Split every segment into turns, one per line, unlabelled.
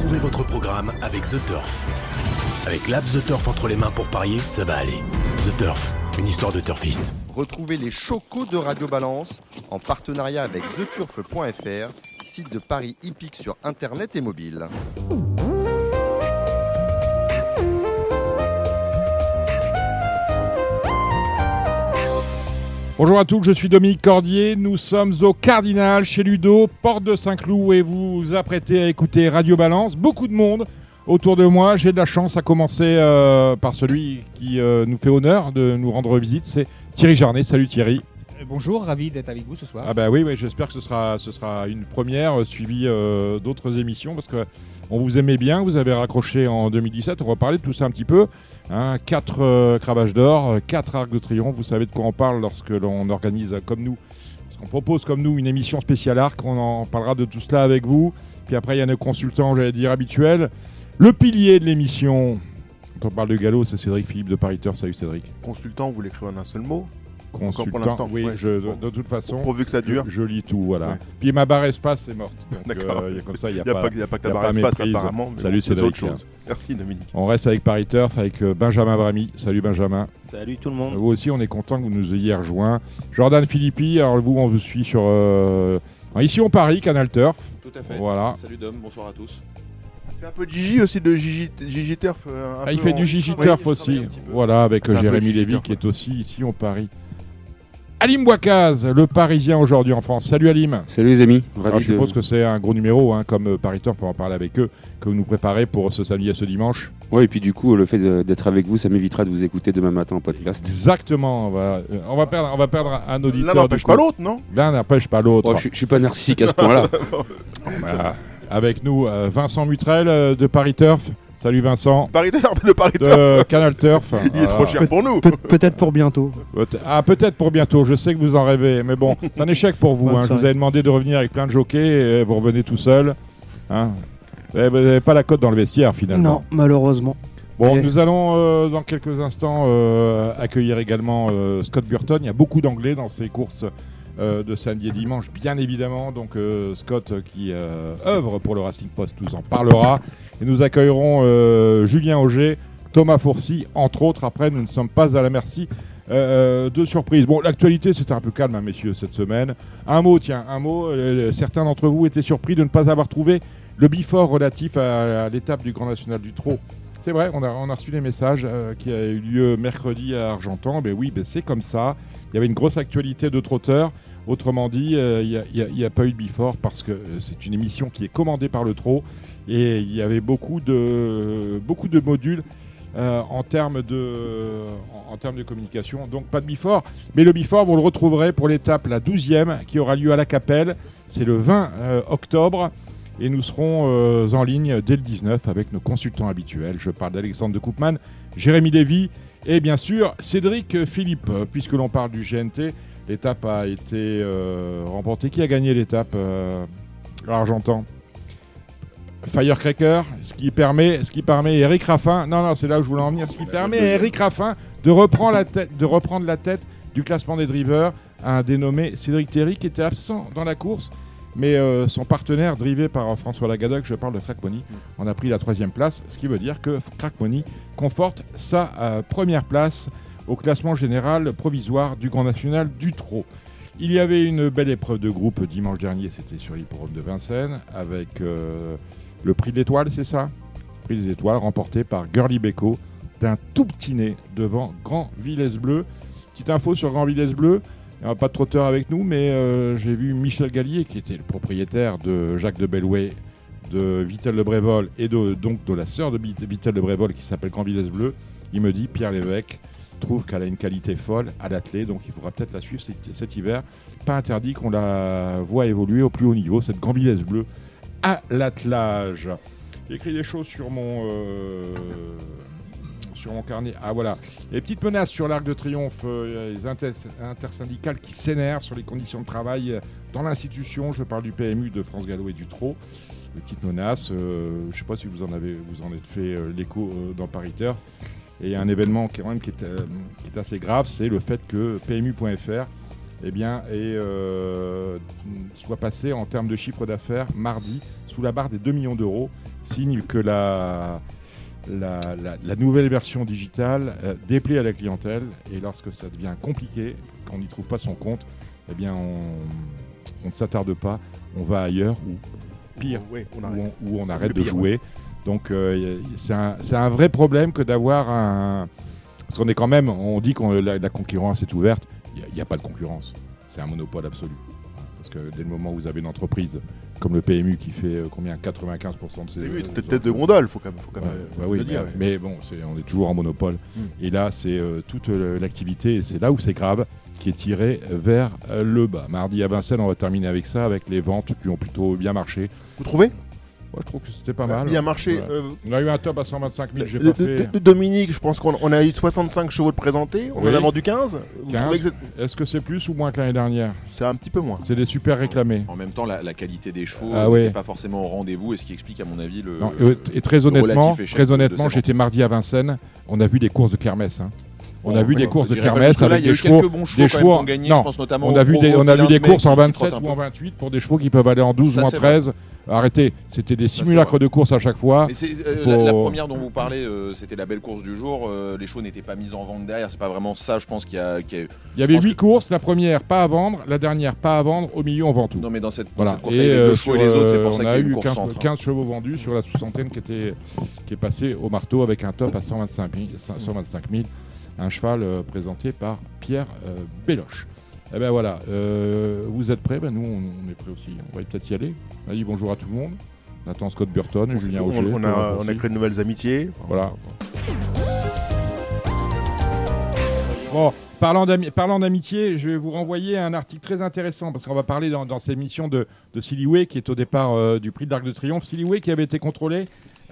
Retrouvez votre programme avec The Turf. Avec l'app The Turf entre les mains pour parier, ça va aller. The Turf, une histoire de turfiste.
Retrouvez les chocos de Radio Balance en partenariat avec theturf.fr, site de paris hippique sur internet et mobile.
Bonjour à tous, je suis Dominique Cordier, nous sommes au Cardinal chez Ludo, porte de Saint-Cloud et vous vous apprêtez à écouter Radio Balance. Beaucoup de monde autour de moi, j'ai de la chance à commencer par celui qui nous fait honneur de nous rendre visite, c'est Thierry Jarnet. Salut Thierry.
Bonjour, ravi d'être avec vous ce soir.
Ah bah oui, j'espère que ce sera une première suivie d'autres émissions parce que on vous aimait bien, vous avez raccroché en 2017, on va parler de tout ça un petit peu. 4 cravages d'or, 4 arcs de triomphe, vous savez de quoi on parle lorsque l'on organise comme nous, parce qu'on propose comme nous une émission spéciale arc, on en parlera de tout cela avec vous. Puis après il y a nos consultants, j'allais dire habituels. Le pilier de l'émission, quand on parle de galop, c'est Cédric Philippe de Pariteur. Salut Cédric.
Consultant, vous l'écrivez en un seul mot?
Consultant,
pour l'instant,
oui,
ouais.
de toute façon,
pourvu que ça dure.
Je lis tout, voilà.
Ouais.
Puis ma barre espace est morte. Donc,
D'accord.
Comme ça, il n'y a,
pas que ta barre espace apparemment. Mais
salut
bon,
Cédric.
Merci Dominique.
On reste avec Paris Turf, avec Benjamin Bramy. Salut Benjamin.
Salut tout le monde.
Vous aussi, on est content que vous nous ayez rejoints. Jordan Philippi, alors vous, on vous suit sur... ici on Paris, Canal Turf.
Tout à fait.
Voilà.
Salut Dom, bonsoir à tous.
Il fait un peu de Gigi aussi, de Gigi Turf.
Il fait du Gigi Turf aussi. Voilà, avec Jérémy Lévy
Turf,
qui est aussi ici on Paris. Alim Bouakaz, le Parisien aujourd'hui en France. Salut Alim.
Salut les amis.
Alors, je suppose que c'est un gros numéro, comme Paris Turf, on va en parler avec eux, que vous nous préparez pour ce samedi et ce dimanche.
Ouais, et puis du coup, le fait d'être avec vous, ça m'évitera de vous écouter demain matin en podcast.
Exactement. On va perdre un auditeur.
L'un n'empêche pas l'autre, non?
L'un n'empêche pas l'autre.
Oh, je suis pas narcissique à ce point-là.
Voilà. Avec nous, Vincent Mutrel de Paris Turf. Salut Vincent.
de
Canal Turf.
Il est trop cher pour nous.
Peut-être pour bientôt.
Peut-être pour bientôt. Je sais que vous en rêvez. Mais bon, c'est un échec pour vous. Je vous avais demandé de revenir avec plein de jockeys et vous revenez tout seul. Vous n'avez pas la cote dans le vestiaire finalement.
Non, malheureusement.
Bon, nous allons dans quelques instants accueillir également Scott Burton. Il y a beaucoup d'anglais dans ces courses de samedi et dimanche, bien évidemment. Donc Scott qui œuvre pour le Racing Post nous en parlera. Et nous accueillerons Julien Auger, Thomas Fourcy, entre autres. Après, nous ne sommes pas à la merci de surprises. Bon, l'actualité, c'était un peu calme, messieurs, cette semaine. Un mot. Certains d'entre vous étaient surpris de ne pas avoir trouvé le before relatif à l'étape du Grand National du Trot. C'est vrai, on a reçu des messages qui a eu lieu mercredi à Argentan. Ben oui, c'est comme ça. Il y avait une grosse actualité de trotteurs. Autrement dit, il n'y a pas eu de before parce que c'est une émission qui est commandée par le Trot et il y avait beaucoup de modules en termes de communication. Donc pas de before. Mais le before, vous le retrouverez pour l'étape, la 12e, qui aura lieu à la Capelle. C'est le 20 octobre. Et nous serons en ligne dès le 19 avec nos consultants habituels. Je parle d'Alexandre de Koopman, Jérémy Lévy et bien sûr Cédric Philippe. Puisque l'on parle du GNT, l'étape a été remportée. Qui a gagné l'étape à Argentan? Firecracker, ce qui permet Eric Raffin. Non, c'est là où je voulais en venir. Ce qui permet à Eric Raffin de reprendre la tête du classement des drivers, un dénommé Cédric Terry qui était absent dans la course. Mais son partenaire, drivé par François Lagadoc, je parle de Crack Money, en a pris la 3e place, ce qui veut dire que Crack Money conforte sa première place au classement général provisoire du Grand National du Trot. Il y avait une belle épreuve de groupe dimanche dernier, c'était sur l'hippodrome de Vincennes, avec le prix de l'étoile, c'est ça? Le prix des étoiles remporté par Gurly Beko d'un tout petit nez devant Grand Villesse Bleu. Petite info sur Grand Villesse Bleu. Il n'y a pas de trotteur avec nous, mais j'ai vu Michel Gallier, qui était le propriétaire de Jacques de Bellouet, de Vittel de Brévol, et donc de la sœur de Vittel de Brévol, qui s'appelle Grand Villesse Bleu. Il me dit, Pierre Lévesque trouve qu'elle a une qualité folle à l'attelé, donc il faudra peut-être la suivre cet hiver. Pas interdit qu'on la voit évoluer au plus haut niveau, cette Grand Villesse Bleu à l'attelage. J'ai écrit des choses sur mon carnet. Ah voilà, les petites menaces sur l'Arc de Triomphe, les intersyndicales qui s'énervent sur les conditions de travail dans l'institution. Je parle du PMU, de France Gallo et du Trot. Les petites menaces, je ne sais pas si vous en êtes fait l'écho dans Paris Turf. Et un événement qui est assez grave, c'est le fait que PMU.fr soit passé en termes de chiffre d'affaires mardi sous la barre des 2 millions d'euros. signe que la nouvelle version digitale déplaît à la clientèle, et lorsque ça devient compliqué, qu'on n'y trouve pas son compte, eh bien on ne s'attarde pas, on va ailleurs, ou pire, où on arrête de jouer. Donc c'est un vrai problème que d'avoir un... Parce qu'on est quand même, on dit que la concurrence est ouverte, il n'y a pas de concurrence, c'est un monopole absolu. Parce que dès le moment où vous avez une entreprise comme le PMU qui fait 95% de ses...
PMU est tête de gondole, faut quand même
oui,
le dire.
Mais bon, on est toujours en monopole. Et là, c'est toute l'activité, et c'est là où c'est grave, qui est tirée vers le bas. Mardi à Vincennes, on va terminer avec ça, avec les ventes qui ont plutôt bien marché.
Vous trouvez ?
Moi, je trouve que c'était pas mal.
Bien marché.
Ouais. On a eu un top à 125 000, j'ai pas fait.
Dominique, je pense qu'on a eu 65 chevaux de présentés, on en a vendu 15. Vous trouvez que
est-ce que c'est plus ou moins que l'année dernière ?
C'est un petit peu moins.
C'est des super réclamés.
En même temps, la qualité des chevaux n'est pas forcément au rendez-vous, et ce qui explique, à mon avis, le.
Non, et très honnêtement, j'étais mardi à Vincennes, on a vu des courses de kermesse. On a vu des courses de kermesse avec des chevaux. Des chevaux ont gagné, je pense notamment. On a vu des courses en 27 ou en 28 pour des chevaux qui peuvent aller en 12 ou en 13. Arrêtez, c'était des simulacres de course à chaque fois.
Mais la première dont vous parlez, c'était la belle course du jour. Les chevaux n'étaient pas mis en vente derrière. C'est pas vraiment ça, je pense, Il
y avait 8 courses. La première, pas à vendre. La dernière, pas à vendre. Au milieu, on vend tout.
Non, mais dans cette course, il y avait 2 chevaux et les autres, c'est pour ça qu'il y a eu une course centre.
15 chevaux vendus sur la soixantaine qui est passée au marteau avec un top à 125 000. Un cheval présenté par Pierre Belloche. Eh ben voilà, vous êtes prêts ? Ben nous, on est prêts aussi. On va peut-être y aller. Allez, bonjour à tout le monde. Nathan Scott Burton, Julien Auger.
On a créé de nouvelles amitiés.
Voilà. Bon, parlant d'amitié, je vais vous renvoyer à un article très intéressant, parce qu'on va parler dans cette émission de Silly Way, qui est au départ du prix de l'Arc de Triomphe. Silly Way qui avait été contrôlé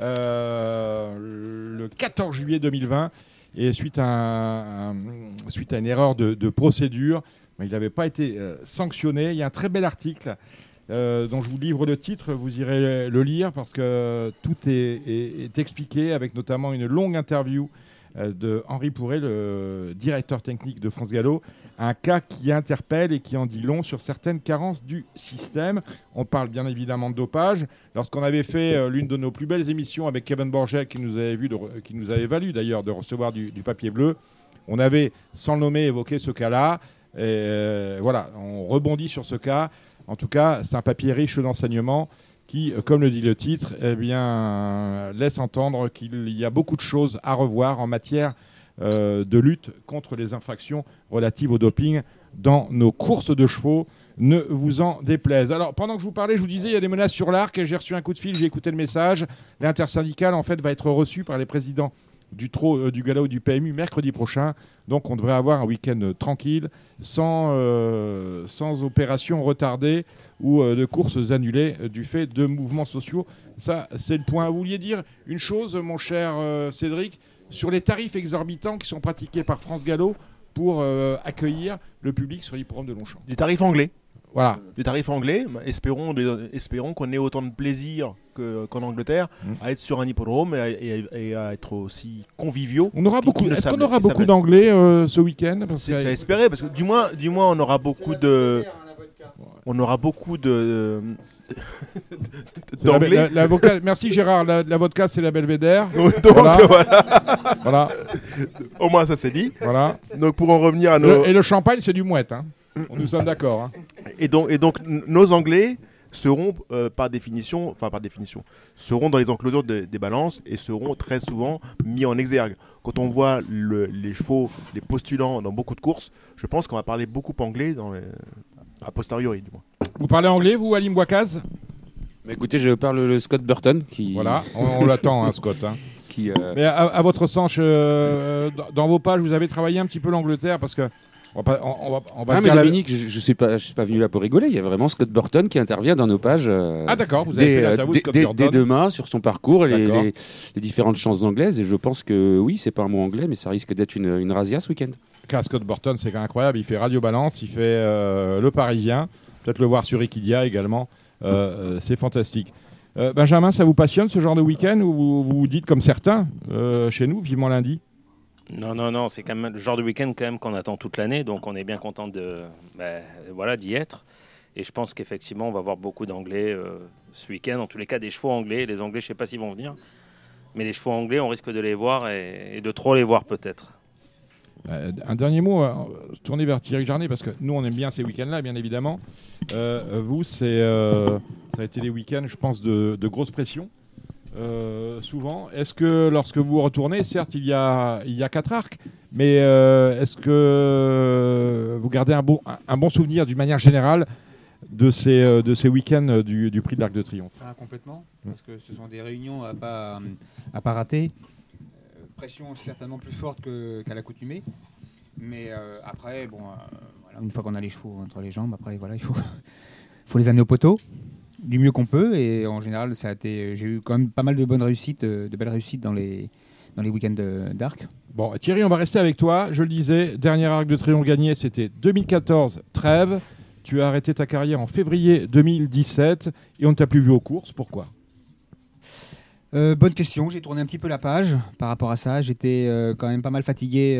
le 14 juillet 2020. Et suite à une erreur de procédure, il n'avait pas été sanctionné. Il y a un très bel article dont je vous livre le titre. Vous irez le lire parce que tout est expliqué, avec notamment une longue interview de Henri Pourret, le directeur technique de France Gallo. Un cas qui interpelle et qui en dit long sur certaines carences du système. On parle bien évidemment de dopage. Lorsqu'on avait fait l'une de nos plus belles émissions avec Kevin Borgel, qui nous avait valu d'ailleurs de recevoir du papier bleu, on avait, sans le nommer, évoqué ce cas-là. Voilà, on rebondit sur ce cas. En tout cas, c'est un papier riche d'enseignements qui, comme le dit le titre, laisse entendre qu'il y a beaucoup de choses à revoir en matière de lutte contre les infractions relatives au doping dans nos courses de chevaux. Ne vous en déplaise. Alors, pendant que je vous parlais, je vous disais, il y a des menaces sur l'arc, et j'ai reçu un coup de fil, j'ai écouté le message. L'intersyndicale, en fait, va être reçue par les présidents du galop du PMU mercredi prochain. Donc, on devrait avoir un week-end tranquille, sans opérations retardées ou de courses annulées du fait de mouvements sociaux. Ça, c'est le point. Vous vouliez dire une chose, mon cher Cédric, sur les tarifs exorbitants qui sont pratiqués par France Gallo pour accueillir le public sur l'hippodrome de Longchamp.
Des tarifs anglais.
Voilà.
Des tarifs anglais. Espérons qu'on ait autant de plaisir qu'en Angleterre à être sur un hippodrome et à être aussi conviviaux.
Est-ce qu'on aura beaucoup d'anglais ce week-end ?
C'est à espérer, parce que du moins on aura beaucoup de... d'anglais.
Merci Gérard, la vodka c'est la Belvédère.
Donc
voilà.
Au moins ça c'est dit.
Voilà.
Donc pour en revenir à nos...
Et le champagne c'est du mouette. Hein. Nous sommes d'accord. Hein.
Et donc nos anglais seront par définition, seront dans les enclosures des balances et seront très souvent mis en exergue. Quand on voit les chevaux, les postulants dans beaucoup de courses, je pense qu'on va parler beaucoup anglais a posteriori du moins.
Vous parlez anglais, vous, Alim Bouakaz ?
Écoutez, je parle le Scott Burton qui...
Voilà, on l'attend, hein, Scott. Hein. Mais à votre sens, dans vos pages, vous avez travaillé un petit peu l'Angleterre, parce que on va
mais Dominique, je suis pas venu là pour rigoler. Il y a vraiment Scott Burton qui intervient dans nos pages.
Ah d'accord, vous avez fait l'interview de Scott Burton.
Dès demain, sur son parcours, les différentes chances anglaises. Et je pense que oui, c'est pas un mot anglais, mais ça risque d'être une razzia ce week-end.
Scott Burton, c'est incroyable. Il fait Radio Balance, il fait Le Parisien. Peut-être le voir sur Equidia également. C'est fantastique. Benjamin, ça vous passionne ce genre de week-end, ou vous vous dites comme certains chez nous, vivement lundi ?
Non, c'est quand même le genre de week-end quand même qu'on attend toute l'année, donc on est bien content d'y être. Et je pense qu'effectivement, on va avoir beaucoup d'anglais ce week-end. En tous les cas, des chevaux anglais. Les anglais, je ne sais pas s'ils vont venir. Mais les chevaux anglais, on risque de les voir et de trop les voir peut-être.
Un dernier mot, se tourner vers Thierry Jarnet, parce que nous, on aime bien ces week-ends-là, bien évidemment. Vous, ça a été des week-ends, je pense, de grosse pression. Souvent. Est-ce que lorsque vous retournez, certes il y a 4 arcs, mais est-ce que vous gardez un bon souvenir d'une manière générale de ces week-ends du prix de l'Arc de Triomphe?
Complètement, parce que ce sont des réunions à pas rater. Pression certainement plus forte qu'à l'accoutumée, mais après, voilà, une fois qu'on a les chevaux entre les jambes, après voilà, il faut les amener au poteau du mieux qu'on peut, et en général j'ai eu quand même pas mal de bonnes réussites, de belles réussites dans les week-ends d'Arc.
Bon, Thierry, on va rester avec toi. Je le disais, dernier Arc de Triomphe gagné, c'était 2014, Trèves. Tu as arrêté ta carrière en février 2017 et on ne t'a plus vu aux courses. Pourquoi ?
Bonne question. J'ai tourné un petit peu la page par rapport à ça. J'étais quand même pas mal fatigué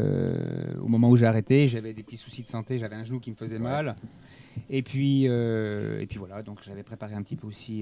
au moment où j'ai arrêté. J'avais des petits soucis de santé. J'avais un genou qui me faisait mal. Et puis voilà. Donc j'avais préparé un petit peu aussi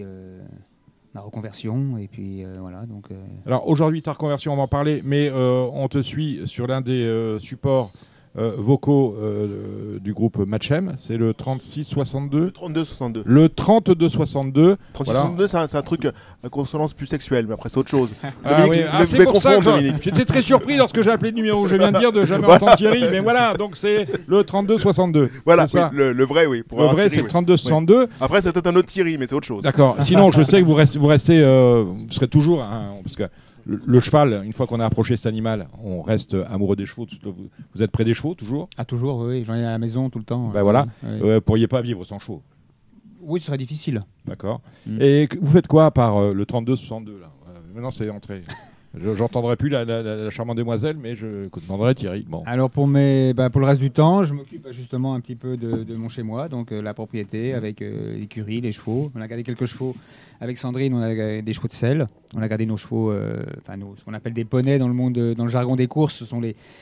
ma reconversion. Et puis voilà. Donc.
Alors aujourd'hui, ta reconversion, on va en parler, mais on te suit sur l'un des supports vocaux du groupe Matchem, c'est le 3662.
Le 3262.
Le 3262.
3262, voilà. c'est un truc à consonance plus sexuelle, mais après c'est autre chose.
C'est pour ça que j'étais très surpris lorsque j'ai appelé le numéro que je viens de dire de jamais entendre Thierry, mais voilà, donc c'est le 3262.
Voilà, oui, le vrai, oui.
Le vrai, c'est le 3262.
Oui. Après, c'est peut-être un autre Thierry, mais c'est autre chose.
D'accord. Sinon, je sais que vous serez toujours, parce que le cheval, une fois qu'on a approché cet animal, on reste amoureux des chevaux. Vous êtes près des chevaux, toujours ?
Ah, toujours, oui. J'en ai à la maison tout le temps.
Ben voilà. Oui. Pourriez pas vivre sans chevaux ?
Oui, ce serait difficile.
D'accord. Et vous faites quoi par le 32-62 là ? Maintenant, c'est entré. J'entendrai plus la charmante demoiselle, mais je demanderai Thierry. Bon.
Alors pour le reste du temps, je m'occupe justement un petit peu de mon chez-moi, donc la propriété avec l'écurie, les chevaux. On a gardé quelques chevaux avec Sandrine, on a des chevaux de selle. On a gardé nos chevaux, ce qu'on appelle des poneys dans le jargon des courses. Ce sont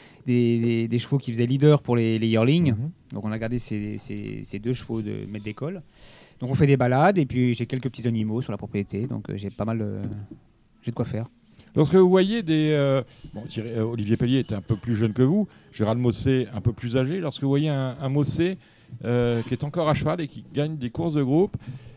des chevaux qui faisaient leader pour les yearlings. Donc on a gardé ces 2 chevaux de maître d'école. Donc on fait des balades et puis j'ai quelques petits animaux sur la propriété. Donc j'ai pas mal j'ai de quoi faire.
Lorsque vous voyez Olivier Pellier était un peu plus jeune que vous, Gérald Mossé un peu plus âgé, lorsque vous voyez un Mossé qui est encore à cheval et qui gagne des courses de groupe,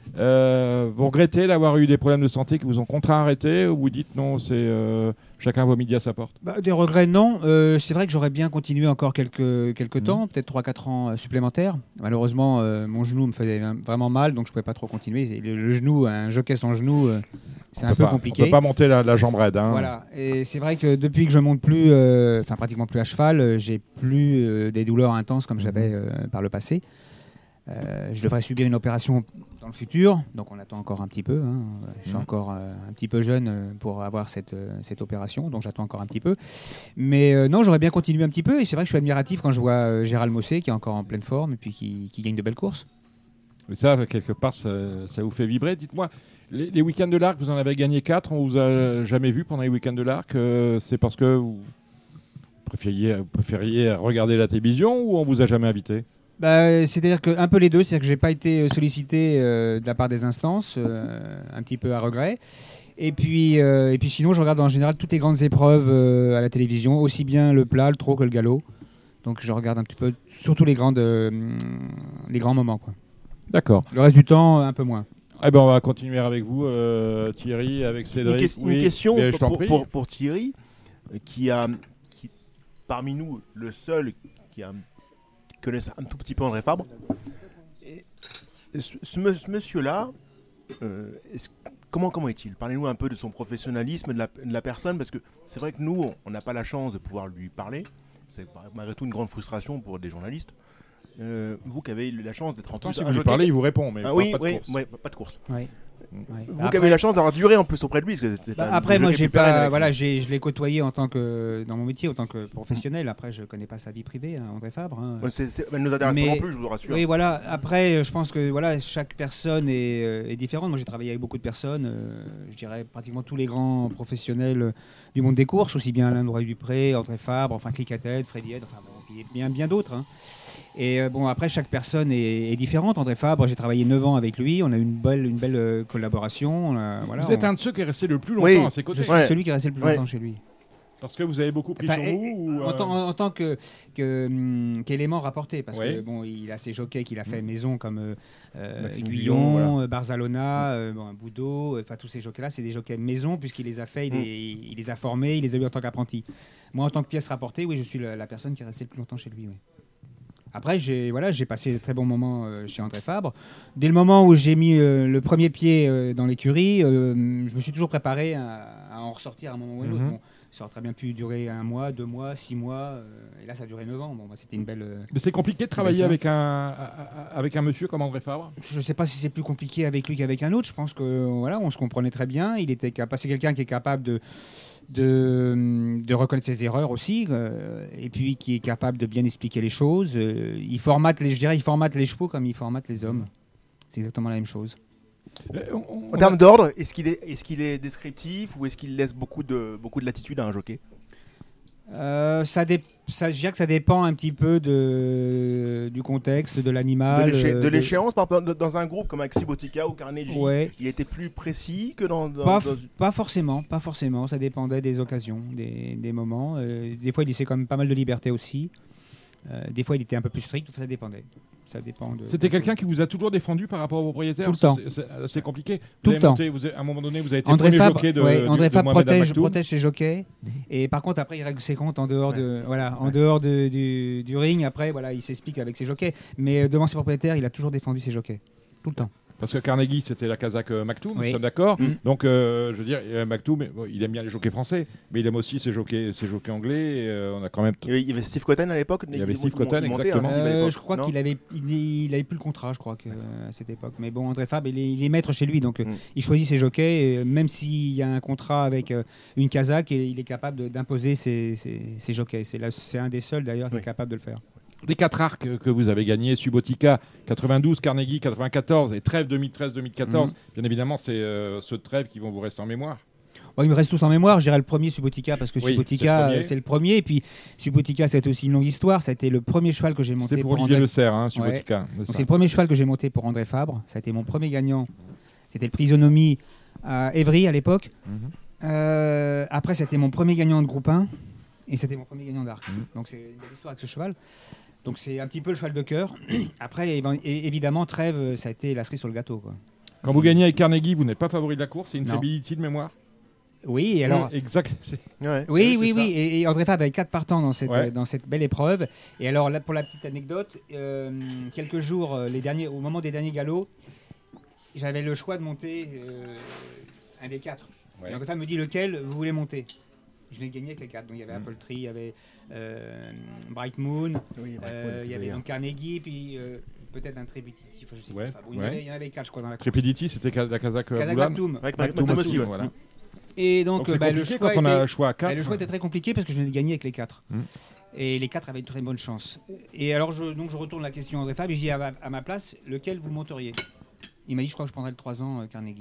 vous regrettez d'avoir eu des problèmes de santé qui vous ont contraint à arrêter, ou vous dites non, c'est chacun voit midi à sa porte?
Des regrets, non. C'est vrai que j'aurais bien continué encore quelques temps, peut-être 3-4 ans supplémentaires. Malheureusement, mon genou me faisait vraiment mal, donc je ne pouvais pas trop continuer. Le genou, un jockey sans genou, c'est un peu compliqué.
On ne peut pas monter la jambe raide.
Voilà. Et c'est vrai que depuis que je ne monte plus, pratiquement plus à cheval, j'ai plus des douleurs intenses comme j'avais par le passé. Je devrais subir une opération dans le futur, donc on attend encore un petit peu. Je suis encore un petit peu jeune pour avoir cette opération, donc j'attends encore un petit peu. Mais non, j'aurais bien continué un petit peu, et c'est vrai que je suis admiratif quand je vois Gérald Mossé qui est encore en pleine forme et puis qui gagne de belles courses.
Mais ça, quelque part, ça vous fait vibrer. Dites-moi, les week-ends de l'Arc, vous en avez gagné 4, on vous a jamais vu pendant les week-ends de l'Arc. C'est parce que vous préfériez regarder la télévision ou on vous a jamais invité?
C'est-à-dire un peu les deux, c'est-à-dire que j'ai pas été sollicité de la part des instances, un petit peu à regret. Et puis sinon, je regarde en général toutes les grandes épreuves à la télévision, aussi bien le plat, le trot que le galop. Donc je regarde un petit peu, surtout les grands moments, quoi.
D'accord.
Le reste du temps, un peu moins.
Eh ben, on va continuer avec vous, Thierry, avec Cédric.
Une question pour Thierry, qui parmi nous, le seul qui connaît un tout petit peu André Fabre. Et ce monsieur-là, comment est-il? Parlez-nous un peu de son professionnalisme, de la personne, parce que c'est vrai que nous, on n'a pas la chance de pouvoir lui parler. C'est malgré tout une grande frustration pour des journalistes. Vous qui avez eu la chance d'être en plus...
Si vous lui parlez, il vous répond, mais pas
de course.
Oui.
Vous qui avez eu la chance d'avoir duré en plus auprès de lui.
Après, moi, je l'ai côtoyé dans mon métier, en tant que professionnel. Après, je ne connais pas sa vie privée, André Fabre.
Elle ne nous intéresse pas non plus, je vous rassure.
Oui, voilà. Après, je pense que chaque personne est différente. Moi, j'ai travaillé avec beaucoup de personnes. Je dirais pratiquement tous les grands professionnels du monde des courses, aussi bien Alain Droit-Dupré, André Fabre, Clicatet, Freddy Head, puis bien d'autres. Et bon, après, chaque personne est différente. André Fabre, j'ai travaillé 9 ans avec lui. On a eu une belle collaboration. Voilà,
Vous êtes un de ceux qui est resté le plus longtemps
Oui.
à ses côtés.
Je suis celui qui est resté le plus longtemps chez lui.
Parce que vous avez beaucoup pris
Enfin,
sur vous ou,
en tant qu'élément rapporté, parce
Oui.
que bon, il a ses jockeys qu'il a fait maison comme
Maxime
Guyon,
Guyon, voilà.
Barzalona, Boudot, enfin tous ces jockeys-là, c'est des jockeys maison puisqu'il les a fait, il les a formés, il les a eu en tant qu'apprenti. Moi, en tant que pièce rapportée, oui, je suis la personne qui est restée le plus longtemps chez lui. Oui. Après, j'ai passé de très bons moments chez André Fabre. Dès le moment où j'ai mis le premier pied dans l'écurie, je me suis toujours préparé à en ressortir à un moment ou à un autre. Bon, ça aurait très bien pu durer 1 mois, 2 mois, 6 mois, et là ça a duré 9 ans. Bon, bah, c'était une belle.
Mais c'est compliqué de travailler avec un monsieur comme André Fabre.
Je ne sais pas si c'est plus compliqué avec lui qu'avec un autre. Je pense que voilà, on se comprenait très bien. Il était c'est quelqu'un qui est capable de reconnaître ses erreurs aussi, et puis qui est capable de bien expliquer les choses. Il formate les chevaux comme il formate les hommes. C'est exactement la même chose.
En termes d'ordre, est-ce qu'il est descriptif ou est-ce qu'il laisse beaucoup de latitude à un jockey?
Je dirais que ça dépend un petit peu du contexte, de l'animal.
De l'échéance, par exemple, dans un groupe comme avec Subotica ou Carnegie,
Ouais.
il était plus précis que dans
Pas forcément. Ça dépendait des occasions, des moments. Des fois, il laissait quand même pas mal de liberté aussi. Des fois, il était un peu plus strict. Ça dépendait. Ça dépend de.
C'était quelqu'un qui vous a toujours défendu par rapport aux propriétaires.
Tout le temps.
C'est compliqué.
Tout le temps.
À un moment donné, vous avez été
André
premier
Fabre,
jockey de
André Fabre
Mohamed Al Maktoum.
protège ses jockeys. Et par contre, après, il règle ses comptes en dehors dehors du ring. Après, voilà, il s'explique avec ses jockeys. Mais devant ses propriétaires, il a toujours défendu ses jockeys. Tout le temps.
Parce que Carnegie, c'était la Kazakh Maktoum,
Oui.
nous sommes d'accord. Donc, je veux dire, Maktoum, il aime bien les jockeys français, mais il aime aussi ses jockeys anglais. Et, on a quand même.
Il y avait Steve Cotton à l'époque.
Il y avait Steve Cotton, exactement.
Je crois qu'il avait plus le contrat, je crois, à cette époque. Mais bon, André Fabre, il est maître chez lui, donc il choisit ses jockeys. Et même s'il y a un contrat avec une Kazakh, il est capable d'imposer ses jockeys. C'est un des seuls d'ailleurs qui est capable de le faire.
Des 4 arcs que vous avez gagnés, Subotica 92, Carnegie 94 et Trèves 2013-2014, bien évidemment, c'est ceux de Trèves qui vont vous rester en mémoire.
Bon, ils me restent tous en mémoire. Je dirais le premier Subotica parce que
Oui,
Subotica, c'est le premier. Et puis Subotica, c'est aussi une longue histoire. Ça a été le premier cheval que j'ai monté
C'est pour Olivier Le Serre, hein, Subotica.
Ouais. Donc, c'est le premier cheval que j'ai monté pour André Fabre. Ça a été mon premier gagnant. C'était le Prisonomie à Évry à l'époque. Après, c'était mon premier gagnant de groupe 1 et c'était mon premier gagnant d'arc. Donc c'est une belle histoire avec ce cheval. Donc c'est un petit peu le cheval de cœur. Après, évidemment, Trèves, ça a été la cerise sur le gâteau, quoi.
Quand vous gagnez avec Carnegie, vous n'êtes pas favori de la course, c'est une Trability de mémoire.
Oui, et alors.
Exact.
Oui. Et André Fabre avait 4 partants dans cette belle épreuve. Et alors, là, pour la petite anecdote, quelques jours, au moment des derniers galops, j'avais le choix de monter un des 4. Et André Fabre me dit lequel vous voulez monter. Je l'ai gagné avec les 4. Donc il y avait Apple Tree, il y avait Bright Moon, il y avait donc Carnegie, puis peut-être un Trépidity. Enfin, je sais pas. Bon, il y en avait 4, je crois, dans la course.
Trépidity, c'était la Kazakh Maktoum.
Maktoum aussi,
voilà.
Et donc
le choix quand on a le choix à 4.
Le choix était très compliqué parce que je venais de gagner avec les 4. Et les 4 avaient une très bonne chance. Et alors, je retourne la question à André Fabre et je dis à ma place, lequel vous monteriez? Il m'a dit, je crois que je prendrais le 3 ans Carnegie.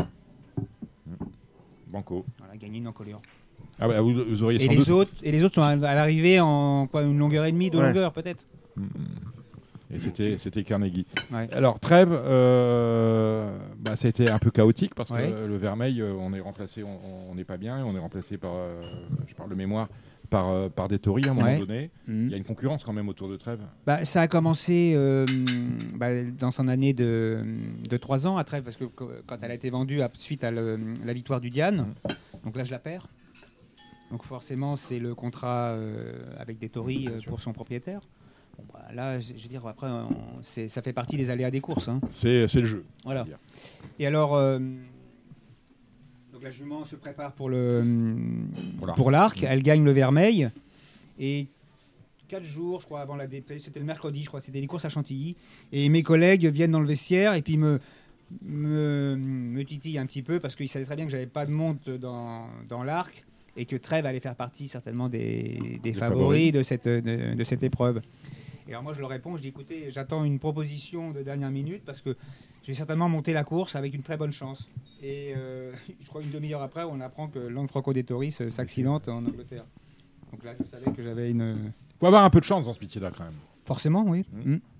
Banco.
Voilà, gagné une encolure.
Ah bah, vous auriez
et les autres sont à l'arrivée en une longueur et demie, 2 longueurs peut-être.
Et c'était Carnegie.
Ouais.
Alors Trèves, ça a été un peu chaotique parce que le Vermeil, on est remplacé, on n'est pas bien, et on est remplacé par, je parle de mémoire, par des Tories à un moment donné. Il y a une concurrence quand même autour de Trèves. Ça
a commencé dans son année de 3 ans à Trèves parce que quand elle a été vendue suite à la victoire du Diane, donc là je la perds. Donc forcément, c'est le contrat avec des Tories pour son propriétaire. Bon, là, je veux dire, après, ça fait partie des aléas des courses. Hein.
C'est le jeu.
Voilà. Et alors, donc la jument se prépare pour l'arc. Elle gagne le Vermeil. Et 4 jours, je crois, avant la défaite, c'était le mercredi, je crois, c'était des courses à Chantilly. Et mes collègues viennent dans le vestiaire et puis me titillent un petit peu parce qu'ils savaient très bien que j'avais pas de monte dans l'arc. Et que Trèves allait faire partie certainement des favoris de cette épreuve. Et alors moi je leur réponds, je dis écoutez, j'attends une proposition de dernière minute parce que je vais certainement monter la course avec une très bonne chance. Et je crois une demi-heure après, on apprend que Lanfranco Dettori s'accidente en Angleterre. Donc là je savais que j'avais une...
Faut avoir un peu de chance dans ce métier-là quand même.
Forcément, oui.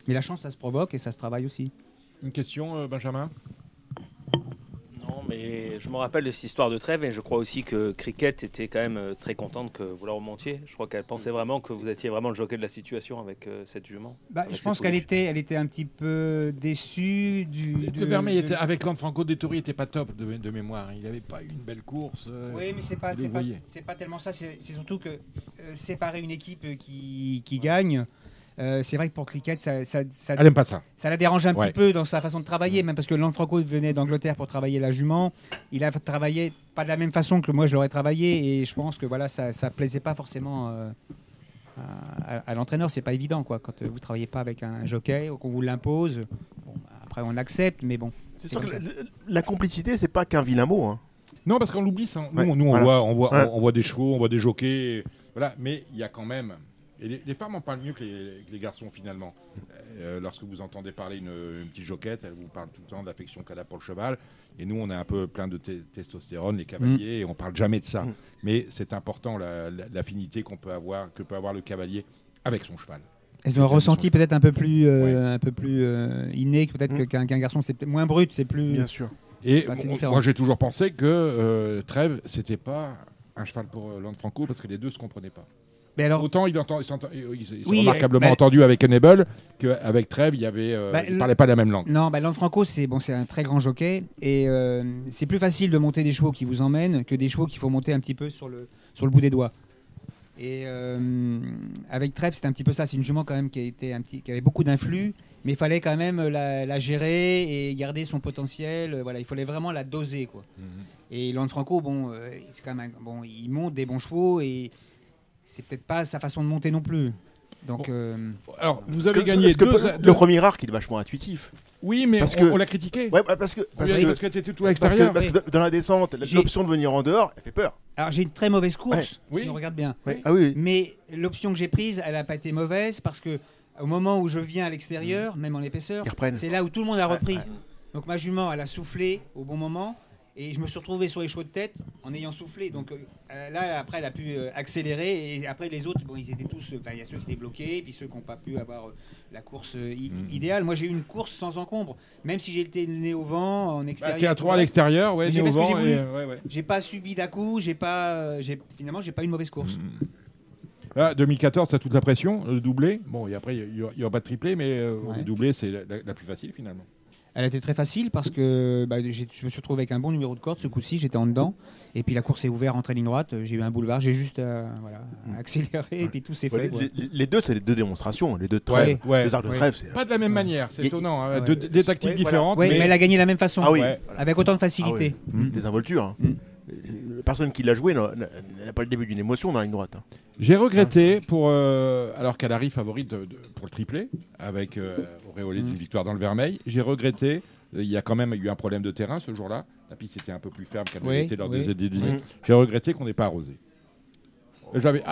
Mais la chance, ça se provoque et ça se travaille aussi.
Une question, Benjamin?
Non, mais je me rappelle de cette histoire de trêve et je crois aussi que Cricket était quand même très contente que vous la remontiez. Je crois qu'elle pensait vraiment que vous étiez vraiment le jockey de la situation avec cette jument.
Je pense qu'elle était un petit peu déçue
Le Vermeil était, avec Lanfranco Dettori, n'était pas top de mémoire. Il n'avait pas eu une belle course.
Oui, mais c'est pas tellement ça. C'est surtout que séparer une équipe qui gagne. C'est vrai que pour Cricket, ça
elle aime pas ça.
Ça la dérange un petit peu dans sa façon de travailler, même parce que Lanfranco venait d'Angleterre pour travailler la jument. Il a travaillé pas de la même façon que moi je l'aurais travaillé, et je pense que voilà, ça plaisait pas forcément à l'entraîneur. C'est pas évident quoi, quand vous travaillez pas avec un jockey ou qu'on vous l'impose. Bon, après on accepte, mais bon.
C'est sûr que la complicité, c'est pas qu'un vilain mot. Hein.
Non, parce qu'on l'oublie ça. Nous, on voit des chevaux, on voit des jockeys, voilà. Mais il y a quand même. Et les femmes en parlent mieux que les garçons finalement. Lorsque vous entendez parler une petite joquette, elle vous parle tout le temps de l'affection qu'elle a pour le cheval. Et nous, on est un peu plein de testostérone, les cavaliers, et on parle jamais de ça. Mais c'est important l'affinité que peut avoir le cavalier avec son cheval.
Elles ont un ressenti peut-être un peu plus inné, peut-être qu'un garçon, c'est peut-être moins brut, c'est plus.
Bien sûr.
Et moi, j'ai toujours pensé que Trèves, c'était pas un cheval pour Lanfranco parce que les deux se comprenaient pas. Mais alors, autant il s'est remarquablement entendu avec Enable qu'avec Trèves, il ne parlait pas la même langue.
Non, Lanfranco, c'est un très grand jockey et c'est plus facile de monter des chevaux qui vous emmènent que des chevaux qu'il faut monter un petit peu sur le bout des doigts. Et avec Trèves, c'était un petit peu ça. C'est une jument quand même qui avait beaucoup d'influx, mais il fallait quand même la gérer et garder son potentiel. Voilà, il fallait vraiment la doser, quoi. Et Lanfranco, c'est quand même il monte des bons chevaux et c'est peut-être pas sa façon de monter non plus. Donc,
alors, vous avez gagné
le premier arc, il est vachement intuitif.
Oui, mais on l'a critiqué.
Ouais, parce que
tu étais tout à l'extérieur.
Parce que dans la descente, l'option de venir en dehors, elle fait peur.
Alors, j'ai une très mauvaise course, si on regarde bien.
Ouais. Ah, oui.
Mais l'option que j'ai prise, elle n'a pas été mauvaise parce que au moment où je viens à l'extérieur, même en épaisseur, c'est là où tout le monde a repris. Donc, ma jument, elle a soufflé au bon moment. Et je me suis retrouvé sur les chevaux de tête en ayant soufflé. Donc là, après, elle a pu accélérer. Et après, les autres, ils étaient tous. Il y a ceux qui étaient bloqués, et puis ceux qui n'ont pas pu avoir la course idéale. Moi, j'ai eu une course sans encombre, même si j'ai été né au vent en extérieur.
T'es à 3 à l'extérieur, né au vent.
J'ai pas subi d'à-coup. Finalement, j'ai pas eu une mauvaise course.
Là, 2014, t'as toute la pression, le doublé. Bon, et après, il n'y aura pas de triplé, mais le doublé, c'est la plus facile finalement.
Elle a été très facile parce que je me suis retrouvé avec un bon numéro de corde. Ce coup-ci, j'étais en dedans. Et puis la course est ouverte, entre ligne droite. J'ai eu un boulevard. J'ai juste accéléré et puis tout s'est fait.
Les deux, c'est les deux démonstrations. Les deux trêves. Les arcs de trêve.
Pas de la même manière, c'est étonnant. Des tactiques différentes.
Mais elle a gagné de la même façon.
Ah oui.
Avec autant de facilité.
Les involtures. La personne qui l'a joué n'a pas le début d'une émotion dans la ligne droite.
J'ai regretté, alors qu'elle arrive favorite pour le triplé, avec auréolé d'une victoire dans le Vermeil, j'ai regretté, il y a quand même eu un problème de terrain ce jour-là, la piste était un peu plus ferme qu'elle avait été lors des Élysées. J'ai regretté qu'on n'ait pas arrosé. J'avais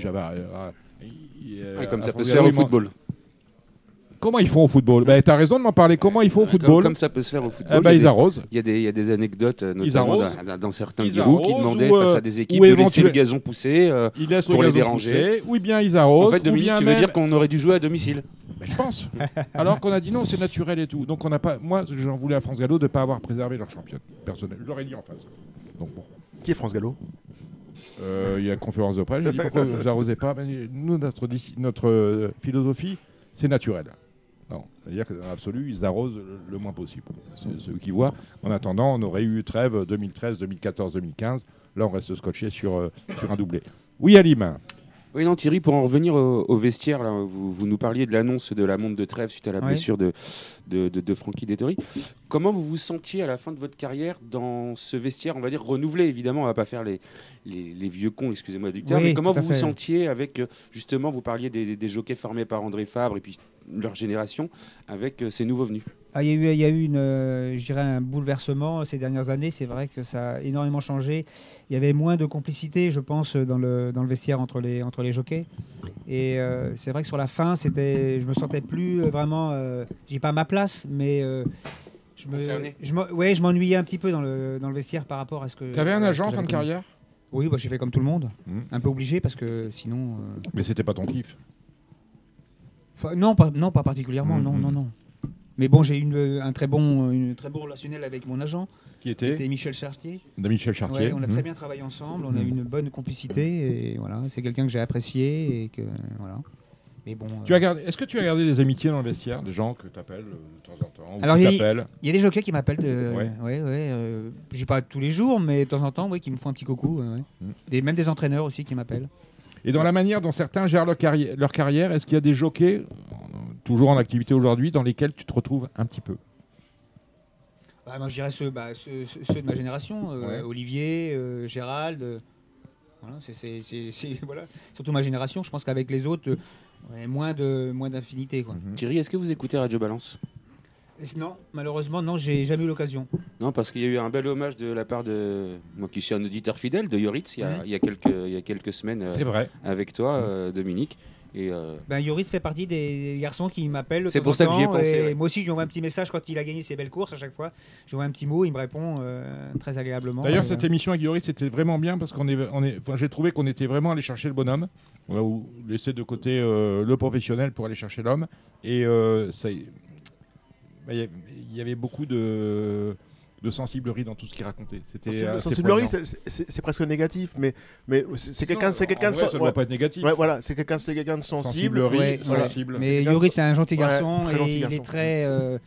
comme ça peut se faire au football.
Comment ils font au football? T'as raison de m'en parler. Comment ils font au football?
Comme ça peut se faire au football.
Ils arrosent.
Il y a des anecdotes, notamment dans certains
ils
guiroux qui demandaient face à des équipes de laisser le gazon pousser pour les déranger.
Ou bien ils arrosent.
En fait, Dominique, tu veux dire qu'on aurait dû jouer à domicile?
Je pense. Alors qu'on a dit non, c'est naturel et tout. Donc on n'a pas. Moi, j'en voulais à France Gallo de ne pas avoir préservé leur championne personnelle. Je l'aurais dit en face. Donc bon.
Qui est France Gallo?
Il y a conférence de presse. J'ai dit pourquoi vous arrosez pas? Nous, notre philosophie, c'est naturel. Non, c'est-à-dire que dans l'absolu, ils arrosent le moins possible. C'est eux qui voient. En attendant, on aurait eu trêve 2013, 2014, 2015. Là, on reste scotché sur un doublé. Oui, Alim.
Oui, non, Thierry, pour en revenir au vestiaire, là, vous nous parliez de l'annonce de la montre de trêve suite à la blessure de Frankie Dettori. Comment vous vous sentiez à la fin de votre carrière dans ce vestiaire, on va dire, renouvelé? Évidemment, on ne va pas faire les vieux cons, excusez-moi du terme, mais comment vous vous sentiez avec, justement, vous parliez des jockeys formés par André Fabre et puis leur génération, avec ces nouveaux venus?
Il y a eu un bouleversement ces dernières années. C'est vrai que ça a énormément changé. Il y avait moins de complicité, je pense, dans le vestiaire entre les jockeys. Et c'est vrai que sur la fin, je me sentais plus vraiment, je dis pas à ma place, mais je m'ennuyais un petit peu dans le vestiaire par rapport à ce que.
Tu avais un agent en fin de carrière?
Oui, j'ai fait comme tout le monde. Un peu obligé parce que sinon.
Mais c'était pas ton kiff.
Non, pas particulièrement, non. Mais bon, j'ai une très bon relationnel avec mon agent,
Qui était
Michel Chartier.
de Michel Chartier.
Ouais, on a très bien travaillé ensemble, on a eu une bonne complicité, et voilà, c'est quelqu'un que j'ai apprécié, et que voilà. Mais bon,
Est-ce que tu as gardé des amitiés dans le vestiaire, des gens que tu appelles de temps en temps, ou
alors
qui
il
t'appellent
y a des jockeys qui m'appellent,
Ouais.
je dis pas tous les jours, mais de temps en temps, qui me font un petit coucou. Même des entraîneurs aussi qui m'appellent.
Et dans la manière dont certains gèrent leur carrière, est-ce qu'il y a des jockeys, toujours en activité aujourd'hui, dans lesquels tu te retrouves un petit peu?
Moi, je dirais ceux de ma génération, Olivier, Gérald. Voilà, c'est voilà. Surtout ma génération. Je pense qu'avec les autres, moins d'affinité, quoi.
Thierry, est-ce que vous écoutez Radio Balance?
Non, malheureusement, non, j'ai jamais eu l'occasion.
Non, parce qu'il y a eu un bel hommage de la part de moi qui suis un auditeur fidèle de Yoritz il y a quelques semaines.
C'est vrai.
Avec toi, Dominique. Et
Yoritz fait partie des garçons qui m'appellent.
C'est pour ça que j'y ai pensé.
Et moi aussi, je lui envoie un petit message quand il a gagné ses belles courses. À chaque fois, je lui envoie un petit mot, il me répond très agréablement.
D'ailleurs, cette émission avec Yoritz, c'était vraiment bien parce j'ai trouvé qu'on était vraiment allé chercher le bonhomme, ou laisser de côté le professionnel pour aller chercher l'homme. Et il y avait beaucoup de sensiblerie dans tout ce qu'il racontait.
Sensiblerie, c'est presque négatif, mais c'est quelqu'un,
ça ne doit pas être négatif.
Ouais, voilà, c'est quelqu'un de sensible.
Sensible.
Mais Yoritz, c'est un gentil garçon, il est très.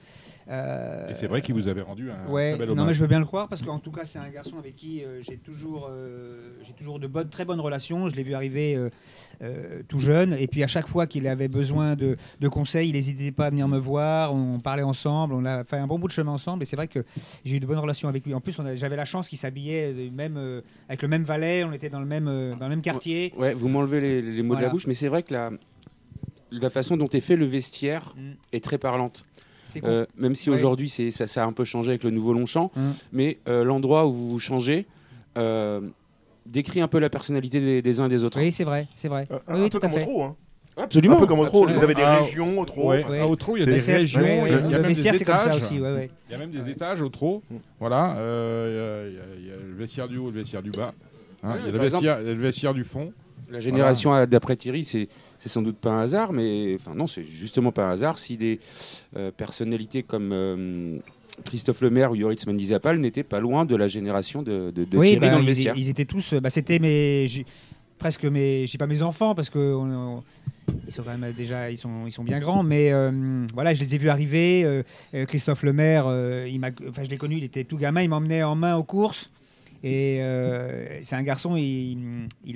Et c'est vrai qu'il vous avait rendu un très bel hommage.
Non, mais je veux bien le croire parce qu'en tout cas, c'est un garçon avec qui j'ai toujours de très bonnes relations. Je l'ai vu arriver tout jeune, et puis à chaque fois qu'il avait besoin de conseils, il n'hésitait pas à venir me voir. On parlait ensemble, on a fait un bon bout de chemin ensemble, et c'est vrai que j'ai eu de bonnes relations avec lui. En plus, j'avais la chance qu'il s'habillait même avec le même valet. On était dans le même quartier.
Ouais, vous m'enlevez les mots de la bouche, mais c'est vrai que la façon dont est fait le vestiaire est très parlante. Même si aujourd'hui ça a un peu changé avec le nouveau Longchamp, mais l'endroit où vous changez décrit un peu la personnalité des uns et des autres.
Oui, c'est vrai.
Un peu comme au trot, hein.
Absolument.
Un peu comme au trot, vous avez des régions au trot.
Au trot, il y a des régions, il y a même des étages.
Il
y a même des étages au trot. Voilà, il y a le vestiaire du haut et le vestiaire du bas. Il y a le vestiaire du fond.
La génération d'après Thierry, c'est sans doute pas un hasard, mais non, c'est justement pas un hasard si des personnalités comme Christophe Lemaire ou Yoritz Mendizabal n'étaient pas loin de la génération de Thierry dans le vestiaire.
Ils étaient tous, c'était presque mes, je dis pas mes enfants parce que ils sont quand même déjà, ils sont bien grands, mais voilà, je les ai vus arriver. Christophe Lemaire, je l'ai connu, il était tout gamin, il m'emmenait en main aux courses. Et c'est un garçon, il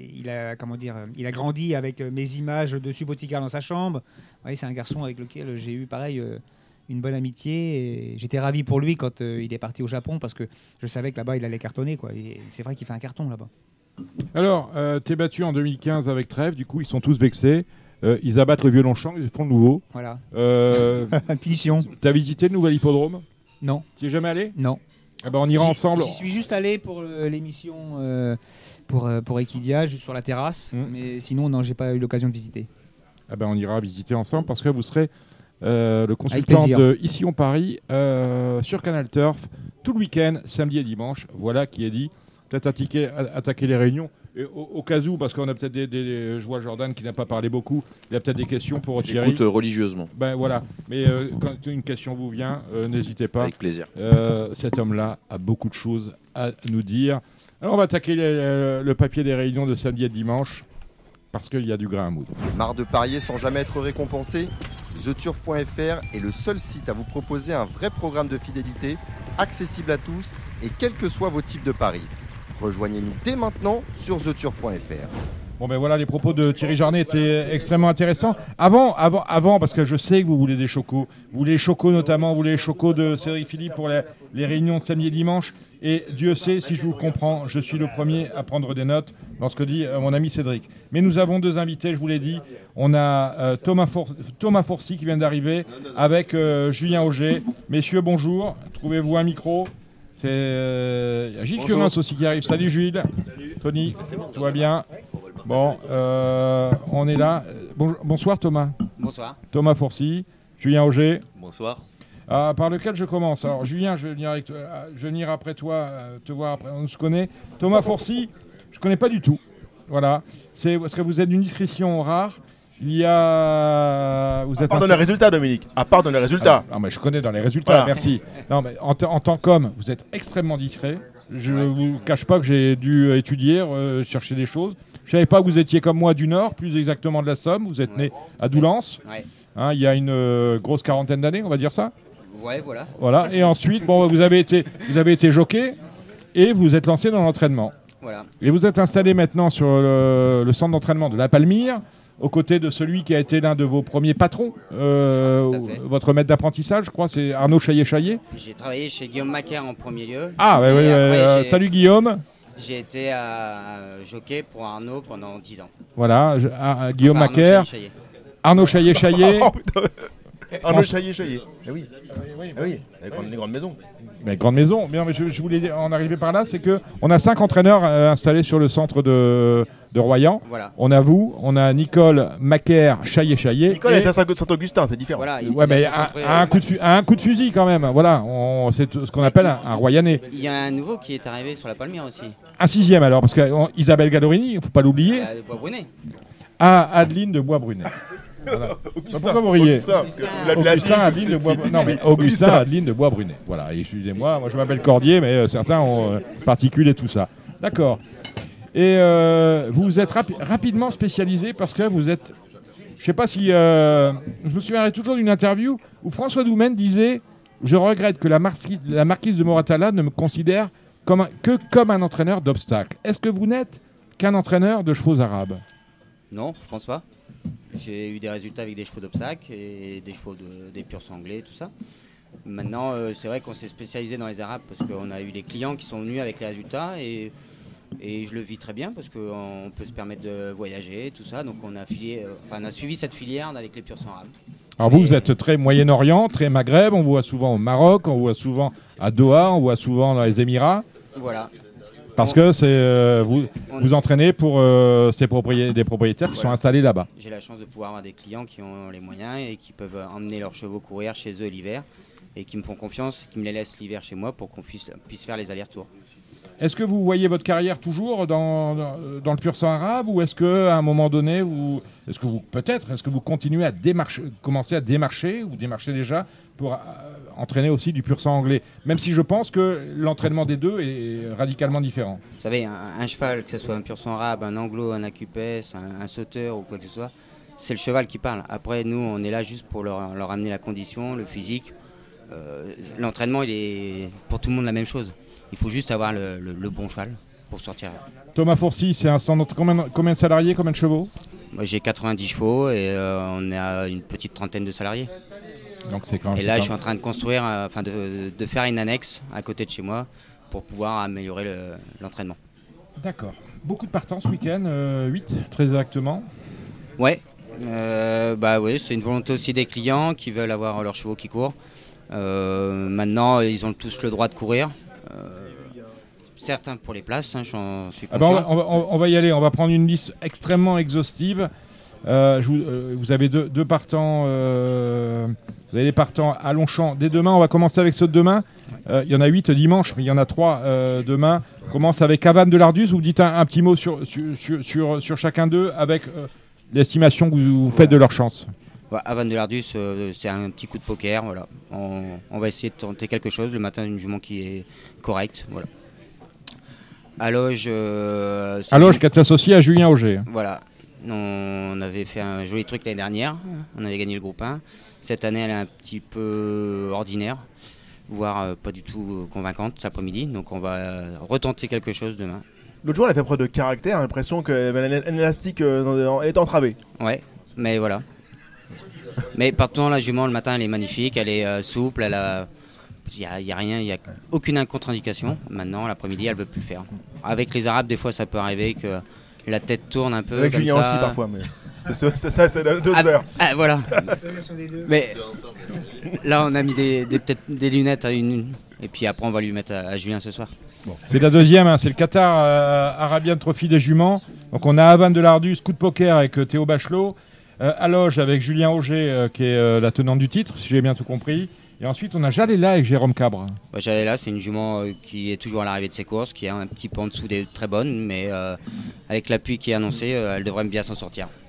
a grandi avec mes images de Subotica dans sa chambre. Ouais, c'est un garçon avec lequel j'ai eu pareil une bonne amitié. Et j'étais ravi pour lui quand il est parti au Japon parce que je savais que là-bas il allait cartonner, quoi. Et c'est vrai qu'il fait un carton là-bas.
Alors, t'es battu en 2015 avec Trèves, du coup ils sont tous vexés. Ils abattent le vieux Longchamp, ils font le nouveau.
Voilà.
Punition. T'as visité le nouvel hippodrome?
Non.
Tu es jamais allé?
Non.
Eh ben, on ira ensemble.
J'y suis juste allé pour l'émission pour Equidia, juste sur la terrasse. Mais sinon, non, j'ai pas eu l'occasion de visiter.
Eh ben, on ira visiter ensemble parce que vous serez le consultant de Ici on Paris sur Canal Turf tout le week-end, samedi et dimanche. Voilà qui est dit. Peut-être attaquer les réunions. Et au cas où, parce qu'on a peut-être je vois Jordan qui n'a pas parlé beaucoup, il a peut-être des questions pour Thierry.
J'écoute religieusement.
Ben voilà, mais quand une question vous vient, n'hésitez pas.
Avec plaisir.
Cet homme-là a beaucoup de choses à nous dire. Alors on va attaquer le papier des réunions de samedi et de dimanche, parce qu'il y a du grain à moudre.
Marre de parier sans jamais être récompensé? TheTurf.fr est le seul site à vous proposer un vrai programme de fidélité, accessible à tous et quels que soient vos types de paris. Rejoignez-nous dès maintenant sur TheTurf.fr.
Bon ben voilà, les propos de Thierry Jarnet étaient extrêmement intéressants. Avant, parce que je sais que vous voulez des chocos. Vous voulez les chocos notamment, vous voulez les chocos de Cédric Philippe pour les réunions de samedi et dimanche. Et Dieu sait si je vous comprends, je suis le premier à prendre des notes dans ce que dit mon ami Cédric. Mais nous avons deux invités, je vous l'ai dit. On a Thomas Fourcy qui vient d'arriver avec Julien Auger. Messieurs, bonjour. Trouvez-vous un micro. C'est Gilles Curins aussi qui arrive. Salut Gilles. Salut. Tony, tout va bien? Bon, on est là. Bonsoir Thomas.
Bonsoir.
Thomas Fourcy, Julien Auger.
Bonsoir.
Par lequel je commence? Alors Julien, je vais venir après toi, te voir après. On se connaît. Thomas Fourcy, je ne connais pas du tout. Voilà. C'est parce que vous êtes d'une discrétion rare. Il y a.
À part dans les résultats, Dominique. À part dans les résultats.
Mais je connais dans les résultats, merci. Non, mais en tant qu'homme, vous êtes extrêmement discret. Je ne vous cache pas que j'ai dû étudier, chercher des choses. Je ne savais pas que vous étiez comme moi du Nord, plus exactement de la Somme. Vous êtes né à Doullens.
Ouais.
Il y a une grosse quarantaine d'années, on va dire ça.
Ouais, voilà.
Voilà. Et ensuite, vous avez été jockey et vous êtes lancé dans l'entraînement.
Voilà.
Et vous êtes installé maintenant sur le centre d'entraînement de La Palmyre, aux côtés de celui qui a été l'un de vos premiers patrons, votre maître d'apprentissage, je crois, c'est Arnaud Chaillet-Chaillet.
J'ai travaillé chez Guillaume Macaire en premier lieu.
Ah, oui. Salut Guillaume.
J'ai été jockey pour Arnaud pendant 10 ans.
Voilà, Guillaume Macaire. Arnaud Chaillet-Chaillet.
Arnaud Chaillet-Chaillet. Oui. Les grandes maisons.
Mais grande maison. Mais je voulais en arriver par là, c'est que on a 5 entraîneurs installés sur le centre de Royan.
Voilà.
On a vous, on a Nicole Macaire, Chaillet-Chaillet.
Nicole est à Saint-Augustin, c'est différent.
Voilà,
mais à un coup de fusil quand même. Voilà, c'est ce qu'on appelle un Royanais.
Il y a un nouveau qui est arrivé sur La Palmyre aussi.
Un 6e alors, parce que Isabelle Gallorini, il ne faut pas l'oublier.
De Bois-Brunet.
Adeline de Bois-Brunet. Voilà. Pourquoi vous riez Augustin Adeline de Bois-Brunet. Non, mais Augustin Adeline de Bois-Brunet. Voilà, excusez-moi, moi je m'appelle Cordier, mais certains ont particules et tout ça. D'accord. Et vous êtes rapidement spécialisé parce que vous êtes. Je ne sais pas si. Je me souviendrai toujours d'une interview où François Doumen disait je regrette que la marquise de Moratala ne me considère que comme un entraîneur d'obstacles. Est-ce que vous n'êtes qu'un entraîneur de chevaux arabes ?
Non, je pense pas. J'ai eu des résultats avec des chevaux d'obstacles et des chevaux des purs sanglés, tout ça. Maintenant, c'est vrai qu'on s'est spécialisé dans les arabes parce qu'on a eu des clients qui sont venus avec les résultats et je le vis très bien parce qu'on peut se permettre de voyager, tout ça. Donc on a suivi cette filière avec les purs sang arabes.
Alors vous êtes très Moyen-Orient, très Maghreb, on vous voit souvent au Maroc, on vous voit souvent à Doha, on vous voit souvent dans les Émirats.
Voilà.
Parce que c'est vous entraînez pour des propriétaires qui sont installés là-bas.
J'ai la chance de pouvoir avoir des clients qui ont les moyens et qui peuvent emmener leurs chevaux courir chez eux l'hiver et qui me font confiance, qui me les laissent l'hiver chez moi pour qu'on puisse faire les allers-retours.
Est-ce que vous voyez votre carrière toujours dans le pur sang arabe ou est-ce qu'à un moment donné, est-ce que vous continuez à commencer à démarcher ou démarcher déjà pour entraîner aussi du pur sang anglais, même si je pense que l'entraînement des deux est radicalement différent.
Vous savez, un cheval, que ce soit un pur sang arabe, un anglo, un acupès, un sauteur ou quoi que ce soit, c'est le cheval qui parle. Après, nous, on est là juste pour leur amener la condition, le physique. L'entraînement, il est pour tout le monde la même chose. Il faut juste avoir le bon cheval pour sortir.
Thomas Fourcy, c'est un centre combien de salariés, combien de chevaux ?
Moi, j'ai 90 chevaux et on est à une petite trentaine de salariés.
Donc c'est quand
et là, je suis en train de construire, de faire une annexe à côté de chez moi pour pouvoir améliorer l'entraînement.
D'accord. Beaucoup de partants ce week-end, 8 très exactement.
Ouais. Oui, c'est une volonté aussi des clients qui veulent avoir leurs chevaux qui courent. Maintenant, ils ont tous le droit de courir. Certains pour les places, j'en suis conscient.
On va y aller, on va prendre une liste extrêmement exhaustive. Vous avez deux partants, vous avez des partants à Longchamp dès demain. On va commencer avec ceux de demain. Il y en a 8 dimanche, mais il y en a 3 demain. On commence avec Havane de Lardus. Vous dites un petit mot sur chacun d'eux avec l'estimation que vous faites de leur chance.
Havane de Lardus, c'est un petit coup de poker. Voilà. On va essayer de tenter quelque chose. Le matin, une jument qui est correcte. Voilà. Aloge qui
est associé à Julien Auger.
Voilà. On avait fait un joli truc l'année dernière. On avait gagné le groupe 1. Cette année, elle est un petit peu ordinaire, voire pas du tout convaincante cet après-midi. Donc on va retenter quelque chose demain.
L'autre jour, elle a fait preuve de caractère. L'impression qu'elle avait un élastique, elle était entravée.
Ouais, mais voilà. Mais partant, la jument, le matin, elle est magnifique. Elle est souple. Il n'y a rien, il n'y a aucune contre-indication. Maintenant, l'après-midi, elle ne veut plus le faire. Avec les Arabes, des fois, ça peut arriver que la tête tourne un peu.
Avec
comme
Julien
ça.
aussi, parfois. Mais c'est 2 heures.
Voilà. Mais là, on a mis peut-être des lunettes à une. Et puis après, on va lui mettre à Julien ce soir.
Bon. C'est la deuxième, c'est le Qatar Arabian Trophy des juments. Donc on a Havane de Lardus, coup de poker avec Théo Bachelot. Aloge avec Julien Auger, qui est la tenante du titre, si j'ai bien tout compris. Et ensuite, on a Jalela avec Jérôme Cabre.
Jalela, c'est une jument qui est toujours à l'arrivée de ses courses, qui est un petit peu en dessous des très bonnes, mais avec l'appui qui est annoncé, elle devrait bien s'en sortir.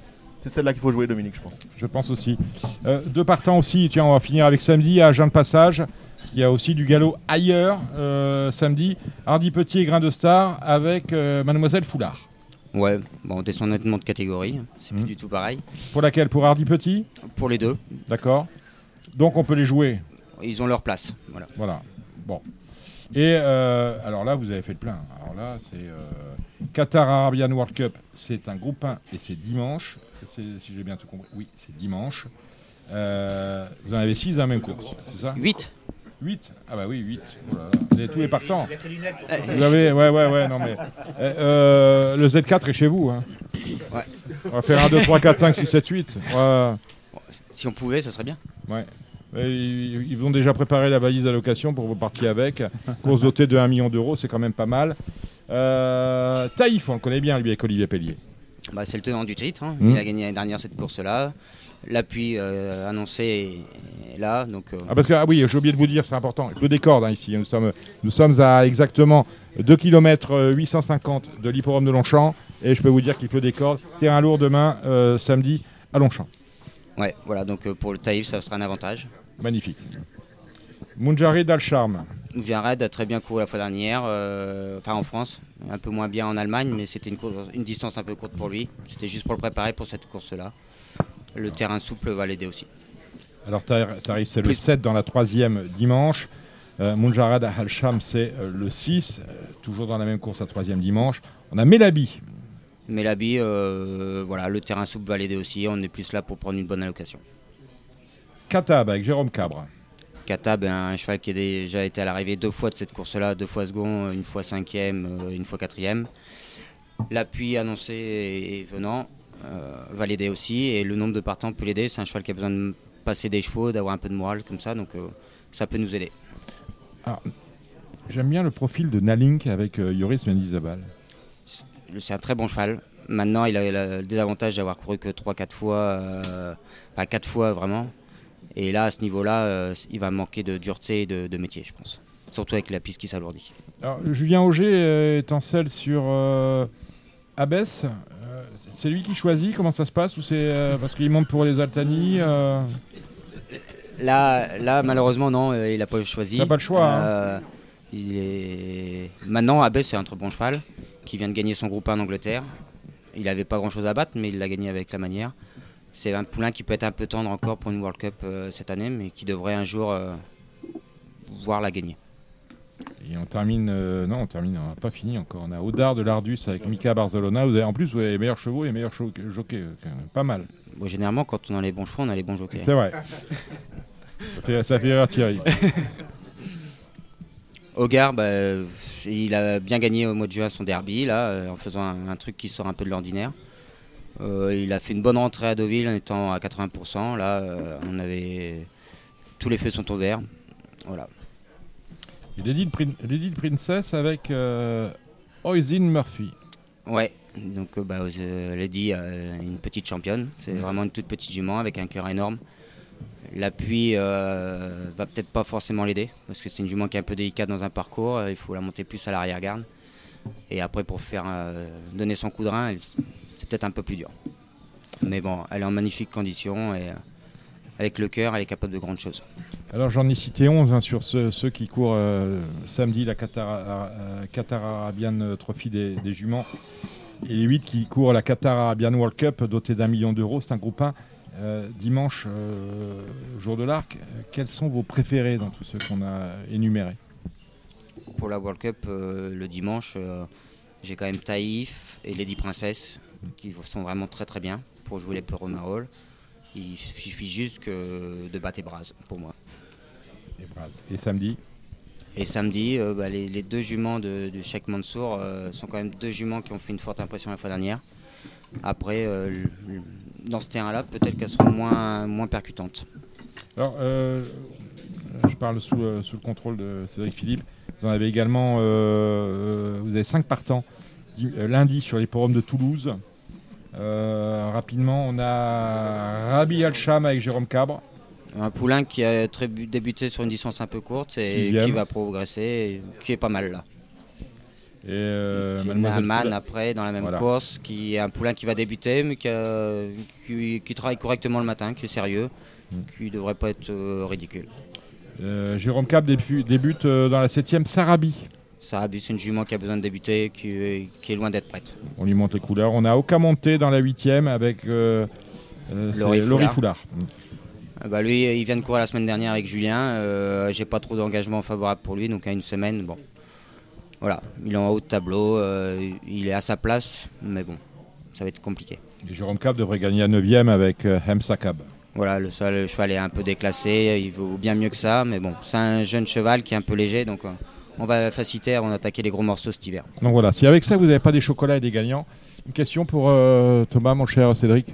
c'est celle-là qu'il faut jouer, Dominique, je pense.
Je pense aussi. Deux partants aussi. Tiens, on va finir avec samedi à Agen de Passage. Il y a aussi du galop ailleurs samedi. Hardy Petit et Grain de Star avec Mademoiselle Foulard.
Ouais, bon, on descend nettement de catégorie, c'est plus du tout pareil.
Pour laquelle? Pour Hardy Petit?
Pour les deux.
D'accord. Donc on peut les jouer.
Ils ont leur place.
Voilà. Bon. Et alors là, vous avez fait le plein. Alors là, c'est Qatar Arabian World Cup. C'est un groupe 1 et c'est dimanche. Si j'ai bien tout compris. Oui, c'est dimanche. Vous en avez 6 dans la même course, c'est ça?
8.
8? Ah bah oui, 8. Oh là là. Vous avez tous les partants. Vous avez... Ouais, non mais... le Z4 est chez vous. Hein.
Ouais.
On va faire 1, 2, 3, 4, 5, 6, 7, 8. Ouais.
Si on pouvait, ça serait bien.
Ouais. Ils vont déjà préparer la valise d'allocation pour vous partir avec. Course dotée de 1 million d'euros, c'est quand même pas mal. Taïf, on le connaît bien lui avec Olivier Pellier.
Bah, c'est le tenant du titre. Hein. Il a gagné l'année dernière cette course-là. L'appui annoncé est là. Donc,
oui, j'ai oublié de vous dire, c'est important. Il pleut des cordes ici. Nous sommes à exactement 2 km 850 de l'hippodrome de Longchamp. Et je peux vous dire qu'il pleut des cordes. Terrain lourd demain, samedi, à Longchamp.
Ouais, voilà. Donc pour le Taïf, ça sera un avantage.
Magnifique. Mounjarid Al-Charm.
Mounjarid a très bien couru la fois dernière, en France, un peu moins bien en Allemagne, mais c'était une distance un peu courte pour lui. C'était juste pour le préparer pour cette course-là. Le terrain souple va l'aider aussi.
Alors Taïf, c'est le 7 dans la 3e dimanche. Mounjarid Al-Charm, c'est le 6, toujours dans la même course à 3e dimanche. On a Melabi.
Melabi, le terrain souple va l'aider aussi. On est plus là pour prendre une bonne allocation.
Katab avec Jérôme Cabre.
Katab est un cheval qui a déjà été à l'arrivée 2 fois de cette course-là, 2 fois second, une fois 5e, une fois 4e. L'appui annoncé et venant va l'aider aussi, et le nombre de partants peut l'aider. C'est un cheval qui a besoin de passer des chevaux, d'avoir un peu de morale comme ça, donc ça peut nous aider.
Alors, j'aime bien le profil de Nalink avec Yoris Mendizabal.
C'est un très bon cheval. Maintenant, il a le désavantage d'avoir couru que 3-4 fois, 4 fois vraiment. Et là, à ce niveau-là, il va manquer de dureté et de métier, je pense. Surtout avec la piste qui s'alourdit.
Alors, Julien Auger étincelle sur Abbesse. C'est lui qui choisit? Comment ça se passe? Ou c'est parce qu'il monte pour les Altani
Là, malheureusement, non, il n'a pas choisi.
Il n'a pas le choix.
Maintenant, Abbesse, c'est un très bon cheval qui vient de gagner son groupe 1 en Angleterre. Il n'avait pas grand-chose à battre, mais il l'a gagné avec la manière. C'est un poulain qui peut être un peu tendre encore pour une World Cup cette année, mais qui devrait un jour voir la gagner.
Et on termine, on n'a pas fini encore. On a Audard de l'Ardus avec Mika Barzalona. En plus, vous avez les meilleurs chevaux et les meilleurs jockeys. Pas mal.
Bon, généralement, quand on a les bons chevaux, on a les bons jockeys.
C'est vrai. ça fait rire Thierry.
Hogar, il a bien gagné au mois de juin son derby, là, en faisant un truc qui sort un peu de l'ordinaire. Il a fait une bonne rentrée à Deauville en étant à 80%. Là, tous les feux sont au vert. Voilà.
Et Lady Princess avec Oisin Murphy.
Ouais, donc Lady, une petite championne. C'est vraiment une toute petite jument avec un cœur énorme. L'appui va peut-être pas forcément l'aider parce que c'est une jument qui est un peu délicate dans un parcours. Il faut la monter plus à l'arrière-garde. Et après, pour faire donner son coup de rein, c'est peut-être un peu plus dur. Mais bon, elle est en magnifique condition et avec le cœur, elle est capable de grandes choses.
Alors j'en ai cité 11 sur ceux qui courent samedi la Qatar Arabian Trophy des juments et les 8 qui courent la Qatar Arabian World Cup dotée d'1 million d'euros. C'est un groupe 1. Dimanche, jour de l'Arc, quels sont vos préférés dans tous ceux qu'on a énumérés?
Pour la World Cup, le dimanche, j'ai quand même Taïf et Lady Princess qui sont vraiment très très bien pour jouer les Pearl Marol. Il suffit juste de battre Ebraz pour moi.
Et samedi?
Et samedi, les 2 juments de Cheikh Mansour sont quand même 2 juments qui ont fait une forte impression la fois dernière. Après, dans ce terrain-là, peut-être qu'elles seront moins percutantes.
Alors, je parle sous le contrôle de Cédric Philippe. Vous en avez également, vous avez 5 partants lundi sur l'hippodrome de Toulouse. Rapidement, on a Rabi Al-Sham avec Jérôme Cabre.
Un poulain qui a débuté sur une distance un peu courte et qui va progresser, et qui est pas mal là.
Et
Naaman après dans la même course, qui est un poulain qui va débuter, mais qui travaille correctement le matin, qui est sérieux, qui ne devrait pas être ridicule.
Jérôme Cap débute dans la 7e Sarabi.
Sarabi, c'est une jument qui a besoin de débuter, qui est loin d'être prête.
On lui montre les couleurs. On a Okamonté dans la 8e avec Laurie Foulard.
Lui, il vient de courir la semaine dernière avec Julien. J'ai pas trop d'engagement favorable pour lui, donc à une semaine, bon. Voilà, il est en haut de tableau, il est à sa place, mais bon, ça va être compliqué.
Et Jérôme Cap devrait gagner à 9e avec Hemsakab.
Voilà, le cheval est un peu déclassé, il vaut bien mieux que ça, mais bon, c'est un jeune cheval qui est un peu léger, donc on va faciliter avant d'attaquer les gros morceaux cet hiver.
Donc voilà, si avec ça vous n'avez pas des chocolats et des gagnants, une question pour Thomas, mon cher Cédric.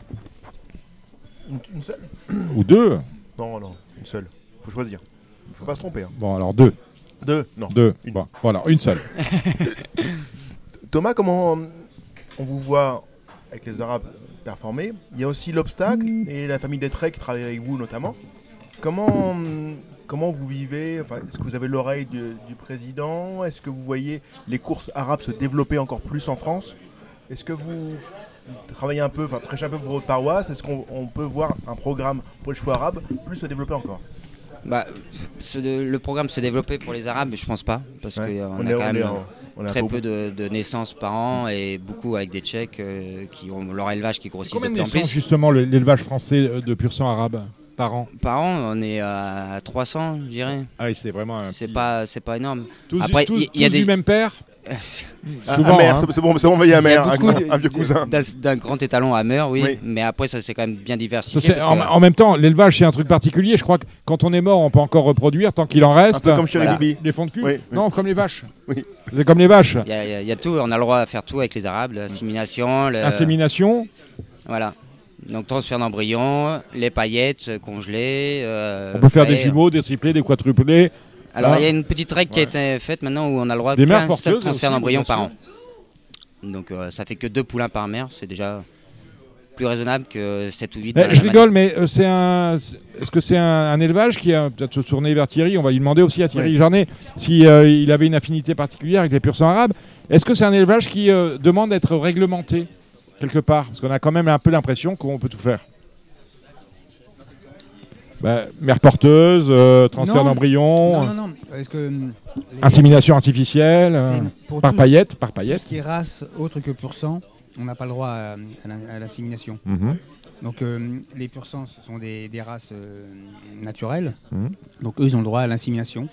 Une seule?
Ou deux?
Non, une seule. Faut choisir. Faut pas se tromper. Hein.
Bon, alors deux.
Non.
Deux. Bon, voilà, une seule.
Thomas, comment on vous voit avec les Arabes performer? Il y a aussi l'obstacle et la famille Détray qui travaille avec vous notamment. Comment vous vivez? Est-ce que vous avez l'oreille du président? Est-ce que vous voyez les courses arabes se développer encore plus en France? Est-ce que vous travaillez un peu, prêchez un peu pour votre paroisse? Est-ce qu'on peut voir un programme pour les chevaux arabes plus se développer encore?
Le programme se développer pour les Arabes, je pense pas, parce qu'on a quand même très peu de naissances par an et beaucoup avec des Tchèques qui ont leur élevage qui grossit de plus en plus.
Combien de naissances justement l'élevage français de pur sang arabe par an?
Par an, on est à 300, je dirais.
Ah oui, c'est vraiment
c'est pas énorme.
Tous,
Après,
tous du même père?
Souvent, c'est bon, il y a un maire, un vieux cousin.
D'un grand étalon à Hammer, oui, mais après ça c'est quand même bien diversifié.
En même temps, l'élevage c'est un truc particulier. Je crois que quand on est mort, on peut encore reproduire tant qu'il en reste.
Un peu comme chez Bibi.
Les fonds de cul.
Oui.
Non, comme les vaches.
Oui.
C'est comme les vaches.
Il y a tout, on a le droit à faire tout avec les Arabes, l'insémination.
Insémination.
Voilà. Donc transfert d'embryon, les paillettes congelées.
On peut faire des jumeaux, des triplés, des quadruplés.
Alors il y a une petite règle qui a été faite maintenant où on a le droit qu'un seul transfert d'embryon par an. Donc ça fait que 2 poulains par mère, c'est déjà plus raisonnable que 7 ou 8.
Je rigole, mais est-ce que c'est un élevage qui a peut-être se tourner vers Thierry? On va lui demander aussi à Thierry Jarnet si il avait une affinité particulière avec les pur sang arabes. Est-ce que c'est un élevage qui demande d'être réglementé quelque part? Parce qu'on a quand même un peu l'impression qu'on peut tout faire. Mère porteuse, transfert d'embryon,
non. Est-ce que
insémination artificielle, par paillette.
Tout ce qui est race autre que pur sang, on n'a pas le droit à l'insémination. Donc les pur sang, ce sont des races naturelles. Donc eux, ils ont le droit à l'insémination.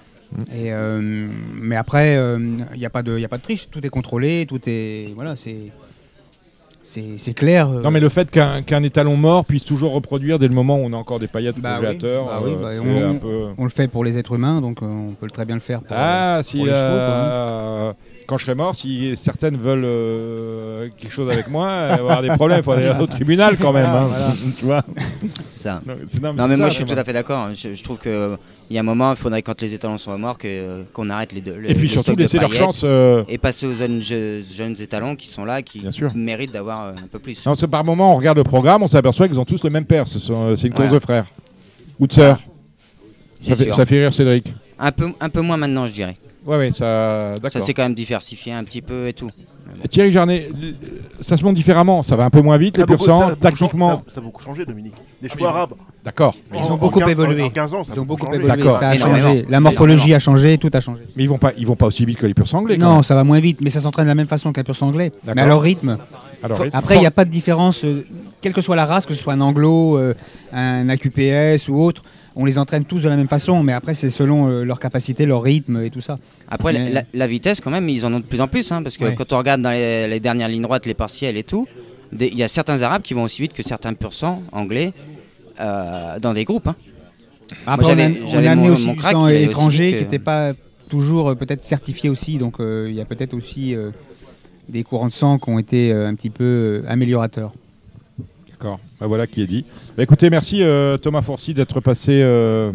Mais après, il n'y a pas de triche. Tout est contrôlé, tout est c'est clair.
Non, mais le fait qu'un étalon mort puisse toujours reproduire dès le moment où on a encore des paillettes au congélateur,
on le fait pour les êtres humains, donc on peut très bien le faire pour les chevaux.
Quand je serai mort, si certaines veulent quelque chose avec moi, il va y avoir des problèmes. Il faut aller au tribunal quand même.
Voilà.
Tu vois
ça. Non, mais moi je suis tout à fait d'accord. Je trouve qu'il y a un moment, il faudrait, quand les étalons sont morts, qu'on arrête
et puis surtout laisser leur chance.
Et passer aux jeunes étalons qui sont là, qui méritent d'avoir un peu plus.
Non, par moment, on regarde le programme, on s'aperçoit qu'ils ont tous le même père. C'est une course de frères ou de sœurs. Ça fait rire Cédric.
Un peu moins maintenant, je dirais.
Ouais, ça, d'accord.
Ça s'est quand même diversifié un petit peu et tout.
Thierry Jarnet, ça se monte différemment, ça va un peu moins vite, les pur sang, tactiquement.
Ça a beaucoup changé, Dominique. Les chevaux arabes.
D'accord.
Ils ont beaucoup évolué.
En 15 ans,
ils ont beaucoup évolué.
D'accord.
Ça a changé. La morphologie a changé, tout a changé.
Mais ils vont pas aussi vite que les pur sang anglais.
Non, ça va moins vite, mais ça s'entraîne de la même façon qu'un pur sang anglais. Mais à leur rythme. Après, il n'y a pas de différence, quelle que soit la race, que ce soit un anglo, un AQPS ou autre. On les entraîne tous de la même façon, mais après c'est selon leur capacité, leur rythme et tout ça.
Après la vitesse quand même, ils en ont de plus en plus, parce que quand on regarde dans les dernières lignes droites, les partiels et tout, il y a certains Arabes qui vont aussi vite que certains pur sang anglais dans des groupes.
Après, on a amené aussi du sang étranger qui n'était pas toujours peut-être certifié aussi, donc il y a peut-être aussi des courants de sang qui ont été un petit peu améliorateurs.
D'accord, voilà qui est dit. Écoutez, merci Thomas Fourcy d'être passé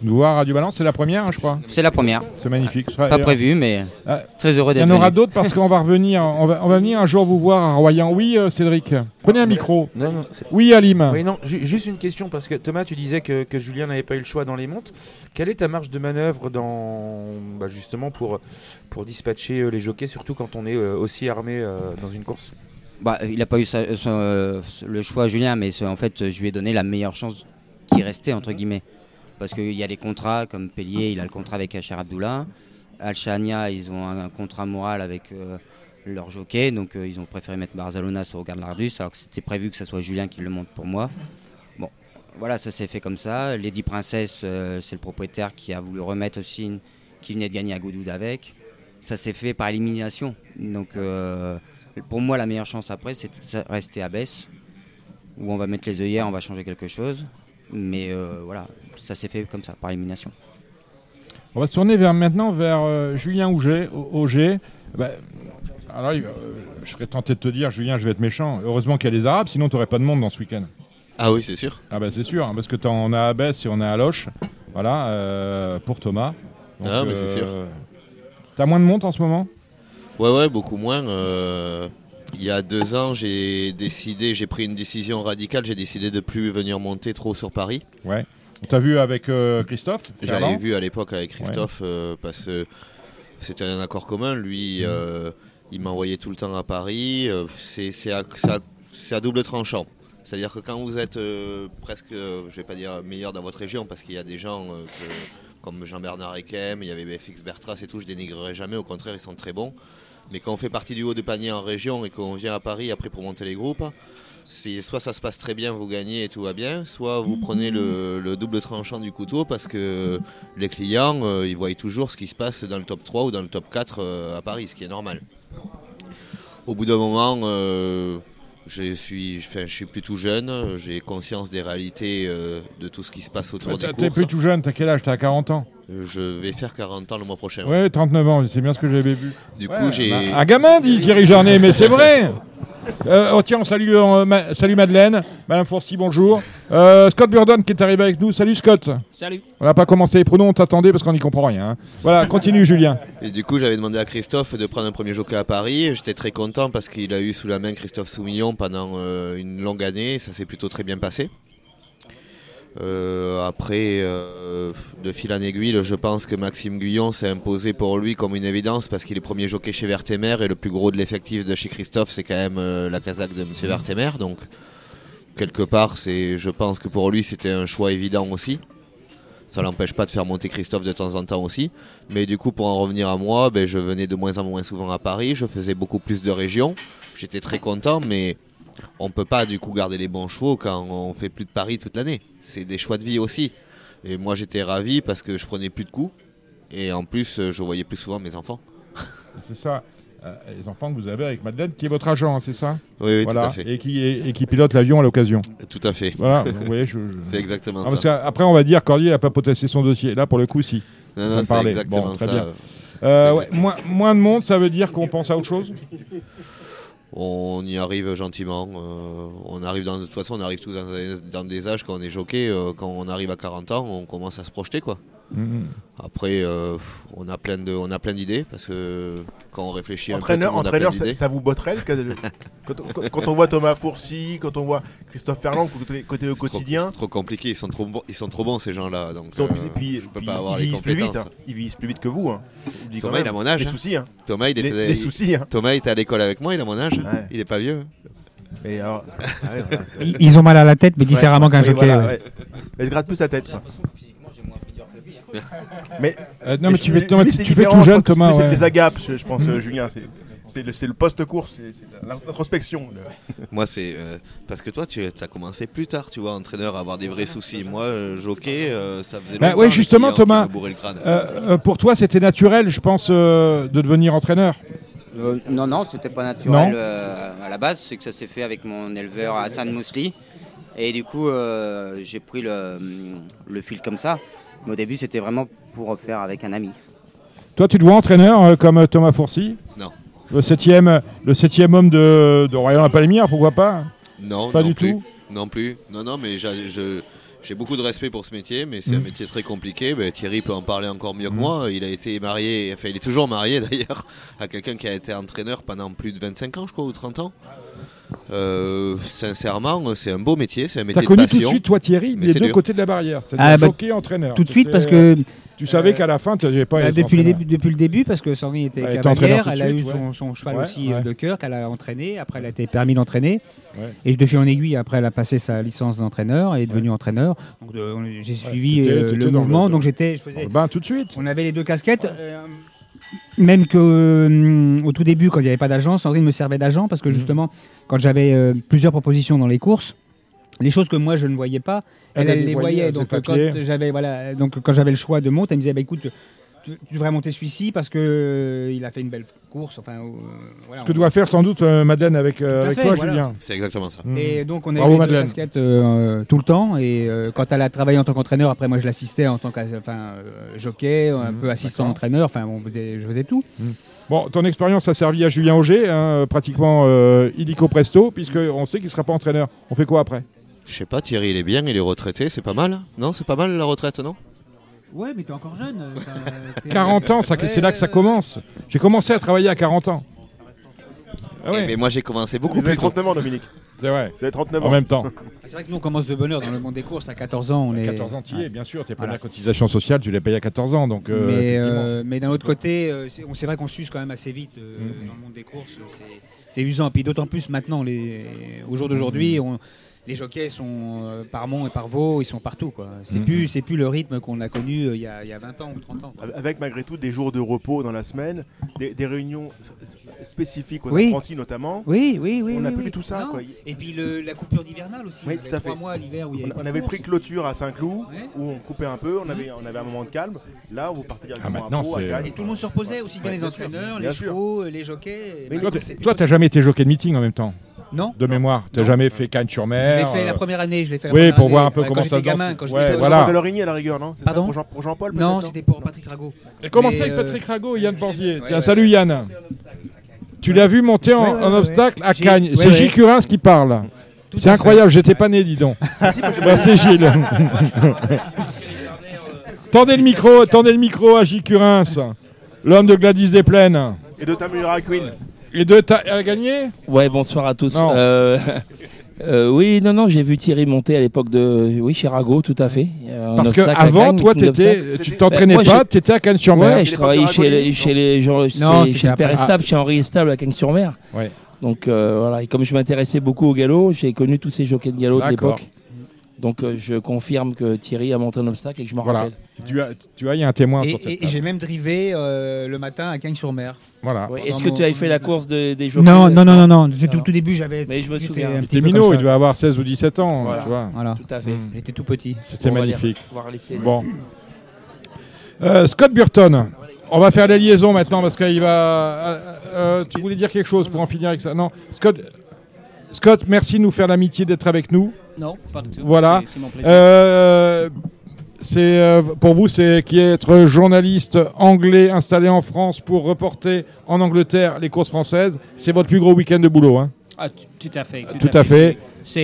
nous voir à Radio Balance. C'est la première, hein, je crois.
C'est la première.
C'est magnifique.
Pas prévu, mais très heureux d'être
Il y en aura
venu.
d'autres parce qu'on va revenir. On va venir un jour vous voir à Royan. Oui, Cédric. Prenez un micro.
Non,
oui, Alim.
Oui, non, juste une question parce que Thomas, tu disais que Julien n'avait pas eu le choix dans les montes. Quelle est ta marge de manœuvre justement pour dispatcher les jockeys, surtout quand on est aussi armé dans une course?
Il n'a pas eu le choix, Julien, mais en fait, je lui ai donné la meilleure chance qui restait, entre guillemets. Parce qu'il y a des contrats, comme Pellier, il a le contrat avec Hacher Abdullah. Al-Shania, ils ont un contrat moral avec leur jockey, donc ils ont préféré mettre Barzalona sur Regard Lardus, alors que c'était prévu que ce soit Julien qui le monte pour moi. Bon, voilà, ça s'est fait comme ça. Lady Princess, c'est le propriétaire qui a voulu remettre aussi, qui venait de gagner à Goudoud avec. Ça s'est fait par élimination. Donc pour moi, la meilleure chance après, c'est de rester à Besse, où on va mettre les œillères, on va changer quelque chose. Mais voilà, ça s'est fait comme ça, par élimination.
On va se tourner maintenant vers Julien Auger. Alors, je serais tenté de te dire, Julien, je vais être méchant. Heureusement qu'il y a les Arabes, sinon tu n'aurais pas de monde dans ce week-end.
Ah oui, c'est sûr.
Ah c'est sûr, hein, parce que on a à Besse et on a à Loche. Voilà, pour Thomas. Donc,
mais c'est sûr.
T'as moins de monde en ce moment ?
Ouais, beaucoup moins. Il y a 2 ans, j'ai pris une décision radicale. J'ai décidé de ne plus venir monter trop sur Paris.
Ouais. T'as vu avec Christophe ?
J'avais vu à l'époque avec Christophe parce que c'était un accord commun. Lui, il m'envoyait tout le temps à Paris. C'est à double tranchant. C'est-à-dire que quand vous êtes presque, je vais pas dire meilleur dans votre région, parce qu'il y a des gens comme Jean-Bernard Ekem, il y avait BFX Bertras et tout, je dénigrerai jamais, au contraire, ils sont très bons. Mais quand on fait partie du haut de panier en région et qu'on vient à Paris après pour monter les groupes, soit ça se passe très bien, vous gagnez et tout va bien, soit vous prenez le double tranchant du couteau parce que les clients, ils voient toujours ce qui se passe dans le top 3 ou dans le top 4 à Paris, ce qui est normal. Au bout d'un moment, je suis plus tout jeune, j'ai conscience des réalités de tout ce qui se passe autour des courses.
T'es plus tout jeune, t'as quel âge ? T'as 40 ans ?
Je vais faire 40 ans le mois prochain.
Ouais, 39 ans, c'est bien ce que j'avais vu.
Du coup, j'ai...
Un gamin, dit Thierry Jarnet, mais c'est vrai. Tiens, on salue Madeleine, Madame Foursti, bonjour. Scott Burdon qui est arrivé avec nous. Salut Scott.
Salut.
On n'a pas commencé les pronoms, on t'attendait parce qu'on n'y comprend rien. Hein. Voilà, continue Julien.
Et du coup, j'avais demandé à Christophe de prendre un premier jockey à Paris. J'étais très content parce qu'il a eu sous la main Christophe Soumillon pendant une longue année. Ça s'est plutôt très bien passé. Après, de fil en aiguille, je pense que Maxime Guyon s'est imposé pour lui comme une évidence parce qu'il est premier jockey chez Vertemer et le plus gros de l'effectif de chez Christophe, c'est quand même la casaque de M. Vertemer. Donc, quelque part, je pense que pour lui, c'était un choix évident aussi. Ça ne l'empêche pas de faire monter Christophe de temps en temps aussi. Mais du coup, pour en revenir à moi, je venais de moins en moins souvent à Paris. Je faisais beaucoup plus de régions. J'étais très content, mais on ne peut pas du coup garder les bons chevaux quand on fait plus de Paris toute l'année. C'est des choix de vie aussi. Et moi, j'étais ravi parce que je prenais plus de coups. Et en plus, je voyais plus souvent mes enfants.
C'est ça. Les enfants que vous avez avec Madeleine, qui est votre agent, hein, c'est ça ?
Oui,
voilà.
Tout à fait.
Et qui pilote l'avion à l'occasion.
Tout à fait.
Voilà, vous voyez,
c'est exactement ça.
Parce qu'après, on va dire Cordier n'a pas potassé son dossier. Là, pour le coup, si.
Non, c'est exactement
bon,
ça.
Ouais, moins de monde, ça veut dire qu'on pense à autre chose ?
On y arrive gentiment. De toute façon, on arrive tous dans des âges quand on est jockey. Quand on arrive à 40 ans, on commence à se projeter, quoi. Après, on a plein d'idées parce que quand on réfléchit
entraîneur, ça vous botterait quand on voit Thomas Fourcy, quand on voit Christophe Ferland côté au quotidien.
C'est trop compliqué, ils sont trop bons ces gens-là. Donc,
puis,
je peux pas avoir les compétences.
Ils vivent plus vite que vous. Hein.
Thomas, il a mon âge.
Les soucis. Hein.
Thomas,
les soucis. Hein.
Thomas était à l'école avec moi, il a mon âge. Ouais. Il est pas vieux.
Et alors,
ils ont mal à la tête, mais différemment qu'un jockey.
Voilà, ouais. Mais il se gratte plus sa tête. Mais
non, mais tu fais tout jeune, Thomas.
C'est des agapes, je pense, Julien. C'est le post-course, c'est l'introspection.
Moi, c'est parce que toi, tu as commencé plus tard, tu vois, entraîneur, à avoir des vrais soucis. Moi, jockey, ça faisait longtemps.
Oui, justement, Thomas, pour toi, c'était naturel, je pense, de devenir entraîneur.
Non, c'était pas naturel à la base. C'est que ça s'est fait avec mon éleveur Hassan Mousli. Et du coup, j'ai pris le fil comme ça. Mais au début, c'était vraiment pour faire avec un ami.
Toi, tu te vois entraîneur comme Thomas Fourcy ?
Non.
Le septième homme de Royan La Palmière, pourquoi pas ?
Non,
pas du tout.
Non plus. Non, mais J'ai beaucoup de respect pour ce métier, mais c'est un métier très compliqué. Thierry peut en parler encore mieux que moi. Il a été marié, enfin il est toujours marié d'ailleurs, à quelqu'un qui a été entraîneur pendant plus de 25 ans, je crois, ou 30 ans. Sincèrement, c'est un beau métier, c'est un métier de passion.
T'as connu tout de suite, toi Thierry, les deux côtés de la barrière, c'est-à-dire jockey-entraîneur.
Tout de suite, parce que...
Tu savais qu'à la fin, tu n'avais pas
depuis le début, parce que Sandrine était cavalière, elle a eu son cheval aussi de cœur qu'elle a entraîné. Après, elle a été permis d'entraîner. Ouais. Et de fil en aiguille, après, elle a passé sa licence d'entraîneur. Elle est devenue entraîneur. Donc, j'ai suivi le mouvement. Donc, je faisais.
Tout de suite.
On avait les deux casquettes. Même qu'au tout début, quand il n'y avait pas d'agent, Sandrine me servait d'agent parce que justement, quand j'avais plusieurs propositions dans les courses, les choses que moi je ne voyais pas, elle les voyait. Donc quand j'avais le choix de monter, elle me disait écoute, tu devrais monter celui-ci parce que il a fait une belle course.
Ce que doit faire sans doute Madeleine avec toi, Julien.
C'est exactement ça.
Et donc on avait une casquette tout le temps. Et quand elle a travaillé en tant qu'entraîneur, après moi je l'assistais en tant que jockey, un peu assistant entraîneur. Je faisais tout.
Bon, ton expérience a servi à Julien Auger, pratiquement illico presto, puisqu'on sait qu'il ne sera pas entraîneur. On fait quoi après ?
Je sais pas, Thierry, il est bien, il est retraité, c'est pas mal. Non, c'est pas mal la retraite, non ?
Ouais, mais t'es encore jeune.
40 ans, c'est là que ça commence. J'ai commencé à travailler à 40 ans.
Ah ouais. Mais moi, j'ai commencé beaucoup plus tôt.
39 ans, Dominique.
C'est vrai.
Vous avez 39 ans.
En même temps.
C'est vrai que nous, on commence de bonne heure dans le monde des courses. À 14 ans,
14 ans, tu y es, bien sûr. Tes premières cotisations sociales, tu les payes à 14 ans. Donc,
mais d'un autre côté, c'est vrai qu'on s'use quand même assez vite dans le monde des courses. C'est usant. Puis d'autant plus maintenant, au jour d'aujourd'hui, les jockeys sont par Mont et par Vaux, ils sont partout, quoi. C'est plus le rythme qu'on a connu il y a 20 ans ou 30 ans.
Avec malgré tout des jours de repos dans la semaine, des réunions spécifiques aux apprentis notamment.
Oui.
On n'a plus tout ça. Quoi.
Et puis la coupure d'hivernale aussi.
Oui, tout à fait.
3 mois l'hiver où il y a
on avait pris clôture à Saint-Cloud où on coupait un peu, on avait un moment de calme. Là, vous partez directement à Pau, à Cannes.
Et tout le monde se reposait, aussi bien les entraîneurs, les chevaux, les jockeys.
Mais toi, t'as jamais été jockey de meeting en même temps ?
Non.
De mémoire. Tu n'as jamais fait Cagnes-sur-Mer.
Je l'ai fait la première année.
Oui, pour voir un peu comment ça se danse.
Quand j'étais gamin, de Lorigny à la rigueur, non ?
Pardon ?
Pour Jean-Paul,
non, c'était pour Patrick Rago.
Elle commençait avec Patrick Rago et Yann Porzier. Tiens, salut Yann. Tu l'as vu monter en obstacle à Cagnes. C'est Gilles Curins qui parle. C'est incroyable, j'étais pas né, dis donc. C'est Gilles. Tendez le micro à Gilles Curins, l'homme de Gladys des Plaines.
Et de Tamura Queen.
Et de elle a gagné ?
Ouais, bonsoir à tous. Oui, non, j'ai vu Thierry monter à l'époque chez Rago, tout à fait.
Parce qu'avant, toi, tu t'entraînais pas, tu étais à Cagnes-sur-Mer.
Ouais, je travaillais chez les gens, chez Père Estable, chez Henri Estable à Cagnes-sur-Mer. Ouais. Donc voilà, et comme je m'intéressais beaucoup au galop, j'ai connu tous ces jockeys de galop de l'époque. Donc je confirme que Thierry a monté un obstacle et que je m'en rappelle.
Tu vois, il y a un témoin sur cette
table. Et j'ai même drivé le matin à Cagnes-sur-Mer.
Voilà.
Ouais, est-ce que tu avais fait la course des jockeys ?
Non. Tout début, j'avais.
Mais je me souviens.
Il était minot, il devait avoir 16 ou 17 ans.
Voilà.
Tu vois.
Voilà.
Tout à fait.
J'étais tout petit.
C'était magnifique. Bon. Scott Burton. On va faire les liaisons maintenant parce qu'il va. Tu voulais dire quelque chose pour en finir avec ça ? Non. Scott, merci de nous faire l'amitié d'être avec nous.
Non, pas du tout.
Voilà.
C'est mon plaisir.
Pour vous, c'est qui est être journaliste anglais installé en France pour reporter en Angleterre les courses françaises. C'est votre plus gros week-end de boulot, hein ?
Tout à fait.
Tout à fait.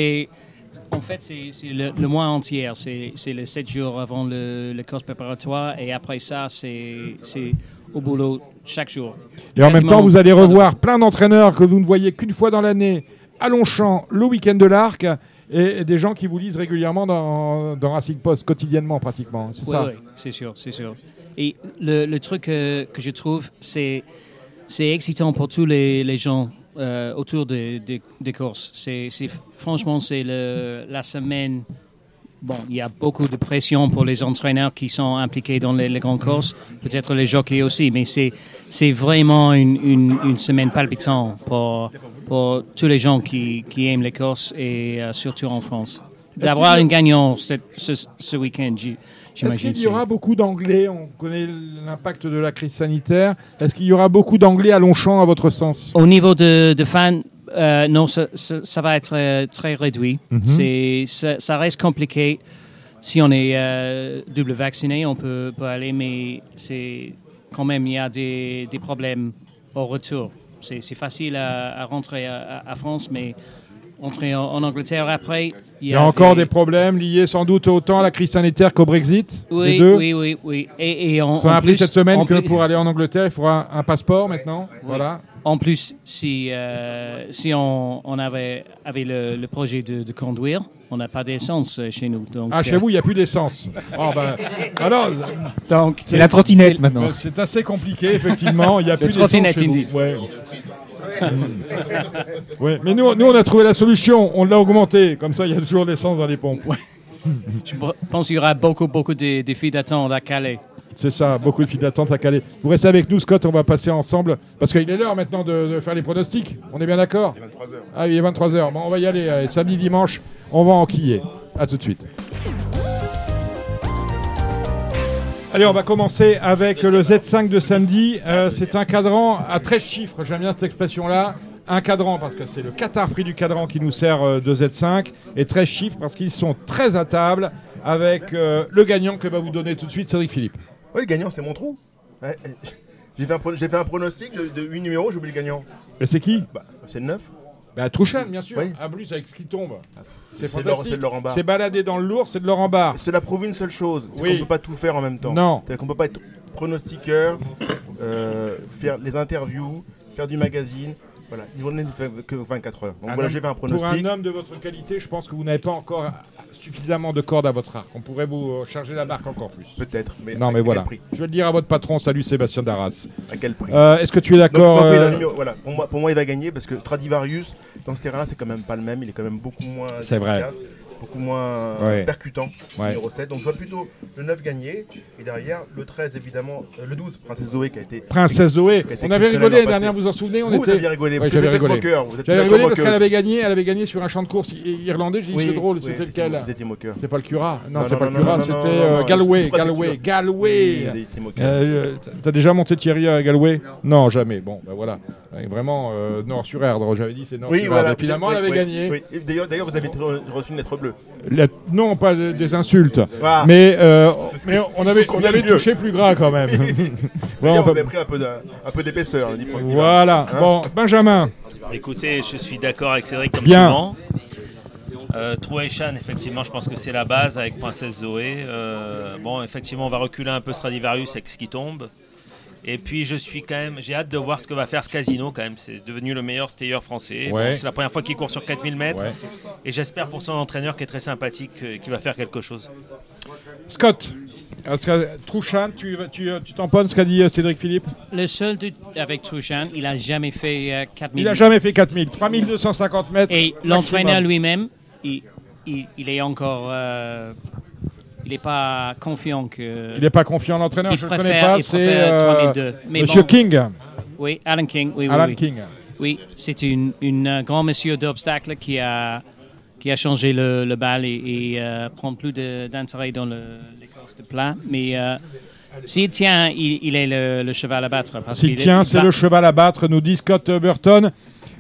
En fait, c'est le mois entier. C'est les 7 jours avant le course préparatoire et après ça, c'est au boulot chaque jour.
Et en même temps, vous allez revoir plein d'entraîneurs que vous ne voyez qu'une fois dans l'année à Longchamp, le week-end de l'Arc, et des gens qui vous lisent régulièrement dans Racing Post, quotidiennement pratiquement. C'est ça ?
Oui, c'est sûr. Et le truc que je trouve, c'est excitant pour tous les gens autour des courses. Franchement, c'est la semaine. Bon, il y a beaucoup de pression pour les entraîneurs qui sont impliqués dans les grandes courses, peut-être les jockeys aussi, mais c'est vraiment une semaine palpitante pour tous les gens qui aiment les courses et surtout en France. D'avoir un gagnant ce week-end, j'imagine.
Est-ce qu'il y aura beaucoup d'Anglais ? On connaît l'impact de la crise sanitaire. Est-ce qu'il y aura beaucoup d'Anglais à Longchamp, à votre sens ?
Au niveau de fans, non, ça va être très réduit. Ça reste compliqué. Si on est double vacciné, on peut aller, mais c'est quand même, il y a des problèmes au retour. C'est facile à rentrer à France, mais entrer en Angleterre après.
Il y a encore des problèmes liés sans doute autant à la crise sanitaire qu'au Brexit.
Oui,
les deux.
oui. Et
on a appris cette semaine que pour aller en Angleterre, il faudra un passeport maintenant. Oui. Voilà.
En plus, si on avait le projet de conduire, on n'a pas d'essence chez nous. Donc,
chez vous, il n'y a plus d'essence. Alors,
donc, c'est la trottinette maintenant.
C'est assez compliqué, effectivement. Il n'y a plus d'essence chez vous. Ouais. Ouais. Mais nous, on a trouvé la solution. On l'a augmenté. Comme ça, il y a toujours l'essence dans les pompes.
Ouais. Je pense qu'il y aura beaucoup de files d'attente à Calais.
C'est ça, beaucoup de files d'attente à Calais. Vous restez avec nous, Scott, on va passer ensemble, parce qu'il est l'heure maintenant de faire les pronostics. On est bien d'accord ?
Il est 23h.
Ah oui, il est 23h. Bon, on va y aller. Allez, samedi, dimanche, on va enquiller. À tout de suite. Allez, on va commencer avec le Z5 de samedi. C'est un cadran à 13 chiffres, j'aime bien cette expression-là. Un cadran parce que c'est le Qatar Prix du cadran qui nous sert de Z5 et 13 chiffres parce qu'ils sont très à table avec le gagnant que va vous donner tout de suite Cédric Philippe.
Oui, le gagnant, c'est mon trou. Ouais, j'ai fait un pronostic de 8 numéros, j'ai oublié le gagnant.
Et c'est qui ?
C'est le 9.
Trouchen, bien sûr.
Oui.
En plus, avec ce qui tombe. C'est
fantastique. C'est de Laurent Barre.
C'est baladé dans le lourd, c'est de Laurent Barre.
Cela prouve une seule chose, c'est qu'on ne peut pas tout faire en même temps.
Non.
C'est-à-dire qu'on ne peut pas être pronostiqueur, faire les interviews, faire du magazine. Voilà, une journée ne fait que 24 heures. Donc j'ai fait un pronostic.
Pour un homme de votre qualité, je pense que vous n'avez pas encore suffisamment de cordes à votre arc. On pourrait vous charger la barque encore plus.
Peut-être, mais
non, mais voilà.
Quel prix ?
Je vais le dire à votre patron. Salut Sébastien Darras.
À quel prix ?
Est-ce que tu es d'accord ?
Voilà, pour moi, il va gagner parce que Stradivarius, dans ce terrain-là, c'est quand même pas le même. Il est quand même beaucoup moins efficace, beaucoup moins percutant. Numéro 7. Donc je vois plutôt le 9 gagner. Et derrière, le 13, évidemment, le 12, Princesse Zoé qui a été.
Princesse Zoé. On avait rigolé l'année dernière, vous vous en souvenez ?
Vous aviez rigolé.
J'avais rigolé. J'avais rigolé parce qu'elle avait gagné sur un champ de course irlandais. J'ai dit c'est drôle. C'était lequel ?
Vous étiez moqueur.
C'est pas le Cura. Non, c'est pas le Cura. C'était Galway. T'as déjà monté Thierry à Galway ? Non, jamais. Bon, ben voilà. Vraiment Nord-sur-Erdre. J'avais dit c'est Nord-sur-Erdre. Finalement, elle avait gagné.
D'ailleurs, vous avez reçu une lettre bleue.
Non, pas des insultes. Mais on avait touché plus gras quand même.
Vous avez pris un peu d'épaisseur.
Voilà. Bon, Benjamin.
Écoutez, je suis d'accord avec Cédric comme souvent. Trouéchan, effectivement, je pense que c'est la base avec Princesse Zoé. Effectivement, on va reculer un peu Stradivarius avec ce qui tombe. Et puis j'ai hâte de voir ce que va faire ce casino quand même. C'est devenu le meilleur stayeur français.
Ouais.
C'est la première fois qu'il court sur 4000 mètres.
Ouais.
Et j'espère pour son entraîneur qui est très sympathique qu'il va faire quelque chose.
Scott, Trouchan, tu tamponnes ce qu'a dit Cédric Philippe ?
Le seul doute avec Trouchan, il n'a jamais fait 4000.
Il n'a jamais fait 4000. 3250 mètres.
Et l'entraîneur lui-même, il est encore... il n'est pas confiant que...
Il n'est pas confiant, l'entraîneur, je ne le connais pas, c'est
Monsieur
King.
Oui, Alan King. Oui,
King.
Oui, c'est une grand monsieur d'obstacle qui a changé le bal et prend plus d'intérêt dans les courses de plat. Mais s'il tient, il est le cheval à battre.
S'il tient, c'est le cheval à battre, nous dit Scott Burton.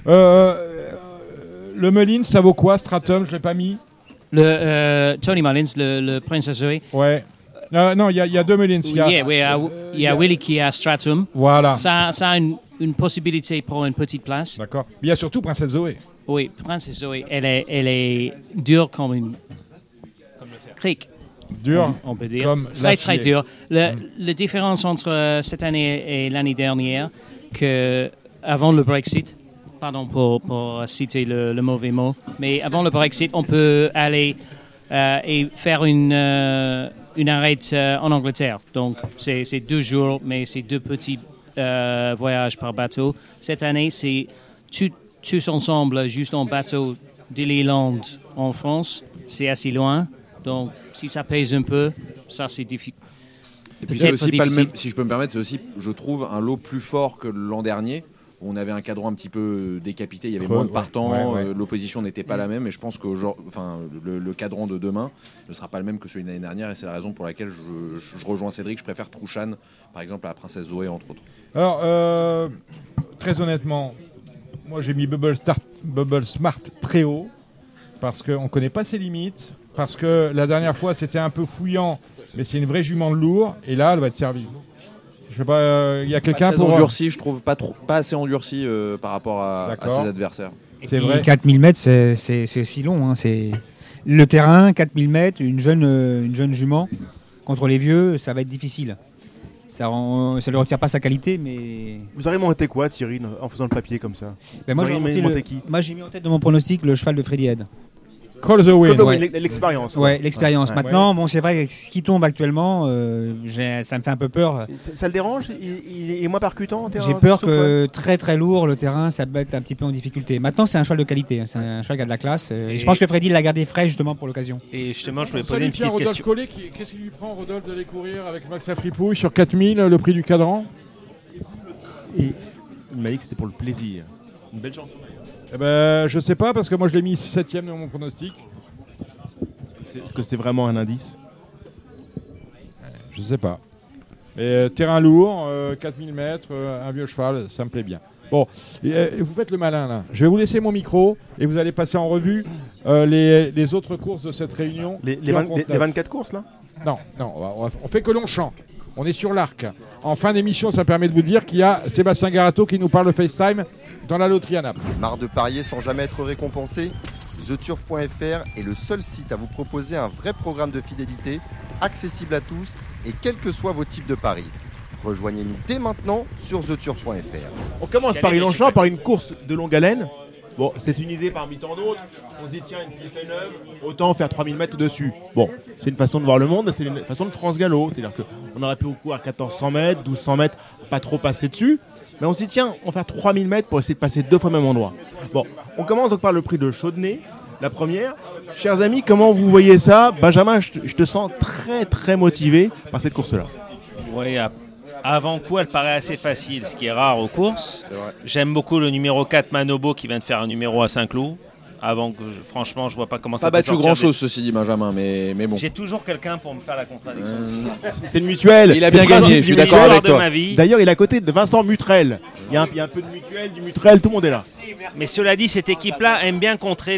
Le Mullins, ça vaut quoi, Stratum ? Je ne l'ai pas mis.
Tony Mullins, le Princess Zoé.
Ouais. Non, il y a deux Mullins.
Il y a Willy qui a Stratum.
Voilà.
Ça a une possibilité pour une petite place.
D'accord. Mais il y a surtout Princesse Zoé.
Oui, Princesse Zoé, elle est dure comme le fer. Cric.
Dur,
on peut dire.
Comme
très dur. La différence entre cette année et l'année dernière, que avant le Brexit, pardon pour citer le mauvais mot, mais avant le Brexit, on peut aller et faire une arrête en Angleterre. Donc, c'est 2 jours, mais c'est 2 petits voyages par bateau. Cette année, c'est tous ensemble, juste en bateau de l'Irlande en France. C'est assez loin. Donc, si ça pèse un peu, ça, c'est difficile.
Et puis, c'est aussi pas le même, si je peux me permettre, c'est aussi, je trouve, un lot plus fort que l'an dernier. On avait un cadran un petit peu décapité, il y avait moins de partants, l'opposition n'était pas la même, et je pense que le cadran de demain ne sera pas le même que celui de l'année dernière, et c'est la raison pour laquelle je rejoins Cédric, je préfère Trouchan, par exemple, à la Princesse Zoé, entre autres.
Alors, très honnêtement, moi j'ai mis Bubble Smart très haut, parce qu'on ne connaît pas ses limites, parce que la dernière fois c'était un peu fouillant, mais c'est une vraie jument de lourd, et là elle va être servie. Je sais pas, il y a quelqu'un pour...
endurci, je trouve pas assez endurci par rapport à ses adversaires.
C'est vrai.
4000 mètres, c'est aussi long. Hein. C'est le terrain, 4000 mètres, une jeune jument contre les vieux, ça va être difficile. Ça ne retire pas sa qualité, mais...
Vous auriez monté quoi, Thierry, en faisant le papier comme ça?
Moi, j'ai mis en tête de mon pronostic le cheval de Freddy Head.
Call the Wind.
L'expérience.
Ouais, l'expérience. Maintenant, bon, c'est vrai que ce qui tombe actuellement, ça me fait un peu peur.
Ça le dérange? Il est moins percutant en terrain?
J'ai peur que très très lourd, le terrain, ça mette un petit peu en difficulté. Maintenant, c'est un cheval de qualité, hein. C'est un cheval qui a de la classe. Et je pense que Freddy l'a gardé frais justement pour l'occasion.
Et justement, je voulais poser une petite question.
Collet, qu'est-ce qu'il lui prend, Rodolphe, d'aller courir avec Max Afripouille sur 4000, le prix du cadran?
Il m'a dit que c'était pour le plaisir. Une belle chance.
Eh ben, je sais pas, parce que moi je l'ai mis 7ème dans mon pronostic.
Est-ce que c'est vraiment un indice?
Je sais pas. Mais terrain lourd, 4000 mètres, un vieux cheval, ça me plaît bien. Bon, vous faites le malin là. Je vais vous laisser mon micro et vous allez passer en revue les autres courses de cette réunion.
Les 24 courses là?
Non, on fait que Longchamp. On est sur l'arc. En fin d'émission, ça permet de vous dire qu'il y a Sébastien Garato qui nous parle de FaceTime dans la loterie à Naples.
Marre de parier sans jamais être récompensé? TheTurf.fr est le seul site à vous proposer un vrai programme de fidélité, accessible à tous et quels que soient vos types de paris. Rejoignez-nous dès maintenant sur TheTurf.fr.
On commence Paris-Longchamp par une course de longue haleine. Bon, c'est une idée parmi tant d'autres. On se dit, tiens, une piste neuve, autant faire 3000 mètres dessus. Bon, c'est une façon de voir le monde, c'est une façon de France Gallo. C'est-à-dire qu'on aurait pu courir à 1400 mètres, 1200 mètres, pas trop passer dessus. Mais on se dit, tiens, on va faire 3000 mètres pour essayer de passer 2 fois au même endroit. Bon, on commence donc par le prix de Chaudenay, la première. Chers amis, comment vous voyez ça? Benjamin, je te sens très très motivé par cette course-là.
Oui, avant coup, elle paraît assez facile, ce qui est rare aux courses. J'aime beaucoup le numéro 4 Manobo qui vient de faire un numéro à Saint-Cloud. Avant que, franchement, je vois pas comment ça peut sortir.
Pas battu grand-chose, ceci dit, Benjamin, mais bon.
J'ai toujours quelqu'un pour me faire la contradiction.
C'est une mutuelle.
Il a bien gagné, je suis d'accord avec toi.
D'ailleurs, il est à côté de Vincent Mutrel. Il y a un peu de mutuelle, du mutuel, tout le monde est là.
Mais cela dit, cette équipe-là aime bien contrer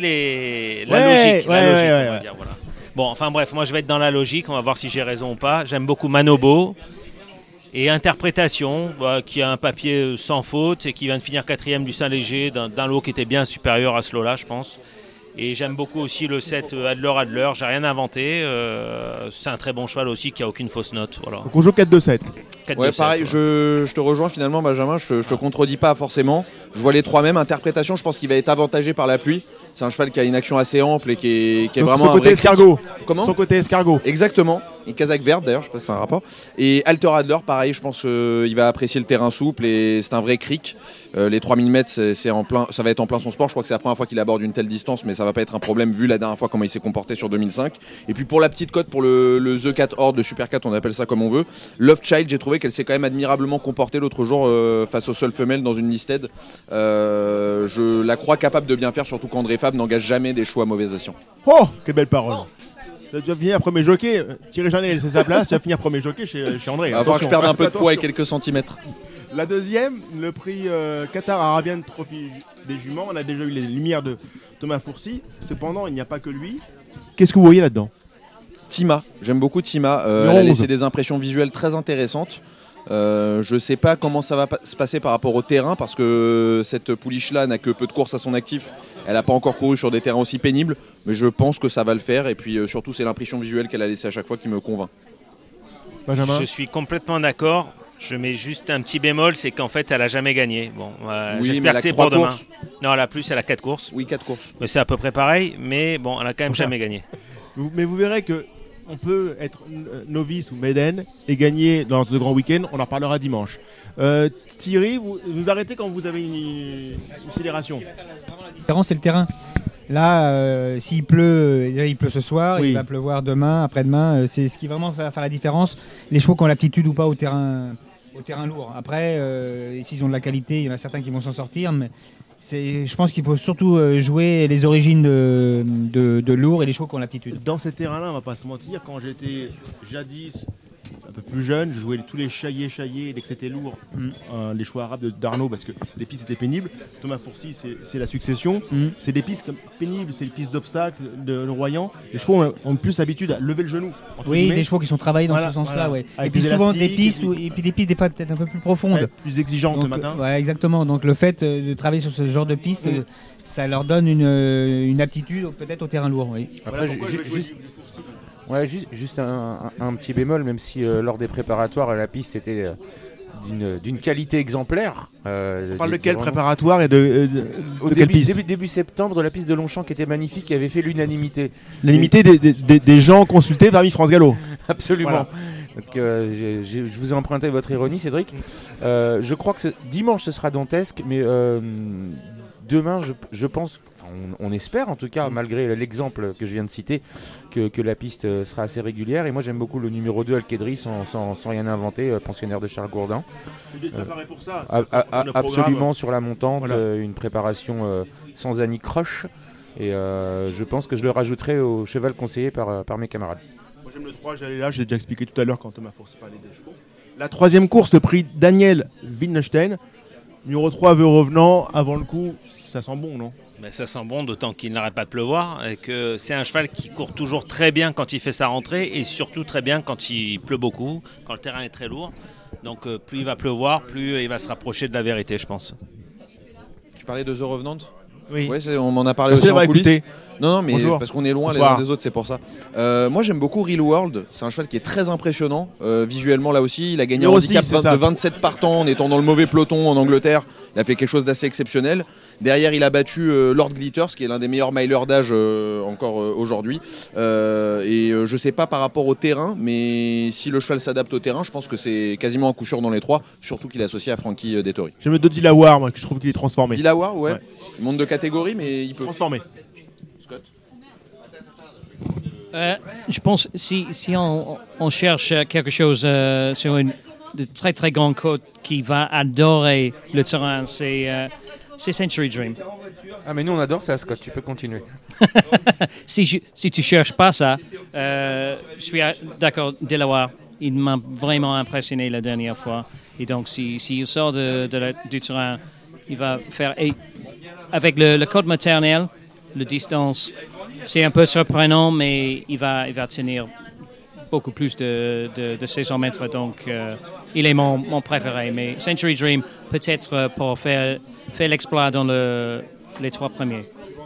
la logique. On va dire, voilà. Bon, enfin bref, moi je vais être dans la logique, on va voir si j'ai raison ou pas. J'aime beaucoup Manobo. Et Interprétation, qui a un papier sans faute et qui vient de finir 4ème du Saint-Léger d'un lot qui était bien supérieur à ce lot-là, je pense. Et j'aime beaucoup aussi le 7 Adler, j'ai rien inventé. C'est un très bon cheval aussi qui a aucune fausse note. Voilà.
Donc on joue 4-2-7.
Ouais, pareil, je te rejoins finalement, Benjamin, je te contredis pas forcément. Je vois les trois mêmes. Interprétation, je pense qu'il va être avantagé par la pluie. C'est un cheval qui a une action assez ample et qui est vraiment
son côté escargot.
Comment?
Son côté escargot.
Exactement. Et Kazakh verte d'ailleurs, je sais pas si c'est un rapport. Et Alter Adler, pareil, je pense qu'il va apprécier le terrain souple et c'est un vrai cric. Les 3000 mètres, ça va être en plein son sport. Je crois que c'est la première fois qu'il aborde une telle distance, mais ça va pas être un problème vu la dernière fois comment il s'est comporté sur 2005. Et puis pour la petite cote, pour le The 4 Horde de Super 4, on appelle ça comme on veut. Love Child, j'ai trouvé qu'elle s'est quand même admirablement comportée l'autre jour face aux seules femelles dans une listed. Je la crois capable de bien faire, surtout qu'André Fab n'engage jamais des chevaux à mauvaise escient.
Oh, quelle belle parole. Tu vas finir premier jockey, Thierry Janet c'est sa place, tu vas finir premier jockey chez André.
Avant que je perde un peu de poids et quelques centimètres.
La deuxième, le prix Qatar Arabian Trophy des juments, on a déjà eu les lumières de Thomas Fourcy, cependant il n'y a pas que lui. Qu'est-ce que vous voyez là-dedans?
Tima, j'aime beaucoup Tima, elle a laissé des impressions visuelles très intéressantes. Je sais pas comment ça va se passer par rapport au terrain parce que cette pouliche-là n'a que peu de courses à son actif. Elle n'a pas encore couru sur des terrains aussi pénibles, mais je pense que ça va le faire. Et puis surtout, c'est l'impression visuelle qu'elle a laissée à chaque fois qui me convainc.
Benjamin?
Je suis complètement d'accord. Je mets juste un petit bémol, c'est qu'en fait, elle n'a jamais gagné. Bon,
oui,
j'espère que c'est pour demain. Non, elle a plus, elle a 4 courses.
Oui, 4 courses.
Mais c'est à peu près pareil, mais bon, elle a quand même jamais gagné.
Mais vous verrez que on peut être novice ou maiden et gagner dans ce grand week-end. On en reparlera dimanche. Thierry, vous arrêtez quand vous avez une sidération.
La différence, c'est le terrain. Là, s'il pleut, il pleut ce soir, il va pleuvoir demain, après-demain. C'est ce qui vraiment va faire la différence. Les chevaux qui ont l'aptitude ou pas au terrain lourd. Après, s'ils ont de la qualité, il y en a certains qui vont s'en sortir, mais je pense qu'il faut surtout jouer les origines de lourd et les chevaux qui ont l'aptitude.
Dans ces terrains-là, on va pas se mentir, quand j'étais jadis un peu plus jeune, je jouais tous les chaillés, dès que c'était lourd, les chevaux arabes d'Arnaud, parce que les pistes étaient pénibles. Thomas Fourcy, c'est la succession. C'est des pistes pénibles, c'est les pistes d'obstacles, de Royan. Les chevaux ont plus l'habitude à lever le genou.
Oui, des chevaux qui sont travaillés dans ce sens-là. Ouais. Et puis souvent des pistes, et puis des pistes des fois peut-être un peu plus profondes.
Plus exigeantes le matin.
Ouais, exactement. Donc le fait de travailler sur ce genre de piste, ça leur donne une aptitude peut-être au terrain lourd. Oui.
Après, juste un petit bémol, même si lors des préparatoires, la piste était d'une qualité exemplaire.
On parle de quel préparatoire et de quelle piste?
Début septembre, la piste de Longchamp qui était magnifique, qui avait fait l'unanimité.
L'unanimité des gens consultés parmi France Gallo.
Absolument.
Voilà.
Donc, je vous ai emprunté votre ironie, Cédric. Je crois que dimanche, ce sera dantesque, mais demain, je pense... On espère en tout cas, malgré l'exemple que je viens de citer, que la piste sera assez régulière. Et moi j'aime beaucoup le numéro 2 Alkedri sans rien inventer, pensionnaire de Charles Gourdin.
Préparé pour ça,
absolument sur la montante, voilà. Une préparation sans anicroche. Et je pense que je le rajouterai au cheval conseillé par mes camarades.
Moi j'aime le 3, j'allais là, j'ai déjà expliqué tout à l'heure quand Thomas Fourcy parlait des chevaux. La troisième course, le prix Daniel Wildenstein. Numéro 3 veut revenant, avant le coup, ça sent bon, non?
Ben, ça sent bon, d'autant qu'il n'arrête pas de pleuvoir et que c'est un cheval qui court toujours très bien quand il fait sa rentrée et surtout très bien quand il pleut beaucoup, quand le terrain est très lourd. Donc plus il va pleuvoir, plus il va se rapprocher de la vérité, je pense.
Tu parlais de The Revenant ?
Oui.
Ouais, on m'en a parlé aussi en coulisses. Non, mais
bonjour.
Parce qu'on est loin
Bonsoir.
les uns des autres, c'est pour ça. Moi, j'aime beaucoup Real World. C'est un cheval qui est très impressionnant visuellement là aussi. Il a gagné un handicap de 27 partants en étant dans le mauvais peloton en Angleterre. Il a fait quelque chose d'assez exceptionnel. Derrière, il a battu Lord Glitters, qui est l'un des meilleurs milers d'âge encore aujourd'hui. Je sais pas par rapport au terrain, mais si le cheval s'adapte au terrain, je pense que c'est quasiment un coup sûr dans les trois, surtout qu'il est associé à Frankie Dettori.
J'aime le dos de Dilawar, moi, que je trouve qu'il est transformé.
Dilawar, ouais. Il monte de catégorie, mais il peut.
Transformé.
Scott ?
Je pense si on cherche quelque chose sur une de très très grande côte qui va adorer le terrain, c'est Century Dream.
Ah mais nous on adore ça, Scott, tu peux continuer.
si tu cherches pas ça, je suis d'accord, Delaware, il m'a vraiment impressionné la dernière fois. Et donc s'il sort du terrain, il va faire... Et avec le code maternel, la distance, c'est un peu surprenant, mais il va tenir beaucoup plus de 600 mètres, donc il est mon préféré. Mais Century Dream, peut-être pour faire l'exploit dans les trois premiers.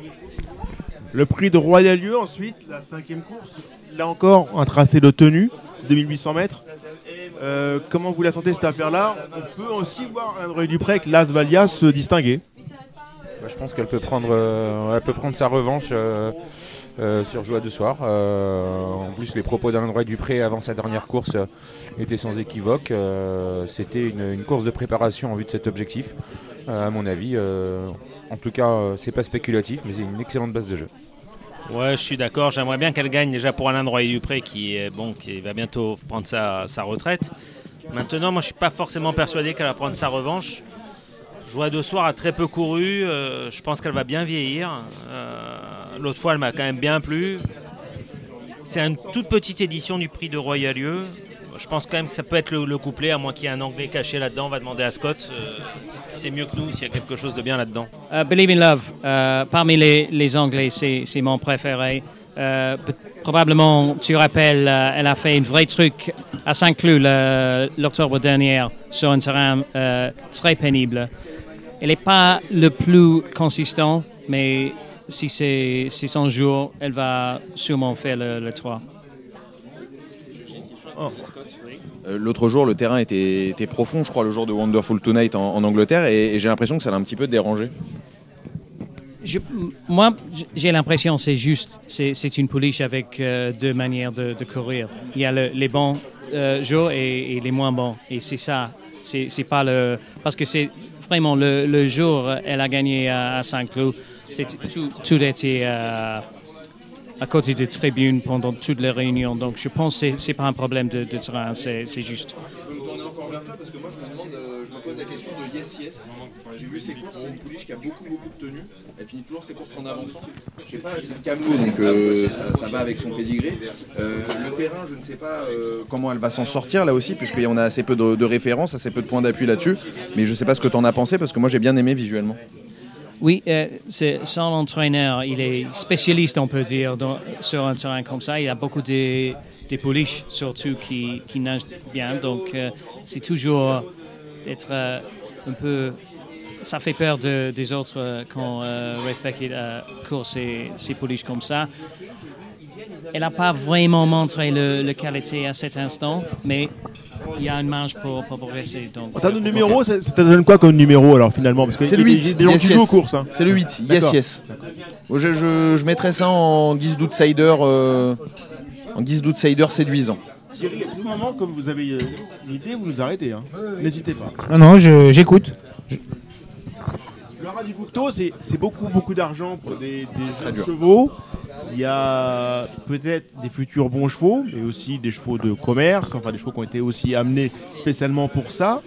Le prix de Royal Lieu, ensuite, la 5e course. Là encore, un tracé de tenue, 2800 mètres. Comment vous la sentez cette affaire-là? On peut aussi voir André Dupré avec Las Valia se distinguer.
Je pense qu'elle peut prendre sa revanche sur Joie de Soir. En plus, les propos d'André Dupré avant sa dernière course étaient sans équivoque. C'était une course de préparation en vue de cet objectif. À mon avis, en tout cas, c'est pas spéculatif, mais c'est une excellente base de jeu.
Ouais, je suis d'accord. J'aimerais bien qu'elle gagne déjà pour Alain Royer-Dupré qui va bientôt prendre sa retraite. Maintenant, moi, je suis pas forcément persuadé qu'elle va prendre sa revanche. Joie de Soir a très peu couru. Je pense qu'elle va bien vieillir. L'autre fois, elle m'a quand même bien plu. C'est une toute petite édition du prix de Royal Lieu. Je pense quand même que ça peut être le couplet, à moins qu'il y ait un Anglais caché là-dedans. On va demander à Scott. C'est mieux que nous s'il y a quelque chose de bien là-dedans.
Believe in Love, parmi les Anglais, c'est mon préféré. Probablement, tu rappelles, elle a fait un vrai truc à Saint-Cloud l'octobre dernier sur un terrain très pénible. Elle n'est pas le plus consistant, mais si c'est son jour, elle va sûrement faire le 3.
Oh. L'autre jour, le terrain était profond, je crois, le jour de Wonderful Tonight en Angleterre, et j'ai l'impression que ça l'a un petit peu dérangé.
Moi, j'ai l'impression que c'est une pouliche avec deux manières de courir. Il y a les bons jours et les moins bons, et c'est ça. C'est pas parce que c'est vraiment le jour elle a gagné à Saint-Cloud, tout était à côté de tribune pendant toutes les réunions. Donc je pense que c'est pas un problème de terrain, c'est juste.
Je peux me tourner encore vers toi parce que moi je me demande je me pose la question de Yes. J'ai vu ses courses, c'est une pouliche qui a beaucoup de tenue. Elle finit toujours ses courses en avançant. Je sais pas, c'est le Camelot, donc ça va avec son pédigré. Le terrain, je ne sais pas comment elle va s'en sortir là aussi, puisqu'on a assez peu de références, assez peu de points d'appui là-dessus. Mais je sais pas ce que tu en as pensé, parce que moi j'ai bien aimé visuellement.
Oui, c'est son entraîneur, il est spécialiste, on peut dire, sur un terrain comme ça. Il a beaucoup des pouliches, surtout, qui nagent bien. Donc, c'est toujours d'être un peu... Ça fait peur des autres quand Ray Beckett court ses pouliches comme ça. Elle n'a pas vraiment montré la qualité à cet instant, mais il y a une marge pour progresser. Donc,
en termes de numéro, ça te donne quoi comme numéro alors finalement? Parce que
c'est le 8.
Des gens qui jouent aux courses. Hein.
C'est le 8. Yes. Bon, je mettrais ça en guise d'outsider, séduisant.
Thierry, à tout moment, comme vous avez une idée, vous nous arrêtez. Hein. N'hésitez pas.
Non, j'écoute.
Le Haras du Gouctou, c'est beaucoup d'argent pour des jeunes chevaux. Il y a peut-être des futurs bons chevaux, mais aussi des chevaux de commerce, enfin des chevaux qui ont été aussi amenés spécialement pour ça.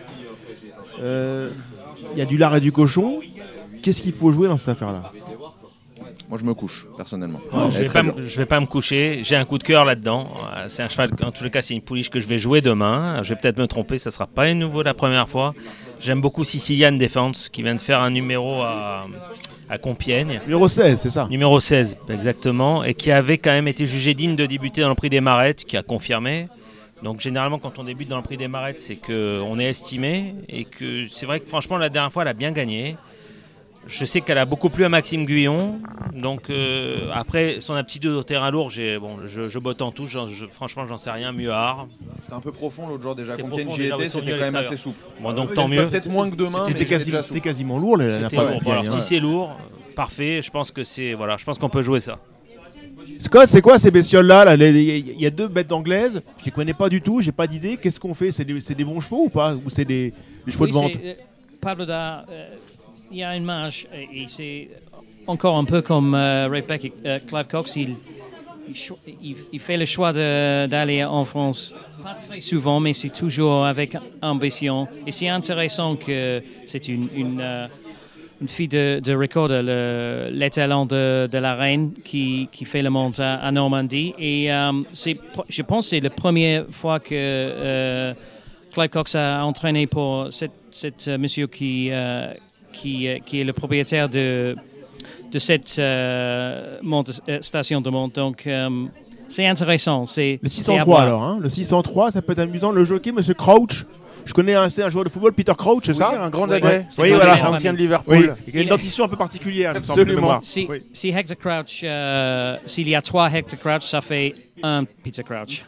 Il y a du lard et du cochon. Qu'est-ce qu'il faut jouer dans cette affaire-là?
Moi, je me couche, personnellement.
Je vais pas me coucher. J'ai un coup de cœur là-dedans. C'est un cheval, en tous les cas, c'est une pouliche que je vais jouer demain. Je vais peut-être me tromper, ça sera pas une nouveau la première fois. J'aime beaucoup Sicilian Defense, qui vient de faire un numéro à Compiègne.
Numéro 16, c'est ça?
Numéro 16, exactement. Et qui avait quand même été jugé digne de débuter dans le Prix des Marettes, qui a confirmé. Donc généralement, quand on débute dans le Prix des Marettes, c'est qu'on est estimé. Et que c'est vrai que franchement, la dernière fois, elle a bien gagné. Je sais qu'elle a beaucoup plu à Maxime Guyon. Donc après son aptitude au terrain lourd, je botte en touche. Franchement, j'en sais rien. Muard.
C'était un peu profond l'autre jour déjà. Compiègne j'y étais, c'était quand même assez souple.
Bon, donc tant mieux.
Peut-être moins que demain, mais
c'était quasiment lourd la dernière fois.
Alors, si c'est lourd, parfait. Je pense que je pense qu'on peut jouer ça.
Scott, c'est quoi ces bestioles-là? Il y a deux bêtes anglaises. Je les connais pas du tout. J'ai pas d'idée. Qu'est-ce qu'on fait? C'est des bons chevaux ou pas? Ou c'est des chevaux de vente?
Pablo Da. Il y a une marge et c'est encore un peu comme Ray Beckett, Clive Cox, il fait le choix d'aller en France, pas très souvent, mais c'est toujours avec ambition. Et c'est intéressant que c'est une fille de Record, l'étalon de la reine, qui fait le monde à Normandie. Et je pense que c'est la première fois que Clive Cox a entraîné pour cette monsieur qui est le propriétaire de cette station de monte. Donc, c'est intéressant.
Le 603 alors, hein. Le 603, ça peut être amusant. Le jockey, Monsieur Crouch. Je connais un joueur de football, Peter Crouch, c'est ça?
Un grand daguet.
Oui, voilà.
Ancien de Liverpool.
Il y a une dentition un peu particulière,
absolument.
Si Hector Crouch, s'il y a 3 Hector Crouch, ça fait un Peter Crouch.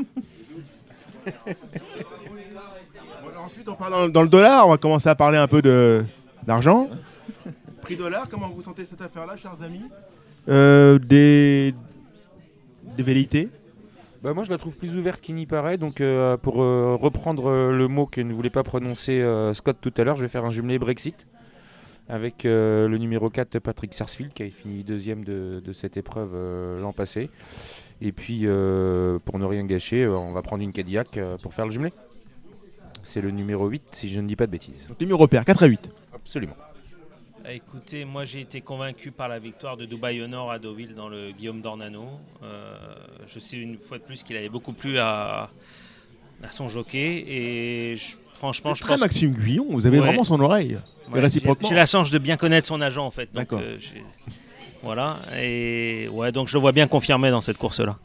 Ensuite, on parle dans le dollar. On va commencer à parler un peu d'argent. Prix dollar, comment vous sentez cette affaire-là, chers amis? Des velléités?
Moi, je la trouve plus ouverte qu'il n'y paraît. Donc, pour reprendre le mot que ne voulait pas prononcer Scott tout à l'heure, je vais faire un jumelé Brexit avec le numéro 4, Patrick Sarsfield, qui a fini deuxième de cette épreuve l'an passé. Et puis, pour ne rien gâcher, on va prendre une Cadillac pour faire le jumelé. C'est le numéro 8, si je ne dis pas de bêtises.
Donc, numéro pair, 4 à 8.
Absolument.
Écoutez, moi j'ai été convaincu par la victoire de Dubaï au Nord à Deauville dans le Guillaume d'Ornano. Je sais une fois de plus qu'il avait beaucoup plu à son jockey. Et franchement, je pense...
Maxime Guyon, vous avez vraiment son oreille.
Ouais,
réciproquement.
J'ai la chance de bien connaître son agent en fait. Donc,
d'accord.
Voilà. Et donc je le vois bien confirmé dans cette course-là.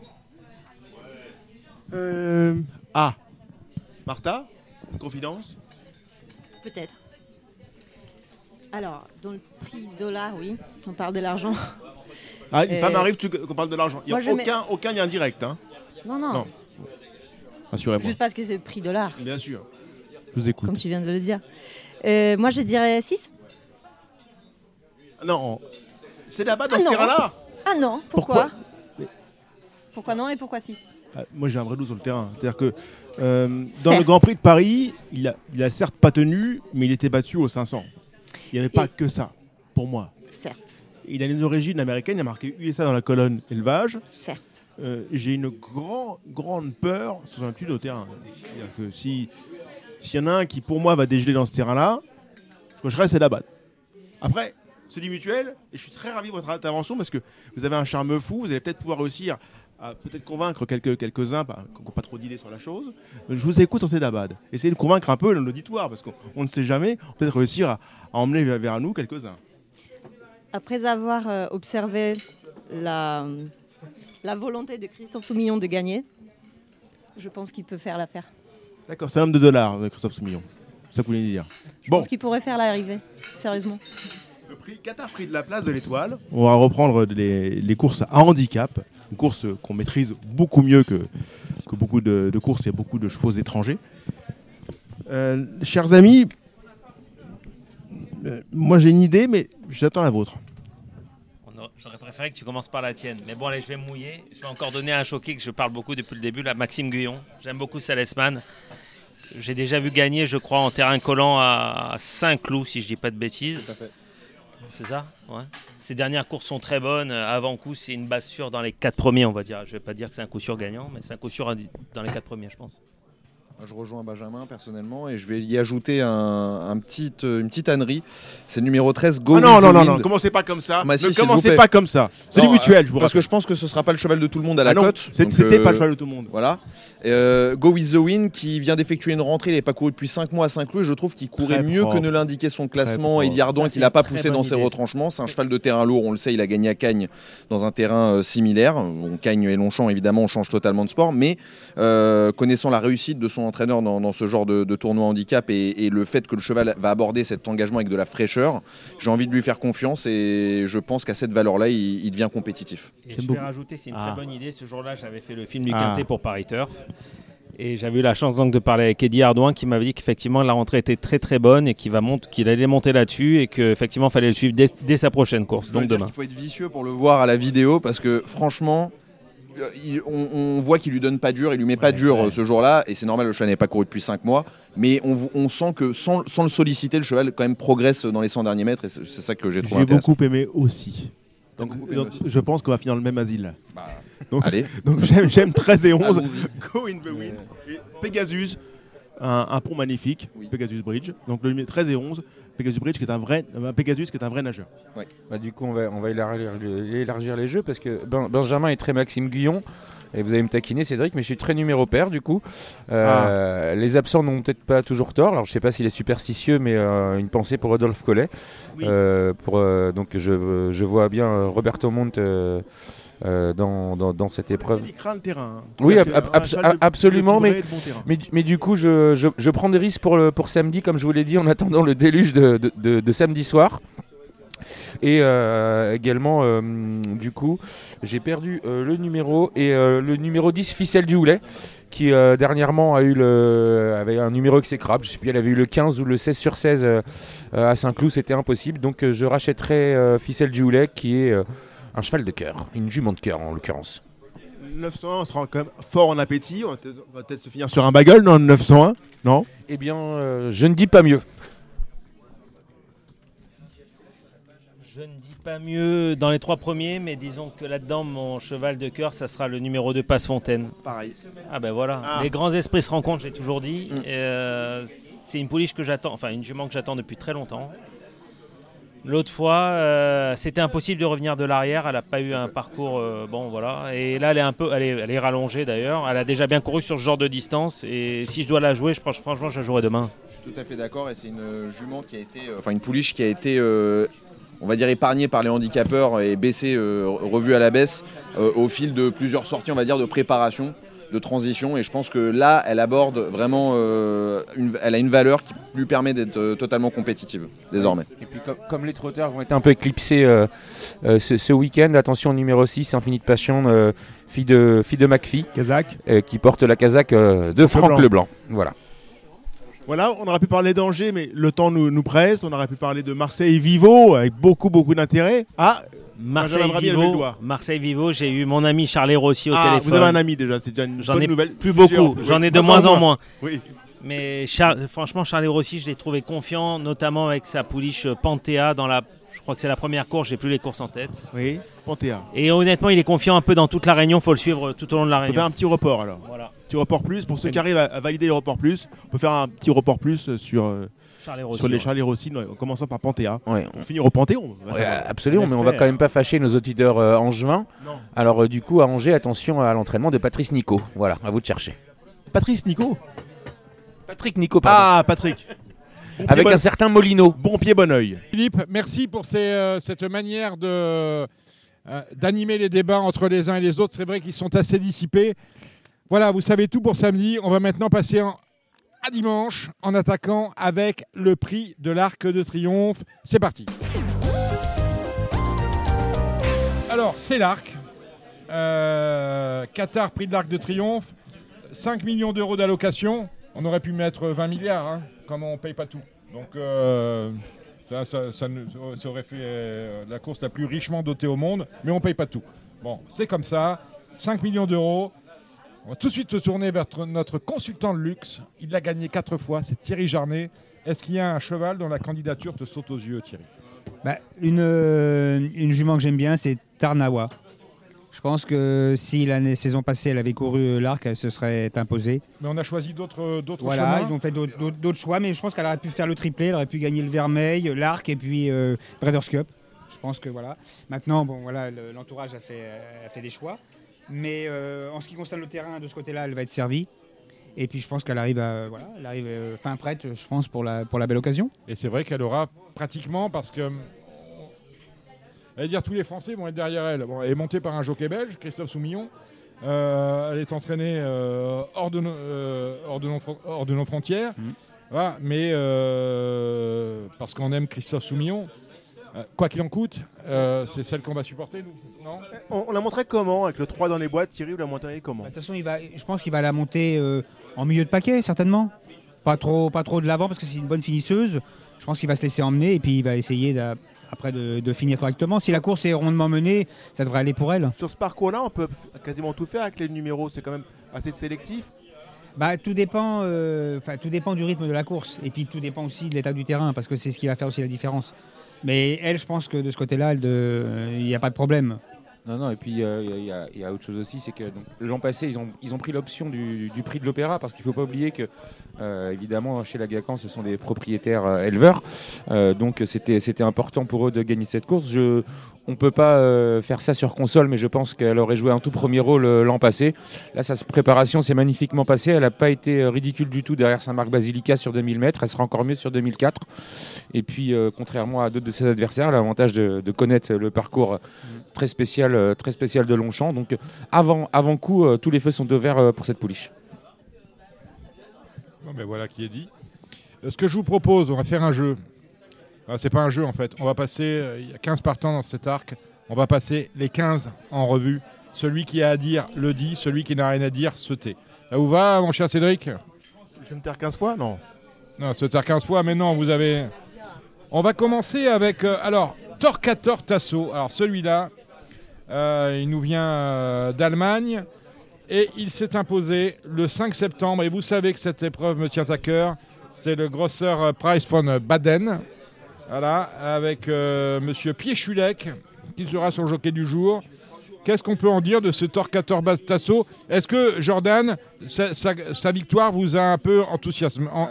Martha, une confidence?
Peut-être. Alors, dans le prix dollar, oui, on parle de l'argent.
Une femme arrive qu'on parle de l'argent. Il n'y a aucun lien direct. Hein.
Non.
Rassurez-moi.
Juste parce que c'est le prix dollar.
Bien sûr. Je vous écoute.
Comme tu viens de le dire. Moi, je dirais 6.
Non. C'est là-bas dans ce terrain-là?
Ah non, pourquoi Pourquoi non et pourquoi si?
Moi, j'ai un vrai doute sur le terrain. C'est-à-dire que dans le Grand Prix de Paris, il a certes pas tenu, mais il était battu aux 500. Il n'y avait pas que ça, pour moi.
Certes.
Il a une origine américaine, il a marqué USA dans la colonne élevage.
Certes.
J'ai une grande peur sur son attitude au terrain. C'est-à-dire que si s'il y en a un qui, pour moi, va dégeler dans ce terrain-là, je cocherais, c'est Dabad. Après, c'est du mutuel, et je suis très ravi de votre intervention parce que vous avez un charme fou, vous allez peut-être pouvoir réussir à peut-être convaincre quelques-uns qui n'ont pas trop d'idées sur la chose. Mais je vous écoute sur ces Dabad. Essayez de convaincre un peu l'auditoire parce qu'on ne sait jamais, on peut peut-être réussir à emmener vers nous quelques-uns.
Après avoir observé la volonté de Christophe Soumillon de gagner, je pense qu'il peut faire l'affaire.
D'accord, c'est un homme de dollars, Christophe Soumillon. C'est ça que vous voulez dire.
Je pense qu'il pourrait faire l'arrivée, sérieusement.
Le prix Qatar Prix de la place de l'Étoile. On va reprendre les courses à handicap. Une course qu'on maîtrise beaucoup mieux que beaucoup de courses et beaucoup de chevaux étrangers. Chers amis, moi j'ai une idée, mais j'attends la vôtre.
J'aurais préféré que tu commences par la tienne. Mais bon, allez, je vais me mouiller. Je vais encore donner un jockey que je parle beaucoup depuis le début, là, Maxime Guyon. J'aime beaucoup Salesman. J'ai déjà vu gagner, je crois, en terrain collant à Saint-Cloud, si je dis pas de bêtises. Tout à fait. C'est ça, ouais. Ses dernières courses sont très bonnes. Avant coup, c'est une base sûre dans les 4 premiers, on va dire. Je vais pas dire que c'est un coup sûr gagnant, mais c'est un coup sûr dans les 4 premiers, je pense.
Je rejoins Benjamin personnellement et je vais y ajouter une petite ânerie. C'est le numéro 13, Go.
Non, commencez pas comme ça. Ne commencez pas comme ça. C'est du mutuel, je vous
Parce que je pense que ce sera pas le cheval de tout le monde à la cote.
C'était pas le cheval de tout le monde.
Voilà. Go With The Wind qui vient d'effectuer une rentrée. Il n'avait pas couru depuis 5 mois à Saint-Cloud et je trouve qu'il courait mieux que ne l'indiquait son classement. Et Ardouin qui l'a pas poussé dans ses retranchements. C'est un cheval de terrain lourd, on le sait, il a gagné à Cagnes dans un terrain similaire. Cagnes et Longchamp, évidemment, on change totalement de sport. Mais connaissant la réussite de son entraîneur dans ce genre de tournoi handicap et le fait que le cheval va aborder cet engagement avec de la fraîcheur, j'ai envie de lui faire confiance et je pense qu'à cette valeur-là, il devient compétitif.
Et je vais rajouter, c'est une très bonne idée. Ce jour-là, j'avais fait le film du Quintet pour Paris Turf. Et j'avais eu la chance donc de parler avec Eddie Ardouin qui m'avait dit qu'effectivement la rentrée était très très bonne et qu'il allait monter là-dessus et qu'effectivement il fallait le suivre dès sa prochaine course, donc demain.
Il faut être vicieux pour le voir à la vidéo parce que franchement, on voit qu'il lui donne pas dur, il lui met pas dur ce jour-là et c'est normal, le cheval n'est pas couru depuis 5 mois, mais on sent que sans le solliciter, le cheval quand même progresse dans les 100 derniers mètres et c'est ça que j'ai trouvé intéressant.
J'ai beaucoup aimé aussi. Donc, je pense qu'on va finir dans le même asile.
Allez.
Donc j'aime 13 et 11. Go in the wind. Et Pegasus, un pont magnifique, Pegasus Bridge. Donc le 13 et 11, Pegasus Bridge qui est un vrai nageur.
Ouais. Du coup on va élargir les jeux parce que Benjamin est très Maxime Guyon. Et vous allez me taquiner Cédric, mais je suis très numéro pair du coup. Les absents n'ont peut-être pas toujours tort. Alors je sais pas s'il est superstitieux, mais une pensée pour Rodolphe Collet. Oui. Donc je vois bien Roberto Monte dans cette épreuve.
Il craint le terrain.
Oui, absolument. Mais du coup, je prends des risques pour samedi, comme je vous l'ai dit, en attendant le déluge de samedi soir. Et également, du coup, j'ai perdu le numéro et le numéro 10, Ficelle du Houlet, qui dernièrement avait un numéro exécrable. Je sais plus, elle avait eu le 15 ou le 16 sur 16 à Saint-Cloud, c'était impossible. Donc je rachèterai Ficelle du Houlet, qui est un cheval de cœur, une jument de cœur en l'occurrence.
901 sera quand même fort en appétit. On va peut-être se finir sur un bagel dans le 901, non ?
Eh bien, je ne dis pas mieux.
Je ne dis pas mieux dans les 3 premiers, mais disons que là-dedans, mon cheval de cœur, ça sera le numéro 2, Passe-Fontaine.
Pareil.
Ah ben voilà, les grands esprits se rencontrent, j'ai toujours dit. C'est une pouliche que j'attends, enfin une jument que j'attends depuis très longtemps. L'autre fois, c'était impossible de revenir de l'arrière, elle n'a pas eu un parcours, bon voilà. Et là, elle est rallongée d'ailleurs, elle a déjà bien couru sur ce genre de distance. Et si je dois la jouer, franchement, je la jouerai demain.
Je suis tout à fait d'accord, et c'est une jument qui a été, une pouliche qui a été... on va dire épargné par les handicapeurs et baissé, revu à la baisse au fil de plusieurs sorties, on va dire, de préparation, de transition. Et je pense que là, elle aborde vraiment, elle a une valeur qui lui permet d'être totalement compétitive désormais.
Et puis comme les trotteurs vont être un peu éclipsés ce week-end, attention au numéro 6, Infinite Passion, fille de McPhee, qui porte la casaque de Franck Leblanc.
Voilà, on aurait pu parler d'Angers, mais le temps nous presse. On aurait pu parler de Marseille Vivo avec beaucoup d'intérêt.
Marseille Vivo, j'ai eu mon ami Charles Rossi au téléphone.
Vous avez un ami déjà, c'est déjà une bonne nouvelle.
Plus beaucoup, j'en ai de moins en moins.
Oui.
Mais franchement, Charles Rossi, je l'ai trouvé confiant, notamment avec sa pouliche Panthéa je crois que c'est la première course, j'ai plus les courses en tête.
Oui, Panthéa.
Et honnêtement, il est confiant un peu dans toute la Réunion, il faut le suivre tout au long de la Réunion.
On peut faire un petit report alors.
Voilà.
Petit report plus. Pour ceux qui arrivent à valider les reports plus, on peut faire un petit report plus sur les Charles et Rossi, en commençant par Panthéa.
Ouais.
On finit au Panthéon.
Absolument, mais on va quand même pas fâcher nos auditeurs angevins. Alors du coup, à Angers, attention à l'entraînement de Patrice Nico. Voilà, à vous de chercher.
Patrice Nico.
Patrick Nico, pardon.
Ah, Patrick.
Bon avec un certain Molino.
Bon pied, bon oeil.
Philippe, merci pour cette manière d'animer les débats entre les uns et les autres. C'est vrai qu'ils sont assez dissipés. Voilà, vous savez tout pour samedi. On va maintenant passer à dimanche en attaquant avec le prix de l'Arc de Triomphe. C'est parti. Alors, c'est l'Arc. Qatar, prix de l'Arc de Triomphe. 5 millions d'euros d'allocation. On aurait pu mettre 20 milliards, hein, comme on ne paye pas tout. Donc, ça aurait fait la course la plus richement dotée au monde, mais on ne paye pas tout. Bon, c'est comme ça. 5 millions d'euros. On va tout de suite se tourner vers notre consultant de luxe. Il l'a gagné 4 fois, c'est Thierry Jarnet. Est-ce qu'il y a un cheval dont la candidature te saute aux yeux, Thierry ?
Une jument que j'aime bien, c'est Tarnawa. Je pense que si l'année saison passée, elle avait couru l'Arc, elle se serait imposée.
Mais on a choisi d'autres
voilà,
chemins.
Ils ont fait d'autres choix, mais je pense qu'elle aurait pu faire le triplé, elle aurait pu gagner le Vermeil, l'Arc et puis Breeders' Cup. Je pense que voilà. Maintenant, l'entourage a fait des choix. Mais en ce qui concerne le terrain, de ce côté-là, elle va être servie. Et puis je pense qu'elle arrive, fin prête, je pense, pour la belle occasion.
Et c'est vrai qu'elle aura pratiquement, parce que tous les Français vont être derrière elle. Bon, elle est montée par un jockey belge, Christophe Soumillon. Elle est entraînée hors de nos frontières. Voilà, mais parce qu'on aime Christophe Soumillon. Quoi qu'il en coûte, c'est celle qu'on va supporter, nous, non ?
On l'a montré comment ? Avec le 3 dans les boîtes, Thierry, vous l'a montré comment ?
De toute façon, je pense qu'il va la monter en milieu de paquet, certainement. Pas trop de l'avant, parce que c'est une bonne finisseuse. Je pense qu'il va se laisser emmener et puis il va essayer après de finir correctement. Si la course est rondement menée, ça devrait aller pour elle.
Sur ce parcours-là, on peut quasiment tout faire avec les numéros. C'est quand même assez sélectif.
Tout dépend du rythme de la course. Et puis tout dépend aussi de l'état du terrain, parce que c'est ce qui va faire aussi la différence. Mais elle, je pense que de ce côté-là, il n'y a pas de problème.
Non, et puis il y a autre chose aussi, c'est que l'an passé, ils ont pris l'option du prix de l'Opéra, parce qu'il ne faut pas oublier que, évidemment, chez la Gacan, ce sont des propriétaires éleveurs. Donc c'était important pour eux de gagner cette course. On ne peut pas faire ça sur console, mais je pense qu'elle aurait joué un tout premier rôle l'an passé. Là, sa préparation s'est magnifiquement passée. Elle n'a pas été ridicule du tout derrière Saint-Marc-Basilica sur 2000 mètres. Elle sera encore mieux sur 2004. Et puis, contrairement à d'autres de ses adversaires, elle a l'avantage de connaître le parcours très spécial de Longchamp. Donc, avant coup, tous les feux sont ouverts pour cette pouliche.
Bon, voilà qui est dit. Ce que je vous propose, on va faire un jeu. C'est pas un jeu en fait. On va passer, il y a 15 partants dans cet arc. On va passer les 15 en revue. Celui qui a à dire le dit, celui qui n'a rien à dire se tait. Ça vous va, mon cher Cédric ?
Je vais me taire 15 fois, non ?
Non, se taire 15 fois, mais non, vous avez... On va commencer avec, Torquator Tasso. Alors celui-là, il nous vient d'Allemagne et il s'est imposé le 5 septembre. Et vous savez que cette épreuve me tient à cœur. C'est le Grosser Preis von Baden. Voilà, avec Monsieur Piechulek, qui sera son jockey du jour. Qu'est-ce qu'on peut en dire de ce Torquator Tasso ? Est-ce que, Jordan, sa victoire vous a un peu enthousiasmé ?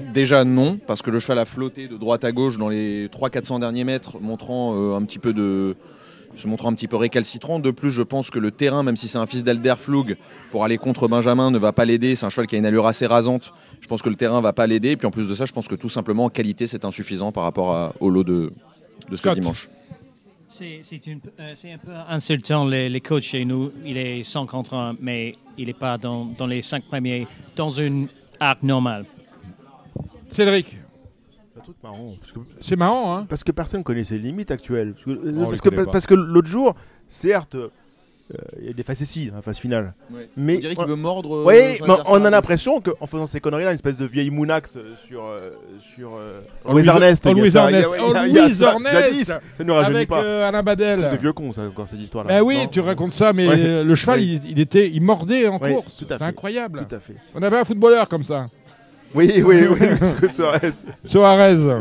Déjà non, parce que le cheval a flotté de droite à gauche dans les 300-400 derniers mètres, montrant un petit peu récalcitrant. De plus, je pense que le terrain, même si c'est un fils d'Alderflug, pour aller contre Benjamin, ne va pas l'aider. C'est un cheval qui a une allure assez rasante. Je pense que le terrain ne va pas l'aider. Et puis en plus de ça, je pense que tout simplement, en qualité, c'est insuffisant par rapport au lot de ce dimanche.
C'est un peu insultant, les coachs chez nous. Il est 100 contre 1, mais il n'est pas dans les 5 premiers, dans une arc normale.
Cédric.
C'est un truc marrant.
C'est marrant, hein ?
Parce que personne ne connaît ses limites actuelles. Parce que l'autre jour, certes, il y a des facéties dans la phase finale.
Ouais.
Mais
on dirait qu'il veut mordre.
Oui, mais on a l'impression qu'en faisant ces conneries-là, une espèce de vieille Mounax sur Louis Ernest.
Louis Ernest.
Ça ne nous rajeunit
avec
pas.
Alain Badel.
De vieux cons, ça, encore cette histoire-là.
Oui, tu racontes ça, mais le cheval, il mordait en course.
C'était
incroyable.
Tout à fait.
On avait un footballeur comme ça.
Oui, Luis Soares.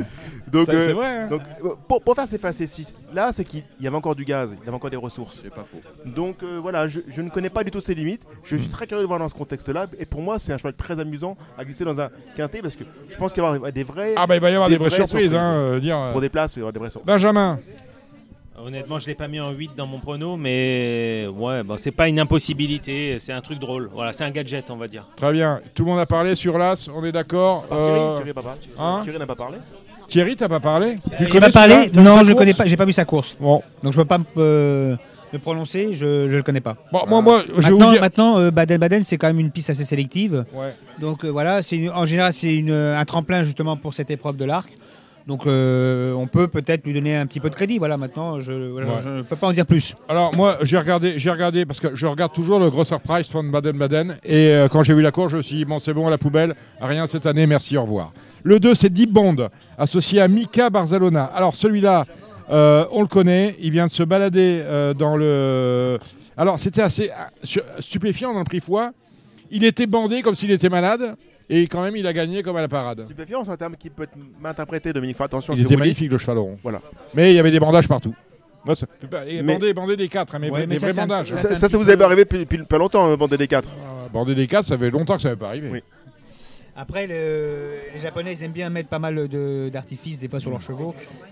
Donc,
c'est vrai. Hein.
Donc, pour faire ces facéties là, c'est qu'il y avait encore du gaz, il y avait encore des ressources.
C'est pas faux.
Donc voilà, je ne connais pas du tout ses limites. Je suis très curieux de voir dans ce contexte-là. Et pour moi, c'est un cheval très amusant à glisser dans un quintet parce que je pense qu'il va y avoir des vrais.
Ah bah il va y avoir des vraies surprises.
Pour des places, il va y avoir des vraies surprises.
Benjamin.
Honnêtement, je ne l'ai pas mis en 8 dans mon prono, mais ouais, bah, c'est pas une impossibilité, c'est un truc drôle. Voilà, c'est un gadget, on va dire.
Très bien. Tout le monde a parlé sur l'As, on est d'accord.
Thierry n'a pas parlé.
Hein
Thierry n'a pas parlé.
Thierry, t'as pas parlé
J'ai pas parlé. Non, je connais pas. J'ai pas vu sa course.
Bon.
Donc je peux pas me prononcer. Je le connais pas.
Bon, moi, je vais vous dire.
Maintenant, Baden-Baden, c'est quand même une piste assez sélective.
Ouais.
Donc voilà, en général, c'est un tremplin justement pour cette épreuve de l'arc. Donc on peut peut-être lui donner un petit peu de crédit. Voilà, maintenant, je ne peux pas en dire plus.
Alors moi, j'ai regardé parce que je regarde toujours le Grosser Preis von Baden-Baden et quand j'ai vu la course, je me suis dit bon, c'est bon, à la poubelle, rien cette année, merci, au revoir. Le 2, c'est Deep Bond, associé à Mika Barzalona. Alors celui-là, on le connaît, il vient de se balader dans le... Alors c'était assez stupéfiant dans le prix foie. Il était bandé comme s'il était malade. Et quand même, il a gagné comme à la parade.
Stupéfiant, c'est un terme qui peut être mal interprété, Dominique. Fais attention.
Il était magnifique, le cheval rond.
Voilà.
Mais il y avait des bandages partout. Moi, ça fait pas... bandé des 4, hein, mais
ouais,
des vrais bandages.
Ça vous est arrivé depuis pas longtemps, bandé des 4.
Bandé des 4, ça fait longtemps que ça n'avait pas arrivé. Oui.
Après, les Japonais, ils aiment bien mettre pas mal d'artifices, des fois, sur leurs chevaux.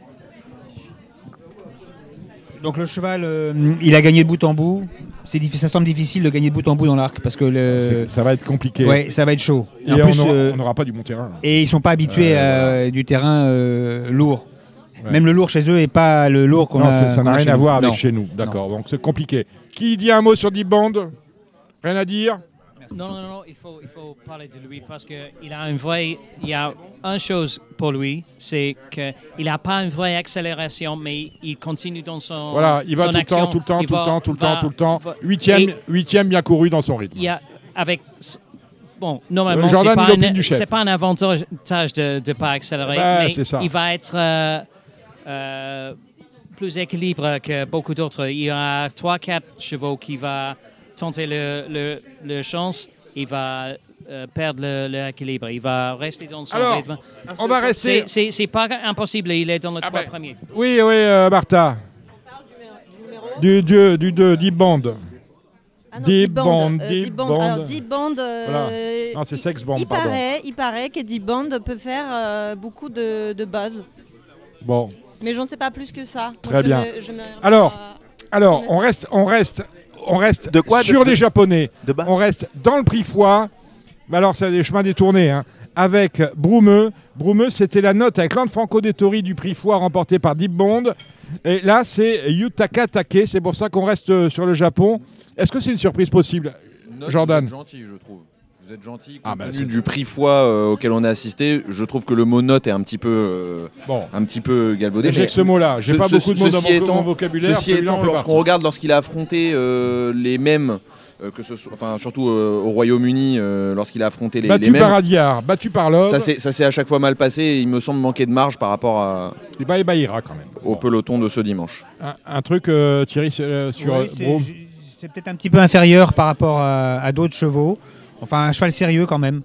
Donc le cheval, il a gagné de bout en bout. Ça semble difficile de gagner de bout en bout dans l'arc parce que
ça va être compliqué.
Ouais, ça va être chaud.
Et en plus, on n'aura pas du bon terrain.
Et ils sont pas habitués à du terrain lourd. Ouais. Même le lourd chez eux et pas le lourd qu'on a.
Ça n'a rien à voir avec chez nous. D'accord. Donc c'est compliqué. Qui dit un mot sur Deep Bond? Rien à dire?
Non, il faut parler de lui parce qu'il a il y a une chose pour lui, c'est qu'il n'a pas une vraie accélération, mais il continue dans son
Voilà, il va tout le temps. Huitième bien couru dans son rythme.
Bon, normalement, c'est pas un avantage de ne pas accélérer, mais il va être plus équilibré que beaucoup d'autres. Il y a 3-4 chevaux qui vont tenter le chance, il va perdre l'équilibre. Il va rester dans son rythme.
On va rester.
C'est pas impossible, il est dans le 3 premiers.
Oui, Martha. Du 2, Deep Bond.
Deep Bond. Alors, Deep Bond,
voilà. Non, c'est Sex Bond,
il paraît que Deep Bond peut faire beaucoup de buzz.
Bon.
Mais j'en sais pas plus que ça.
Très bien. Alors, on reste sur les Japonais. On reste dans le prix foie. Alors, c'est des chemins détournés. Hein, avec Broumeux. Broumeux, c'était la note avec Lanfranco Dettori du prix foie remporté par Deep Bond. Et là, c'est Yutaka Take. C'est pour ça qu'on reste sur le Japon. Est-ce que c'est une surprise possible, Jordan?
Vous êtes gentil, je trouve. Vous êtes gentil. Compte tenu du prix foie auquel on a assisté, je trouve que le mot note est un petit peu galvaudé.
J'ai que ce mot-là. J'ai pas beaucoup de mots dans mon vocabulaire.
Ceci étant, lorsqu'on regarde lorsqu'il a affronté les mêmes, surtout au Royaume-Uni, lorsqu'il a affronté les mêmes.
Battu par Adiar, battu par Love.
Ça s'est à chaque fois mal passé. Et il me semble manquer de marge par rapport à.
Bahira quand même.
Au peloton de ce dimanche.
Un truc, Thierry, sur.
C'est peut-être un petit peu inférieur par rapport à d'autres chevaux. Enfin, un cheval sérieux quand même.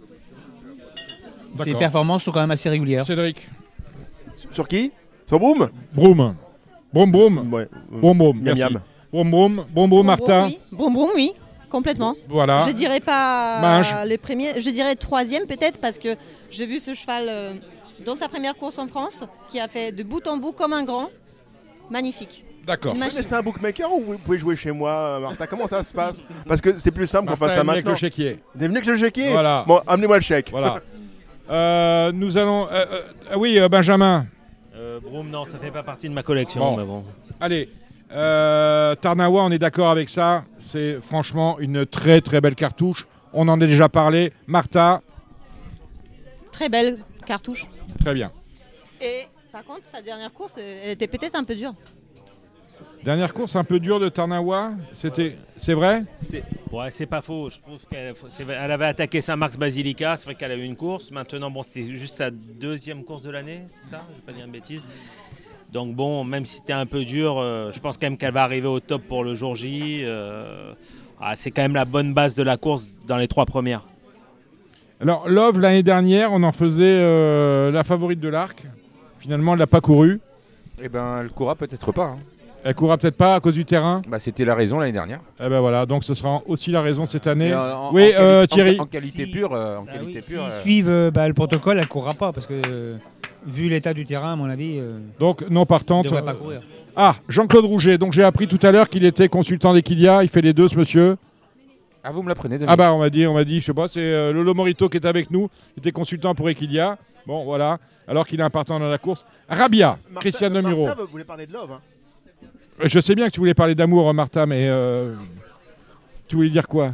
Ses performances sont quand même assez régulières.
Cédric.
Sur qui? Sur Broum?
Broum.
Ouais.
Broum. Merci. Broum, Martha.
Broum, oui. Complètement.
Voilà.
Je dirais pas les premiers. Je dirais troisième peut-être parce que j'ai vu ce cheval dans sa première course en France qui a fait de bout en bout comme un grand. Magnifique.
D'accord.
Vous connaissez un bookmaker ou vous pouvez jouer chez moi, Martha? Comment ça se passe? Parce que c'est plus simple qu'on fasse ça maintenant.
Avec le chéquier.
Venez avec le chéquier.
Voilà.
Bon, amenez-moi le chèque.
Voilà. Nous allons. Oui, Benjamin.
Broum, non, ça fait pas partie de ma collection.
Bon.
Mais bon.
Allez. Tarnawa, on est d'accord avec ça. C'est franchement une très très belle cartouche. On en a déjà parlé. Martha.
Très belle cartouche.
Très bien.
Et par contre, sa dernière course, elle était peut-être un peu dure.
Dernière course un peu dure de Tarnawa, c'est vrai?
C'est pas faux. Je trouve qu'elle avait attaqué Saint-Marc's Basilica, c'est vrai qu'elle a eu une course. Maintenant, c'était juste sa deuxième course de l'année, c'est ça? Je vais pas dire une bêtise. Donc bon, même si c'était un peu dur, je pense quand même qu'elle va arriver au top pour le jour J. C'est quand même la bonne base de la course dans les 3 premières.
Alors Love, l'année dernière, on en faisait la favorite de l'arc. Finalement, elle n'a pas couru.
Eh ben, elle courra peut-être pas. Hein.
Elle courra peut-être pas à cause du terrain.
Bah, c'était la raison l'année dernière.
Eh ben voilà, donc ce sera aussi la raison cette année.
Oui,
Thierry.
En qualité pure.
S'ils suivent le protocole, elle ne courra pas parce que vu l'état du terrain, à mon avis.
Donc non partante.
Elle ne devrait pas courir.
Ah, Jean-Claude Rouget. Donc j'ai appris tout à l'heure qu'il était consultant d'Equilia. Il fait les deux, ce monsieur.
Ah, vous me l'apprenez.
Ah bah on m'a dit, je sais pas, c'est Lolo Morito qui est avec nous. Il était consultant pour Equilia. Bon, voilà. Alors qu'il est un partant dans la course. Rabia, Christian Lemuro.
Martha, vous voulez parler de Love, hein.
Je sais bien que tu voulais parler d'amour, Martha, mais tu voulais dire quoi?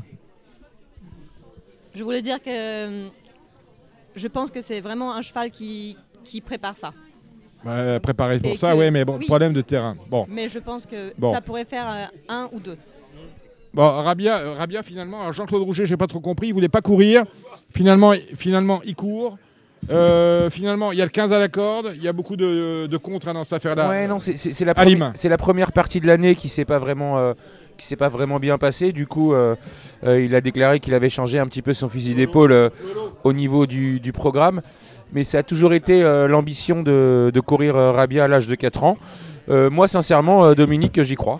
Je voulais dire que je pense que c'est vraiment un cheval qui prépare ça.
Préparé pour ça, oui, mais bon, oui. Problème de terrain. Bon.
Mais je pense que ça pourrait faire 1 ou 2.
Bon, Rabia finalement, alors Jean-Claude Rouget, j'ai pas trop compris, il voulait pas courir. Finalement, il court. Finalement, il y a le 15 à la corde, il y a beaucoup de contre dans cette affaire-là.
Ouais, non, c'est la première partie de l'année qui s'est pas vraiment bien passée. Du coup, il a déclaré qu'il avait changé un petit peu son fusil d'épaule au niveau du programme. Mais ça a toujours été l'ambition de courir Rabia à l'âge de 4 ans. Moi, sincèrement, Dominique, j'y crois.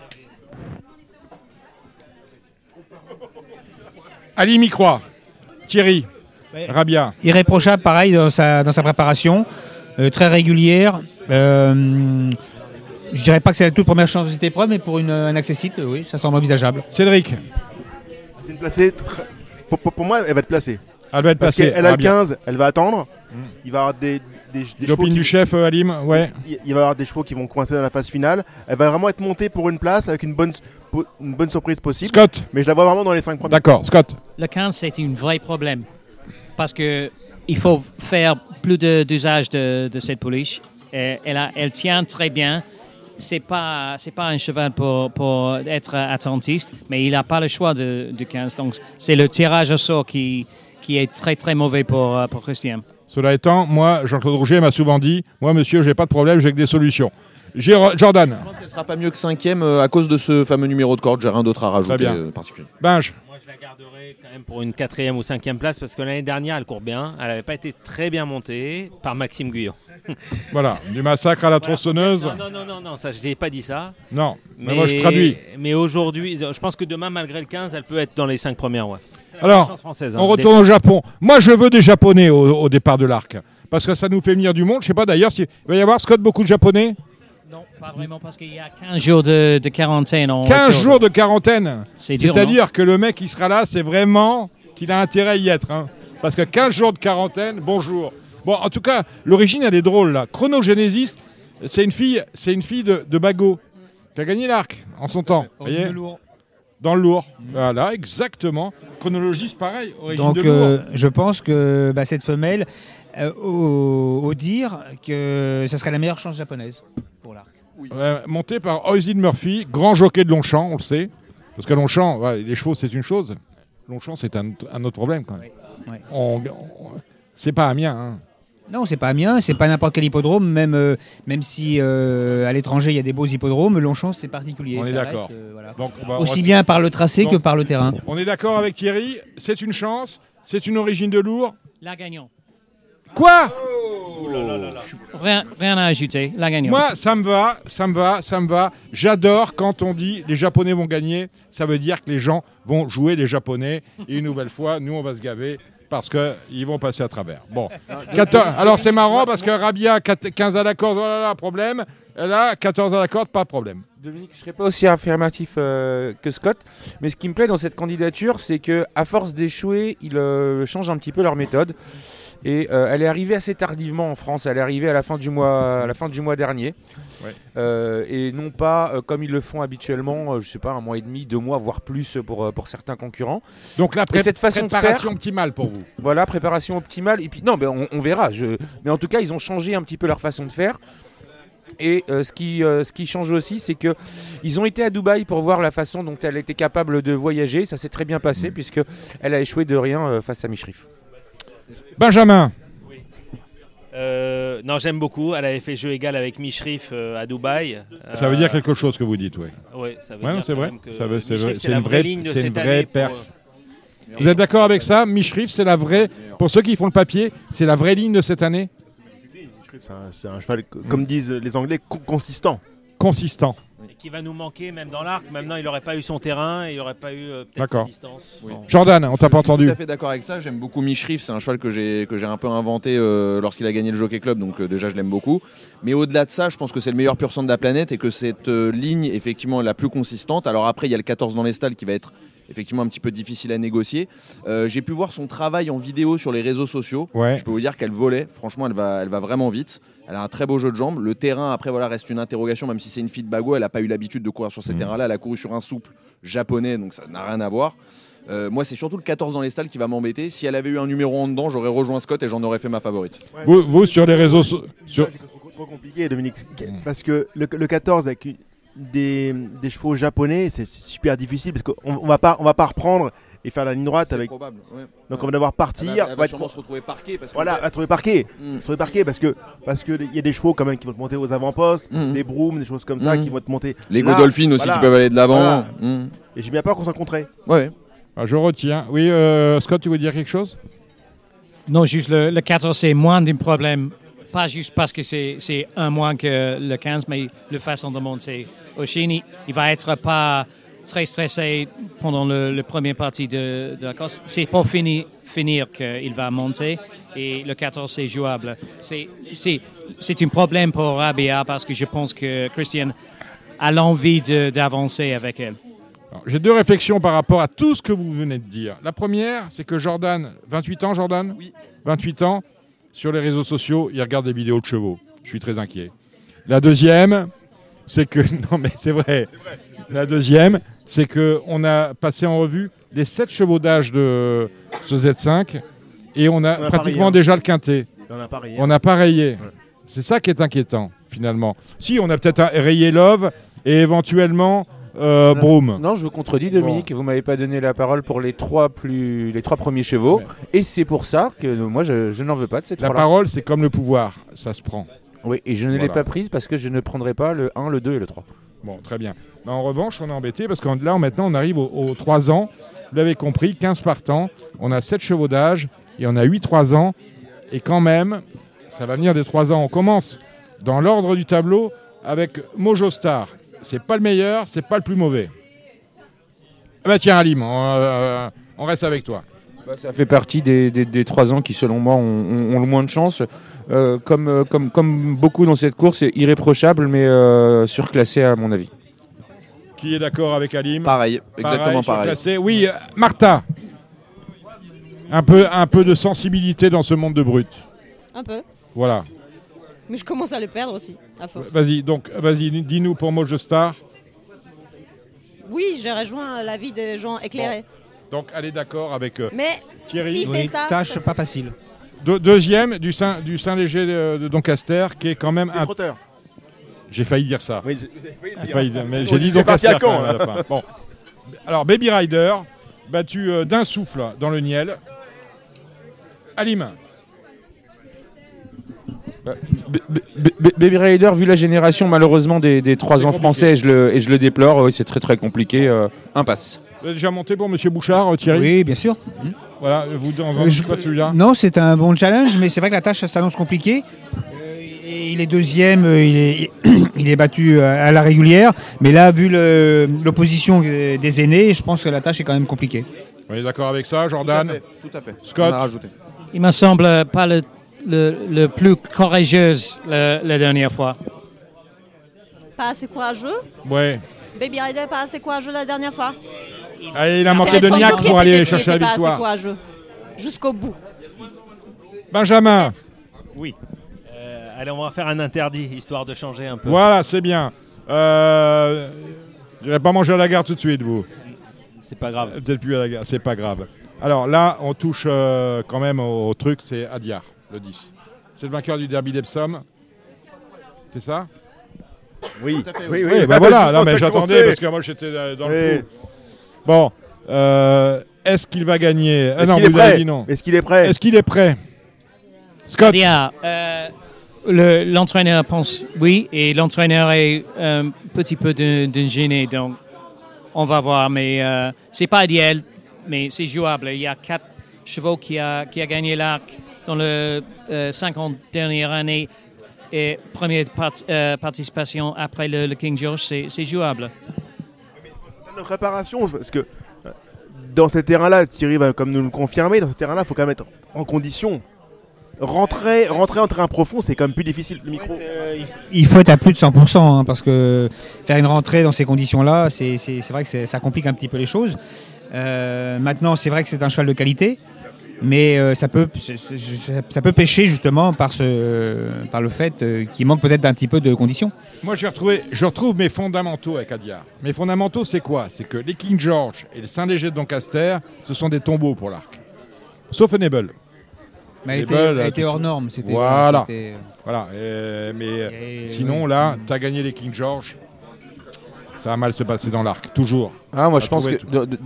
Ali m'y croit. Thierry. Rabia.
Irréprochable, pareil, dans sa préparation, très régulière. Je dirais pas que c'est la toute première chance de cette épreuve, mais pour un accessite, oui, ça semble envisageable.
Cédric.
C'est une placée. Pour moi, elle va être placée.
Elle va être
placée. Parce qu'elle a le 15, elle va attendre. Il va y avoir des
l'opinion du chef, Alim, ouais.
Il va y avoir des chevaux qui vont coincer dans la phase finale. Elle va vraiment être montée pour une place avec une bonne surprise possible.
Scott.
Mais je la vois vraiment dans les 5 premiers.
D'accord, Scott.
Le 15, c'est un vrai problème. Parce qu'il faut faire plus d'usage de cette pouliche. Elle tient très bien. C'est pas un cheval pour être attentiste, mais il n'a pas le choix du 15. Donc, c'est le tirage au sort qui est très, très mauvais pour Christian.
Cela étant, moi, Jean-Claude Rouget m'a souvent dit « Moi, monsieur, j'ai pas de problème, j'ai que des solutions. » Jordan.
Je pense qu'elle sera pas mieux que 5e à cause de ce fameux numéro de corde. J'ai rien d'autre à rajouter particulier.
Binge.
Moi, je la garderai quand même pour une 4e ou 5e place parce que l'année dernière, elle court bien. Elle n'avait pas été très bien montée par Maxime Guyot.
Voilà, du massacre à la tronçonneuse.
Non, ça, je n'ai pas dit ça.
Non, mais moi, je traduis.
Mais aujourd'hui, je pense que demain, malgré le 15, elle peut être dans les 5 premières. Ouais.
Alors, on retourne au Japon. Moi, je veux des Japonais au départ de l'arc. Parce que ça nous fait venir du monde. Je ne sais pas d'ailleurs s'il va y avoir, Scott, beaucoup de Japonais.
Non, pas vraiment, parce qu'il y a 15 jours de quarantaine.
15 jours de quarantaine.
C'est-à-dire
que le mec qui sera là, c'est vraiment qu'il a intérêt à y être. Hein. Parce que 15 jours de quarantaine, bonjour. Bon, en tout cas, l'origine, elle est drôle, là. Chronogenesis, c'est une fille de Bagot qui a gagné l'arc en son temps.
Origine de Lourd.
Dans le lourd. Voilà, exactement. Chronologie, c'est pareil. Origine de
lourd. Je pense que cette femelle, au dire que ça serait la meilleure chance japonaise pour l'arc.
Oui. Montée par Oisin Murphy, grand jockey de Longchamp, on le sait. Parce que Longchamp, les chevaux, c'est une chose. Longchamp, c'est un autre problème quand même.
Oui.
C'est pas Amiens. Hein.
Non, c'est pas Amiens, c'est pas n'importe quel hippodrome, même si à l'étranger il y a des beaux hippodromes, Longchamp c'est particulier.
On est d'accord.
Voilà.
Donc,
aussi bien par le tracé que par le terrain.
On est d'accord avec Thierry, c'est une chance, c'est une origine de lourd.
La gagnant.
Quoi
Rien à ajouter, la gagnant.
Moi, ça me va. J'adore quand on dit les Japonais vont gagner, ça veut dire que les gens vont jouer les Japonais et une nouvelle fois, nous on va se gaver. Parce qu'ils vont passer à travers. Bon. 14, alors c'est marrant parce que Rabia, 15 à la corde, voilà, problème. Là, 14 à la corde, pas de problème.
Dominique, je ne serais pas aussi affirmatif que Scott. Mais ce qui me plaît dans cette candidature, c'est qu'à force d'échouer, ils changent un petit peu leur méthode. Et elle est arrivée assez tardivement en France. Elle est arrivée à la fin du mois dernier. Ouais. Et non pas comme ils le font habituellement, je sais pas, 1 mois et demi, 2 mois, voire plus pour certains concurrents.
Donc la
cette façon
préparation
de faire,
optimale pour vous.
Voilà, préparation optimale. Et puis non, mais on verra. Mais en tout cas, ils ont changé un petit peu leur façon de faire. Et ce qui change aussi, c'est qu'ils ont été à Dubaï pour voir la façon dont elle était capable de voyager. Ça s'est très bien passé puisque elle a échoué de rien face à Mishrif.
Benjamin.
Oui. Non, j'aime beaucoup. Elle avait fait jeu égal avec Mishrif à Dubaï.
Ça veut dire quelque chose que vous dites, oui.
Oui, ça veut dire
c'est vrai.
C'est une vraie ligne de cette année.
Vous êtes d'accord avec ça? Mishrif, c'est la vraie. Pour ceux qui font le papier, c'est la vraie ligne de cette année.
C'est un cheval, comme disent les Anglais, consistant.
Consistant.
Et qui va nous manquer même dans l'arc. Maintenant, il n'aurait pas eu son terrain et il n'aurait pas eu peut-être sa distance.
Oui.
Jordan, on t'a pas entendu.
Je suis tout à fait d'accord avec ça. J'aime beaucoup Mishriff. C'est un cheval que j'ai un peu inventé lorsqu'il a gagné le Jockey Club. Donc déjà, je l'aime beaucoup. Mais au-delà de ça, je pense que c'est le meilleur pur sang de la planète et que cette ligne, effectivement, est la plus consistante. Alors après, il y a le 14 dans les stalles qui va être effectivement un petit peu difficile à négocier. J'ai pu voir son travail en vidéo sur les réseaux sociaux.
Ouais.
Je peux vous dire qu'elle volait. Franchement, elle va vraiment vite. Elle a un très beau jeu de jambes. Le terrain, après, voilà, reste une interrogation, même si c'est une fille de Bago. Elle n'a pas eu l'habitude de courir sur ces terrains-là. Elle a couru sur un souple japonais, donc ça n'a rien à voir. Moi, c'est surtout le 14 dans les stalles qui va m'embêter. Si elle avait eu un numéro en dedans, j'aurais rejoint Scott et j'en aurais fait ma favorite.
Ouais. Vous sur les réseaux sociaux.
C'est trop compliqué, Dominique. Parce que le 14 avec des chevaux japonais, c'est super difficile parce qu'on va pas reprendre et faire la ligne droite avec.
Probable, ouais.
Donc on va devoir partir.
Elle va sûrement se retrouver parqué.
Voilà, elle va trouver parqué. Parce que il y a des chevaux quand même qui vont te monter aux avant-postes, des brooms, des choses comme ça qui vont te monter.
Les Godolphin aussi qui peuvent aller de l'avant.
Voilà. Et j'ai bien peur qu'on s'en rencontrait.
Ouais.
Ah, je retiens. Oui, Scott, tu veux dire quelque chose?
Non, juste le 14, c'est moins d'un problème. Pas juste parce que c'est un moins que le 15, mais la façon de monter. Oshini, il va être pas très stressé pendant le première partie de la course. C'est pour finir qu'il va monter et le 14 c'est jouable. C'est un problème pour Rabia parce que je pense que Christian a l'envie d'avancer avec elle.
J'ai deux réflexions par rapport à tout ce que vous venez de dire. La première, c'est que Jordan, 28 ans Jordan ?
Oui.
28 ans, sur les réseaux sociaux, il regarde des vidéos de chevaux. Je suis très inquiet. La deuxième, c'est que... Non mais c'est vrai. La deuxième, c'est qu'on a passé en revue les 7 chevaux d'âge de ce Z5 et on a pratiquement déjà le quintet. On a pas rayé. Ouais. C'est ça qui est inquiétant, finalement. Si, on a peut-être rayé Love et éventuellement Broom.
Non, je vous contredis, Dominique. Vous m'avez pas donné la parole pour les trois premiers chevaux. Et c'est pour ça que moi, je n'en veux pas de cette
La parole, c'est comme le pouvoir. Ça se prend.
Oui, et je ne l'ai pas prise parce que je ne prendrai pas le 1, le 2 et le 3.
Bon, très bien. Mais en revanche, on est embêté parce que là, maintenant, on arrive aux 3 ans. Vous l'avez compris, 15 partants. On a 7 chevaux d'âge et on a 8 3 ans. Et quand même, ça va venir des 3 ans. On commence dans l'ordre du tableau avec Mojo Star. C'est pas le meilleur, c'est pas le plus mauvais. Ah bah tiens, Alim, on reste avec toi.
Ça fait partie des 3 ans qui, selon moi, ont le moins de chance. Comme beaucoup dans cette course, c'est irréprochable, mais surclassé à mon avis.
Qui est d'accord avec Alim ?
Pareil, exactement pareil.
Oui, Martha. Un peu de sensibilité dans ce monde de brut.
Un peu.
Voilà.
Mais je commence à le perdre aussi, à force.
Vas-y, dis-nous pour Mojo Star.
Oui, j'ai rejoint l'avis des gens éclairés.
Bon. Donc, elle est d'accord avec
mais
Thierry.
S'il fait ça,
tâche pas facile.
Deuxième, du Saint-Léger de Doncaster, qui est quand même un
trotteur.
J'ai failli dire ça.
Oui,
mais j'ai dit Doncaster quand même à la fin. Bon. Alors, Baby Rider, battu d'un souffle dans le Niel. Alim.
Baby Rider, vu la génération malheureusement des 3 ans français, et je le déplore, oui, c'est très très compliqué. Impasse.
Vous avez déjà monté pour Monsieur Bouchard, Thierry ?
Oui, bien sûr.
Voilà, vous n'en pas celui-là ?
Non, c'est un bon challenge, mais c'est vrai que la tâche s'annonce compliquée. Et il est deuxième, il est battu à la régulière, mais là, vu l'opposition des aînés, je pense que la tâche est quand même compliquée.
Vous êtes d'accord avec ça, Jordan ?
Tout à fait.
Scott ?
On a rajouté.
Il me semble pas le plus courageuse la dernière fois.
Pas assez courageux ?
Ouais.
Baby Rider pas assez courageux la dernière fois.
Allez, il a manqué de niaque pour aller chercher la victoire.
Pas assez courageux. Jusqu'au bout.
Benjamin.
Oui. Allez, on va faire un interdit, histoire de changer un peu.
Voilà, c'est bien. Je vais pas manger à la gare tout de suite, vous.
C'est pas grave.
Peut-être plus à la gare, c'est pas grave. Alors là, on touche quand même au truc, c'est Adyar, le 10. C'est le vainqueur du derby d'Epsom. C'est ça ?
Oui.
Oui, ben voilà, non, mais j'attendais parce que moi j'étais dans le flou. Bon, est-ce qu'il va gagner ?
Est-ce qu'il est prêt ? Est-ce qu'il est prêt ?
Est-ce qu'il est prêt ? Scott ?
L'entraîneur pense oui, et l'entraîneur est un petit peu d'un gêné, donc on va voir, mais c'est pas idéal, mais c'est jouable. Il y a 4 chevaux qui a gagné l'arc dans les 50 dernières années. et première participation après le King George, c'est jouable.
De préparation, parce que dans ces terrains-là, Thierry va comme nous le confirmer, dans ces terrains-là, il faut quand même être en condition. Rentrer en terrain profond, c'est quand même plus difficile. Le micro.
Il faut être à plus de 100%, hein, parce que faire une rentrée dans ces conditions-là, c'est vrai que ça complique un petit peu les choses. Maintenant, c'est vrai que c'est un cheval de qualité, mais ça peut pêcher justement par le fait qu'il manque peut-être d'un petit peu de conditions.
Moi, je retrouve mes fondamentaux avec Adyar. Mes fondamentaux, c'est quoi? C'est que les King George et le Saint-Léger de Doncaster, ce sont des tombeaux pour l'arc. Sauf Enable.
Mais elle était hors norme.
Voilà. Sinon, là, tu as gagné les King George. Ça va mal se passer dans l'arc, toujours.
Moi, je pense que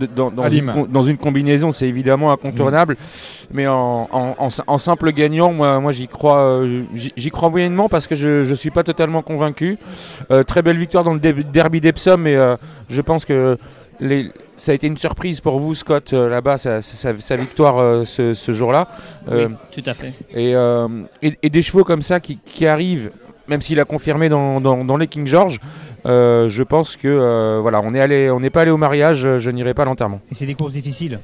dans une combinaison, c'est évidemment incontournable. Mais en simple gagnant, moi j'y crois moyennement parce que je ne suis pas totalement convaincu. Très belle victoire dans le derby d'Epsom, mais je pense que ça a été une surprise pour vous, Scott, là-bas, sa victoire ce jour-là.
Oui, tout à fait.
Et des chevaux comme ça qui arrivent, même s'il a confirmé dans les King George, je pense que on n'est pas allé au mariage, je n'irai pas à l'enterrement.
Et c'est des courses difficiles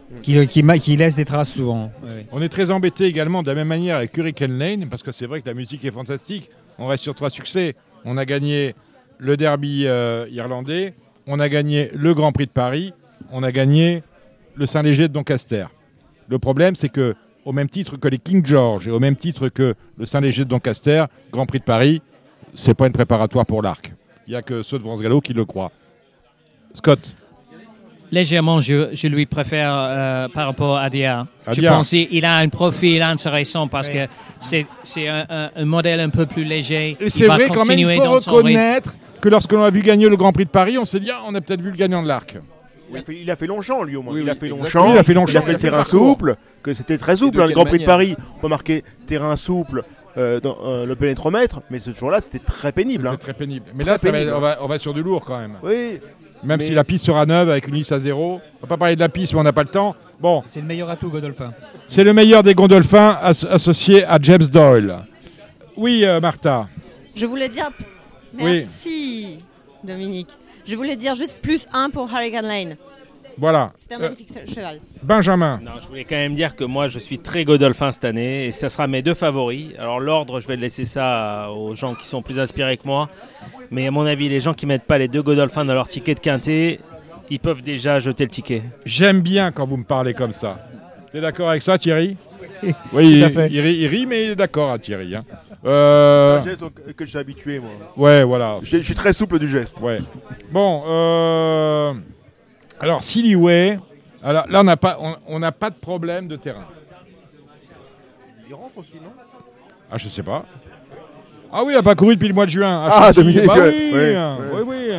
qui laissent des traces souvent.
Ouais. On est très embêté également de la même manière avec Hurricane Lane, parce que c'est vrai que la musique est fantastique. On reste sur 3 succès. On a gagné le derby irlandais, on a gagné le Grand Prix de Paris, on a gagné le Saint-Léger de Doncaster. Le problème, c'est que au même titre que les King George et au même titre que le Saint-Léger de Doncaster, Grand Prix de Paris, c'est pas une préparatoire pour l'arc. Il n'y a que ceux de France Gallo qui le croient. Scott.
Légèrement, je lui préfère par rapport à Adyar. Je pense qu'il a un profil intéressant parce que c'est un modèle un peu plus léger.
Et c'est vrai quand même, il faut reconnaître que lorsque l'on a vu gagner le Grand Prix de Paris, on s'est dit on a peut-être vu le gagnant de l'arc.
Il a fait Longchamp, lui, au moins.
Oui,
il a fait
Longchamp.
Il a fait le terrain souple, que c'était très souple. Le Grand Prix de Paris, on peut marquer terrain souple dans le pénétromètre, mais ce jour-là, c'était très pénible.
C'était très pénible. Mais là, on va sur du lourd quand même.
Oui.
Même si la piste sera neuve avec une lisse à 0. On va pas parler de la piste, mais on n'a pas le temps. Bon.
C'est le meilleur atout Godolphin.
C'est le meilleur des Gondolphins associé à James Doyle. Oui, Martha.
Je voulais dire... Merci, Dominique. Je voulais dire juste +1 pour Hurricane Lane.
Voilà.
C'est un magnifique cheval.
Benjamin.
Non, je voulais quand même dire que moi, je suis très Godolphin cette année et ça sera mes 2 favoris. Alors l'ordre, je vais laisser ça aux gens qui sont plus inspirés que moi. Mais à mon avis, les gens qui ne mettent pas les 2 Godolphins dans leur ticket de quintet, ils peuvent déjà jeter le ticket.
J'aime bien quand vous me parlez comme ça. Tu es d'accord avec ça, Thierry? Oui, il rit, mais il est d'accord, hein, Thierry. Hein.
C'est un geste que je suis habitué, moi.
Ouais, voilà.
Je suis très souple du geste.
Ouais. Bon, alors Silly Way, alors là on n'a pas de problème de terrain.
Il rentre aussi, non?
Ah, je sais pas. Ah oui, il n'a pas couru depuis le mois de juin.
Dominique.
Bah oui.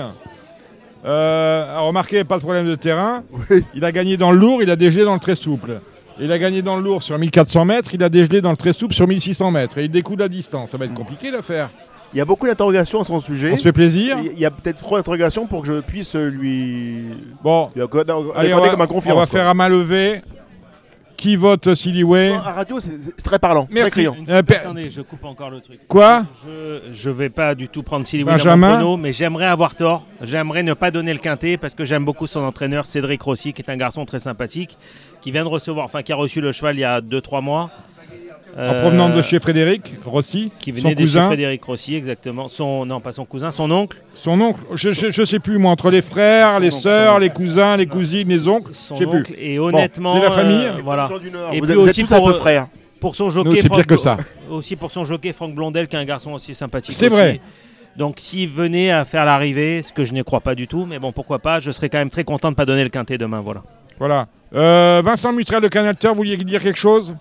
Alors, remarquez, pas de problème de terrain.
Oui.
Il a gagné dans le lourd, il a dégelé dans le très souple. Il a gagné dans le lourd sur 1400 mètres, il a dégelé dans le très souple sur 1600 mètres. Et il découle à distance. Ça va être compliqué l'affaire.
Il y a beaucoup d'interrogations à son sujet.
On se fait plaisir.
Il y a peut-être trop d'interrogations pour que je puisse lui...
Bon,
allez, comme un confiance.
On va faire à main levée. Qui vote Silly Way?
À radio, c'est très parlant.
Merci.
Très criant.
Attendez, je coupe encore le truc.
Quoi?
Je vais pas du tout prendre Silly Way dans mon chrono, mais j'aimerais avoir tort. J'aimerais ne pas donner le quintet parce que j'aime beaucoup son entraîneur Cédric Rossi, qui est un garçon très sympathique, qui vient de recevoir, qui a reçu le cheval il y a 2-3 mois.
En provenance de chez Frédéric Rossi,
qui venait de chez Frédéric Rossi, exactement. Non, pas son cousin, son oncle.
Son oncle, je sais plus moi, entre les frères, les sœurs, les cousins, les cousines, les oncles, je sais plus.
Et honnêtement,
c'est la famille.
Voilà.
Et puis aussi
pour son jockey,
c'est pire que ça.
Aussi pour son jockey Franck Blondel, qui est un garçon aussi sympathique.
C'est vrai.
Donc s'il venait à faire l'arrivée, ce que je ne crois pas du tout, mais bon, pourquoi pas, je serais quand même très content de ne pas donner le quintet demain, voilà.
Voilà. Vincent Mutrel, le Canalteur, vous vouliez dire quelque chose?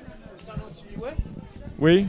Oui.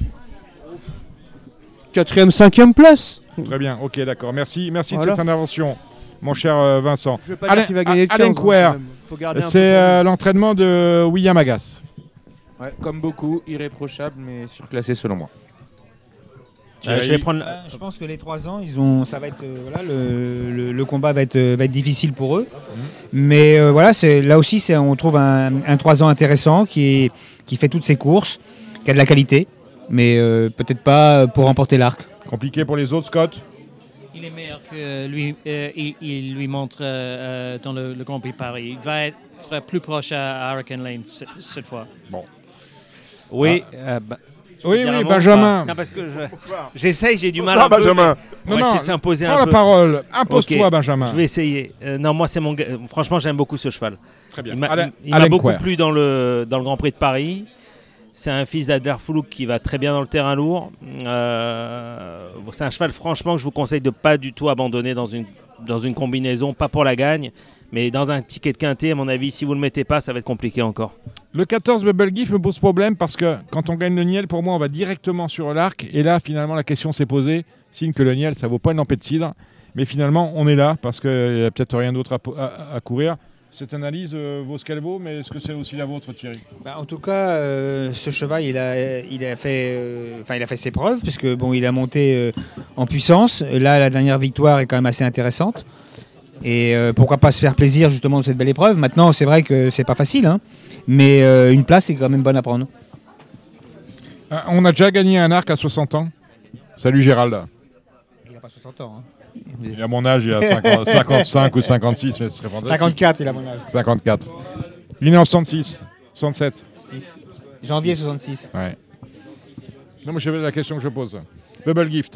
4e, 5e place.
Très bien, ok, d'accord. Merci de cette intervention, mon cher Vincent.
Je ne veux pas dire qu'il va gagner de 15.
Alain Couer, c'est l'entraînement de William Agas.
Ouais, comme beaucoup, irréprochable, mais surclassé selon moi.
Je vais prendre. Je pense que les 3 ans, ça va être le combat va être difficile pour eux. Mais là aussi, on trouve un 3 ans intéressant qui fait toutes ses courses, qui a de la qualité. mais peut-être pas pour remporter l'arc.
Compliqué pour les autres, Scott?
Il est meilleur que lui. Il lui montre dans le Grand Prix de Paris. Il va être plus proche à Hurricane Lane cette fois.
Bon.
Oui.
Oui, Benjamin.
Non, parce que j'essaye, j'ai du mal.
Bonsoir, Benjamin.
On va essayer de s'imposer un peu.
Prends la parole. Impose-toi, Benjamin.
Je vais essayer. Non, moi, c'est mon. Franchement, j'aime beaucoup ce cheval.
Très bien.
Il m'a beaucoup plu dans le Grand Prix de Paris. C'est un fils d'Adler Foulouk qui va très bien dans le terrain lourd. C'est un cheval, franchement, que je vous conseille de pas du tout abandonner dans une combinaison, pas pour la gagne, mais dans un ticket de quintet, à mon avis, si vous ne le mettez pas, ça va être compliqué encore.
Le 14 Bubble Gift me pose problème parce que quand on gagne le Niel, pour moi, on va directement sur l'arc. Et là, finalement, la question s'est posée. Signe que le Niel, ça vaut pas une lampée de cidre. Mais finalement, on est là parce qu'il n'y a peut-être rien d'autre à courir. Cette analyse vaut ce qu'elle vaut, mais est-ce que c'est aussi la vôtre, Thierry?
En tout cas, ce cheval, il a fait ses preuves, puisque bon, il a monté en puissance. Là, la dernière victoire est quand même assez intéressante. Et pourquoi pas se faire plaisir justement de cette belle épreuve. Maintenant, c'est vrai que c'est pas facile, hein, mais une place est quand même bonne à prendre.
On a déjà gagné un arc à 60 ans. Salut Gérald.
Il n'a pas 60 ans. Hein.
Il a mon âge, il a 55 ou 56, mais ce serait fantastique.
54, il a mon âge.
54. Il est né en 66, 67.
6. Janvier 66.
Ouais. Non, mais je la question que je pose. Bubble Gift.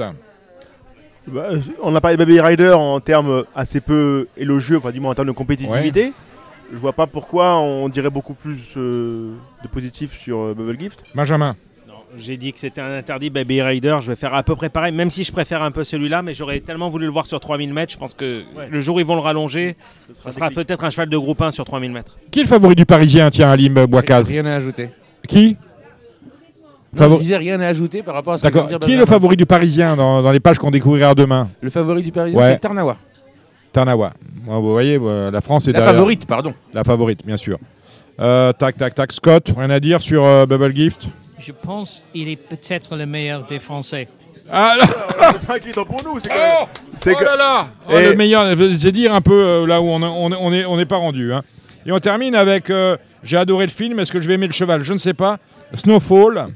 On a parlé de Baby Rider en termes assez peu élogieux, enfin du moins en termes de compétitivité.
Ouais.
Je vois pas pourquoi on dirait beaucoup plus de positif sur Bubble Gift.
Benjamin.
J'ai dit que c'était un interdit Baby Rider, je vais faire à peu près pareil, même si je préfère un peu celui-là, mais j'aurais tellement voulu le voir sur 3000 mètres, je pense que le jour où ils vont le rallonger, ça sera peut-être un cheval de groupe 1 sur 3000 mètres.
Qui est le favori du Parisien, tiens, Alim Bouakaz?
Rien à ajouter.
Qui?
Non, je disais rien à ajouter par rapport à ce que vient de dire
Qui est le favori du Parisien dans les pages qu'on découvrira demain?
Le favori du Parisien, c'est Tarnawa.
Tarnawa. Vous voyez, la France est
la
derrière.
Favorite, pardon.
La favorite, bien sûr. Tac. Scott, rien à dire sur Bubble Gift?
Je pense qu'il est peut-être le meilleur des Français.
Ah là
c'est inquiétant pour nous.
Là là le meilleur, c'est dire un peu là où on n'est pas rendu. Hein. Et on termine avec, j'ai adoré le film, est-ce que je vais aimer le cheval? Je ne sais pas. Snowfall,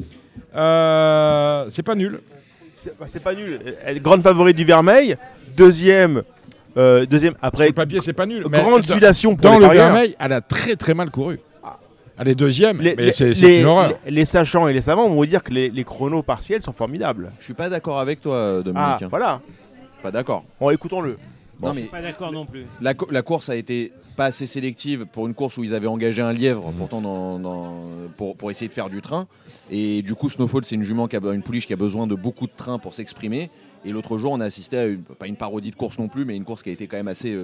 c'est pas nul.
C'est pas nul. Grande favorite du Vermeil. Deuxième après.
Sur le papier, c'est pas nul.
Grande sudation pour
dans
les
le Vermeil, elle a très très mal couru. Elle est deuxième, mais c'est une horreur.
Les sachants et les savants vont vous dire que les chronos partiels sont formidables.
Je suis pas d'accord avec toi, Dominique.
Ah, voilà.
Pas d'accord.
Bon, écoutons-le.
Bon,
je suis pas d'accord non plus.
La course a été pas assez sélective pour une course où ils avaient engagé un lièvre, pourtant pour essayer de faire du train. Et du coup, Snowfall, c'est une jument une pouliche qui a besoin de beaucoup de train pour s'exprimer. Et l'autre jour, on a assisté à pas une parodie de course non plus, mais une course qui a été quand même assez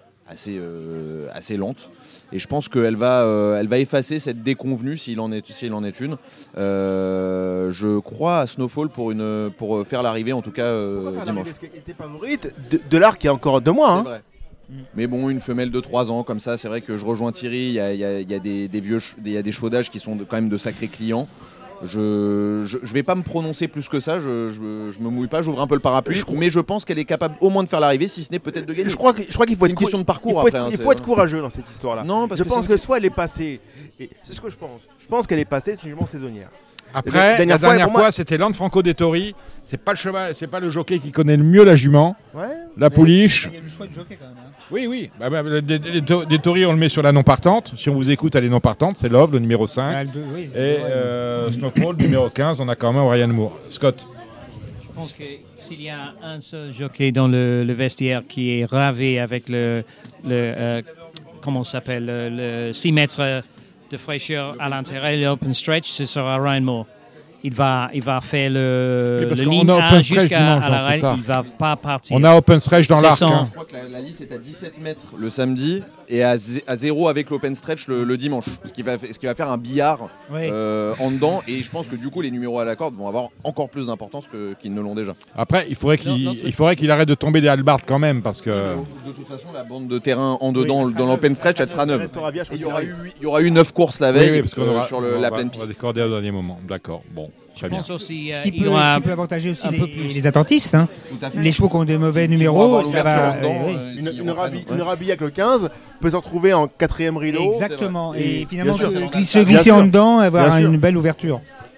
lente, et je pense qu'elle va effacer cette déconvenue s'il en est une. Je crois à Snowfall pour faire l'arrivée, en tout cas dimanche.
Parce qu'elle était favorite de l'arc il y a encore 2 mois.
C'est vrai. Mais bon, une femelle de 3 ans comme ça, c'est vrai que je rejoins Thierry. Il y a des chevaux d'âge qui sont quand même de sacrés clients. Je vais pas me prononcer plus que ça, je me mouille pas, j'ouvre un peu le parapluie, mais je pense qu'elle est capable au moins de faire l'arrivée, si ce n'est peut-être de gagner.
Je crois qu'il faut être
une question de parcours.
Il faut être courageux dans cette histoire-là.
Non, parce
je pense que soit elle est passée, et c'est ce que je pense. Je pense qu'elle est passée, c'est une jument saisonnière.
Après, la dernière fois, c'était Lanfranco Dettori. C'est pas le cheval, c'est pas le jockey qui connaît le mieux la jument. La pouliche.
Il y a le choix de jockey quand même. Hein.
Oui. Dettori, on le met sur la non partante. Si on vous écoute, elle est non partante. C'est Love, le numéro 5. Et Snowfall, numéro 15. On a quand même Ryan Moore. Scott.
Je pense que s'il y a un seul jockey dans le vestiaire qui est ravi avec comment ça s'appelle, le 6 mètres de fraîcheur à l'intérieur de l'open stretch, ce sera Ryan Moore. Il va faire le ligne 1 jusqu'à l'arrêt. Il ne va pas partir.
On a open stretch dans l'arc.
Je crois que la liste est à 17 mètres le samedi et à 0 avec l'open stretch le dimanche. Ce qui va faire un billard en dedans. Et je pense que du coup, les numéros à la corde vont avoir encore plus d'importance qu'ils ne l'ont déjà.
Après, il faudrait qu'il arrête de tomber des halbards quand même. Parce que...
De toute façon, la bande de terrain en dedans, dans l'open stretch, elle sera neuve. Il y aura eu 9 courses la veille sur la pleine piste.
On va discorder au dernier moment. D'accord. Bon.
Je pense aussi
ce qui peut avantager aussi les attentistes. Hein. Les chevaux qui ont des mauvais numéros.
Une rabille avec le 15 peut se retrouver en 4e rideau.
Exactement. Et finalement, se glisser en dedans et avoir une belle ouverture.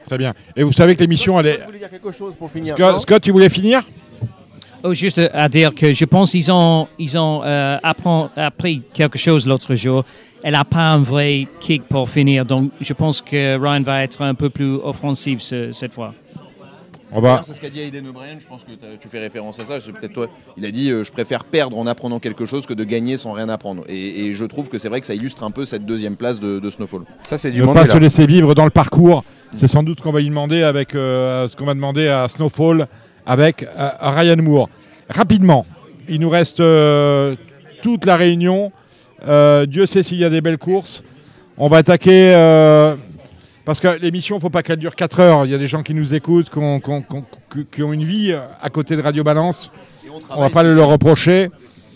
Très bien. Et vous savez que l'émission, elle est...
Vous voulez dire quelque chose pour finir?
Scott, tu voulais finir?
Oh, juste à dire que je pense qu'ils ont appris quelque chose l'autre jour. Elle n'a pas un vrai kick pour finir. Donc, je pense que Ryan va être un peu plus offensif cette fois.
C'est ce qu'a dit Aiden O'Brien, je pense que tu fais référence à ça, c'est peut-être toi. Il a dit je préfère perdre en apprenant quelque chose que de gagner sans rien apprendre. Et je trouve que c'est vrai que ça illustre un peu cette deuxième place de Snowfall.
Ça, c'est du
ne pas se laisser vivre dans le parcours. C'est sans doute ce qu'on va lui demander avec ce qu'on va demander à Snowfall avec Ryan Moore. Rapidement, il nous reste toute la réunion. Dieu sait s'il y a des belles courses. On va attaquer... parce que l'émission, il ne faut pas qu'elle dure 4 heures. Il y a des gens qui nous écoutent, qui ont une vie à côté de Radio Balance. On ne va pas le leur reprocher.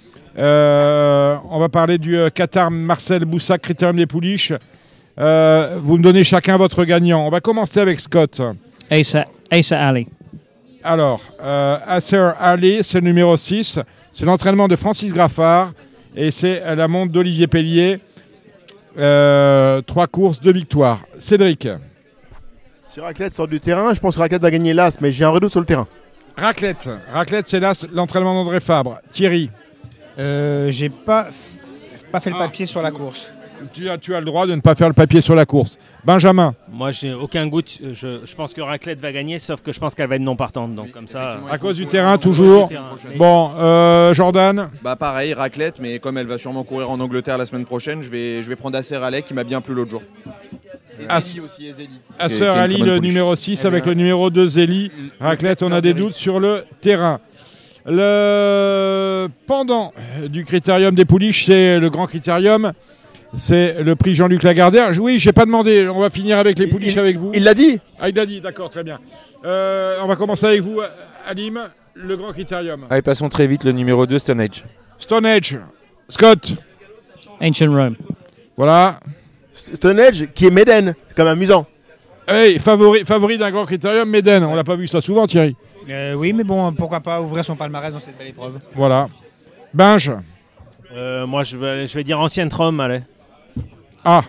On va parler du Qatar Marcel Boussac Critérium des Pouliches. Vous me donnez chacun votre gagnant. On va commencer avec Scott.
Asa Ali.
Alors, Asa Ali, c'est le numéro 6. C'est l'entraînement de Francis Graffard. Et c'est la montre d'Olivier Pellier. 3 courses, 2 victoires. Cédric.
Si Raclette sort du terrain, je pense que Raclette va gagner l'As, mais j'ai un redoute sur le terrain.
Raclette, c'est l'As, l'entraînement d'André Fabre. Thierry.
J'ai pas fait le papier sur la course.
Tu as le droit de ne pas faire le papier sur la course. Benjamin.
Moi, j'ai aucun goût. Je pense que Raclette va gagner, sauf que je pense qu'elle va être non partante. Donc comme ça.
À cause du terrain, toujours. Bon, Jordan.
Bah pareil, Raclette, mais comme elle va sûrement courir en Angleterre la semaine prochaine, je vais prendre Acer Ali qui m'a bien plu l'autre jour.
Acer Ali, le numéro 6 avec le numéro 2 Zélie. Raclette, on a des doutes sur le terrain. Le pendant du Critérium des Pouliches, c'est le Grand Critérium. C'est le prix Jean-Luc Lagardère. Oui, j'ai pas demandé. On va finir avec les pouliches avec vous.
Il l'a dit.
Ah, il l'a dit. D'accord, très bien. On va commencer avec vous, Alim, le Grand Critérium.
Allez, passons très vite. Le numéro 2, Stone Age.
Stone Age. Scott.
Ancient Rome.
Voilà.
Stone Age qui est Méden. C'est quand même amusant.
Hey, favori d'un Grand Critérium, Méden. On l'a pas vu ça souvent, Thierry.
Oui, mais bon, pourquoi pas ouvrir son palmarès dans cette belle épreuve.
Voilà. Binge.
Moi, je vais dire Ancienne Rome, allez.
Ah,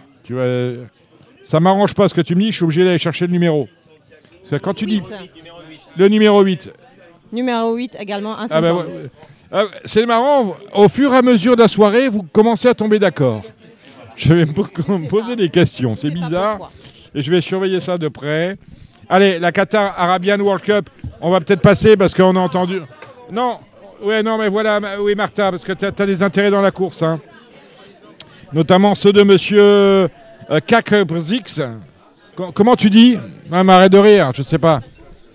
ça m'arrange pas ce que tu me dis, je suis obligé d'aller chercher le numéro. Parce que quand tu dis le numéro 8.
Numéro 8 également, un seul
c'est marrant, au fur et à mesure de la soirée, vous commencez à tomber d'accord. Je vais me poser des questions, c'est bizarre. Et je vais surveiller ça de près. Allez, la Qatar Arabian World Cup, on va peut-être passer parce qu'on a entendu... Non, mais voilà, oui Martha, parce que tu as des intérêts dans la course, hein. Notamment ceux de monsieur Kakbrzix. Comment tu dis? Arrête de rire, je sais pas.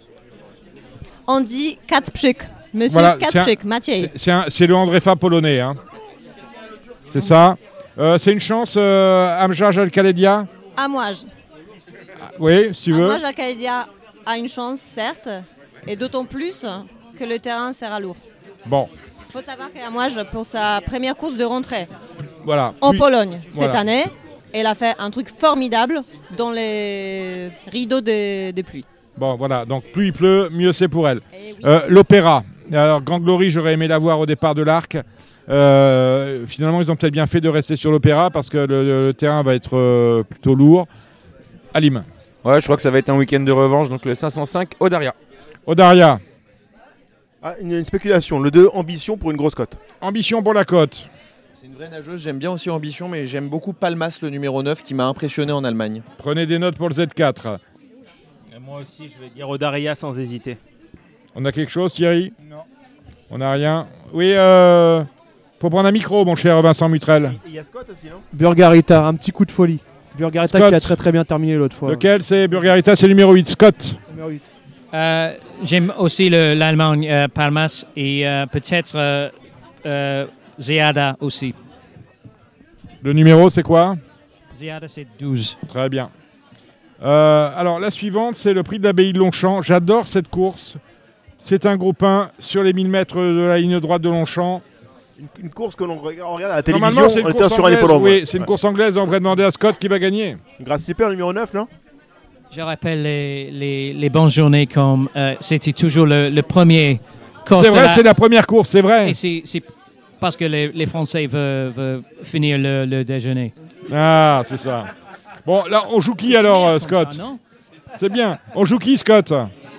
On dit Kacprzyk. Monsieur voilà, Kacprzyk, Maciej.
C'est le André Fabre polonais. Hein. C'est ça. C'est une chance, Amjad Al-Khaledia?
Amouage.
Oui, si tu veux.
Amouage Al-Khaledia a une chance, certes, et d'autant plus que le terrain sera lourd.
Bon.
Il faut savoir qu'Amouage, pour sa première course de rentrée
en
Pologne cette année, elle a fait un truc formidable dans les rideaux des pluies.
Bon, voilà, donc plus il pleut, mieux c'est pour elle. L'Opéra. Alors, Grand Glory, j'aurais aimé la voir au départ de l'Arc. Finalement, ils ont peut-être bien fait de rester sur l'Opéra parce que le terrain va être plutôt lourd. Alim.
Ouais, je crois que ça va être un week-end de revanche, donc le 505, Odaria.
Odaria.
Ah, une spéculation, le 2, Ambition pour une grosse cote.
Ambition pour la cote.
C'est une vraie nageuse, j'aime bien aussi Ambition, mais j'aime beaucoup Palmas, le numéro 9, qui m'a impressionné en Allemagne.
Prenez des notes pour le Z4.
Et moi aussi, je vais dire Odaria sans hésiter.
On a quelque chose, Thierry? Non. On n'a rien. Oui, faut prendre un micro, mon cher Vincent Mutrel.
Il y a Scott aussi, non? Burgarita, un petit coup de folie. Burgarita Scott, qui a très très bien terminé l'autre fois.
Lequel c'est Burgarita? C'est le numéro 8. Scott.
Numéro 8.
J'aime aussi l'Allemagne, Palmas, et peut-être Ziada aussi.
Le numéro, c'est quoi?
Ziada, c'est 12.
Très bien. Alors, la suivante, c'est le prix de l'abbaye de Longchamp. J'adore cette course. C'est un groupe 1 sur les 1000 mètres de la ligne droite de Longchamp.
Une course que l'on regarde à la télévision.
Normalement, c'est une course anglaise. Oui, c'est une course anglaise. On devrait demander à Scott qui va gagner.
Grace Slipper, numéro 9, non?
Je rappelle les bonnes journées comme c'était toujours le premier course.
C'est vrai, c'est la première course, c'est vrai.
Et c'est parce que les Français veulent finir le déjeuner.
Ah, c'est ça. Bon, là, on joue qui alors, Scott? C'est bien. On joue qui, Scott?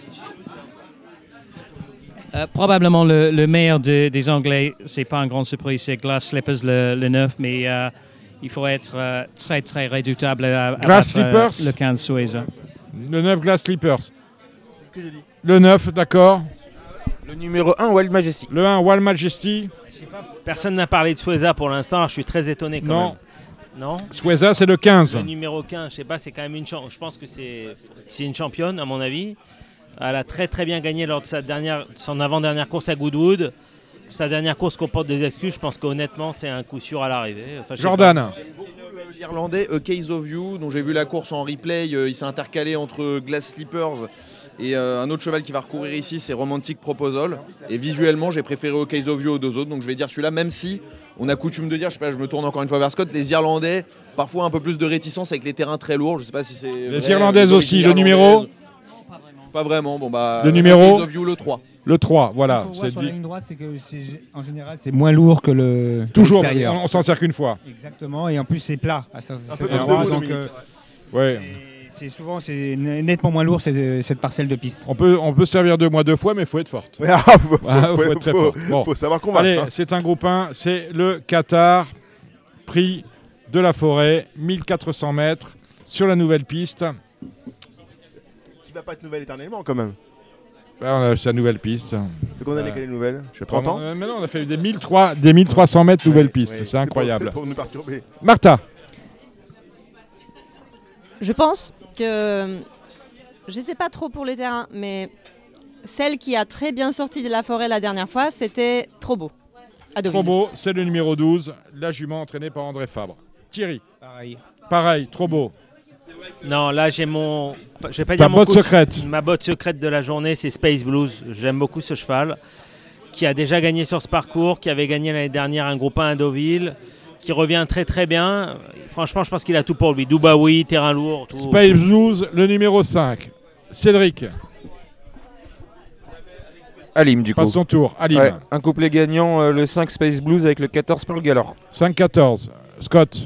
Probablement le meilleur des Anglais. C'est pas une grande surprise, c'est Glass Slippers, le 9, mais il faut être très très redoutable à
Glass Slippers,
le 15 Sueza.
Le 9 Glass Slippers. C'est ce que j'ai dit. Le 9, d'accord.
Le numéro 1, Wild Majesty.
Le 1, Wild Majesty.
Personne n'a parlé de Sueza pour l'instant, alors je suis très étonné quand même. Non.
Sueza, c'est le 15.
Le numéro 15, je sais pas, c'est quand même une je pense que c'est une championne à mon avis. Elle a très très bien gagné lors de son avant-dernière course à Goodwood. Sa dernière course comporte des excuses. Je pense qu'honnêtement, c'est un coup sûr à l'arrivée. Enfin,
Jordan.
L'Irlandais A Case of You, dont j'ai vu la course en replay. Il s'est intercalé entre Glass Slippers et un autre cheval qui va recourir ici, c'est Romantic Proposal. Et visuellement, j'ai préféré A Case of You aux deux autres. Donc je vais dire celui-là, même si on a coutume de dire, je sais pas, je me tourne encore une fois vers Scott, les Irlandais, parfois un peu plus de réticence avec les terrains très lourds. Je sais pas si c'est.
Les Irlandaises aussi, le numéro.
Pas vraiment. Bon, bah,
le numéro
Case of You, le 3.
Le 3, voilà.
Ce qu'on voit sur la ligne droite, c'est que en général, c'est moins lourd que le
toujours,
l'extérieur.
On s'en sert qu'une fois.
Exactement, et en plus, c'est plat.
Donc, ouais.
C'est souvent nettement moins lourd cette parcelle de piste.
On peut servir de moi 2 fois, mais il faut être forte.
Ouais, faut être très fort. Bon. Faut savoir combattre.
Allez, c'est un groupe 1, c'est le Qatar, prix de la forêt, 1400 mètres sur la nouvelle piste.
Qui va pas être nouvelle éternellement quand même.
C'est la nouvelle piste.
C'est qu'on a quelle nouvelle? J'ai 30 ans.
Maintenant, on a fait des 1300 mètres nouvelle piste. C'est incroyable.
C'est pour nous perturber.
Martha.
Je pense que, je ne sais pas trop pour les terrains, mais celle qui a très bien sorti de la forêt la dernière fois, c'était Trop Beau.
Trop Beau, c'est le numéro 12, la jument entraînée par André Fabre. Thierry. Pareil, Trop Beau.
Non, là j'ai mon. Je vais pas
Ta
dire
botte secrète.
Ma botte secrète de la journée, c'est Space Blues. J'aime beaucoup ce cheval, qui a déjà gagné sur ce parcours, qui avait gagné l'année dernière un groupe 1 à Deauville, qui revient très très bien. Franchement, je pense qu'il a tout pour lui. Dubaoui, terrain lourd. Tout.
Space Blues, le numéro 5. Cédric.
Alim, du coup.
Passe son tour. Alim.
Ouais, un couplet gagnant, le 5 Space Blues avec le 14 Pearl Galore.
5-14. Scott.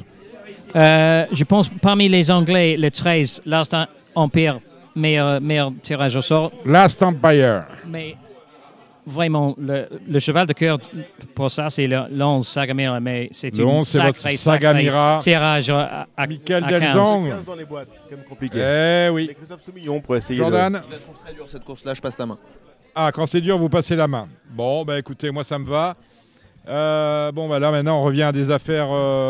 Je pense parmi les Anglais, le 13, Last Empire, meilleur tirage au sort.
Last Empire.
Mais vraiment, le cheval de cœur pour ça, c'est le 11 Sagamira. Mais c'est une sacrée tirage à
Michael
15.
Delzong.
15 dans les boîtes, c'est quand même compliqué.
Eh oui.
Avec Christophe Soumillon pour essayer
Jordan.
Je la trouve très dure cette course-là, je passe la main.
Ah, quand c'est dur, vous passez la main. Bon, bah écoutez, moi ça me va. Bon, bah là maintenant, on revient à des affaires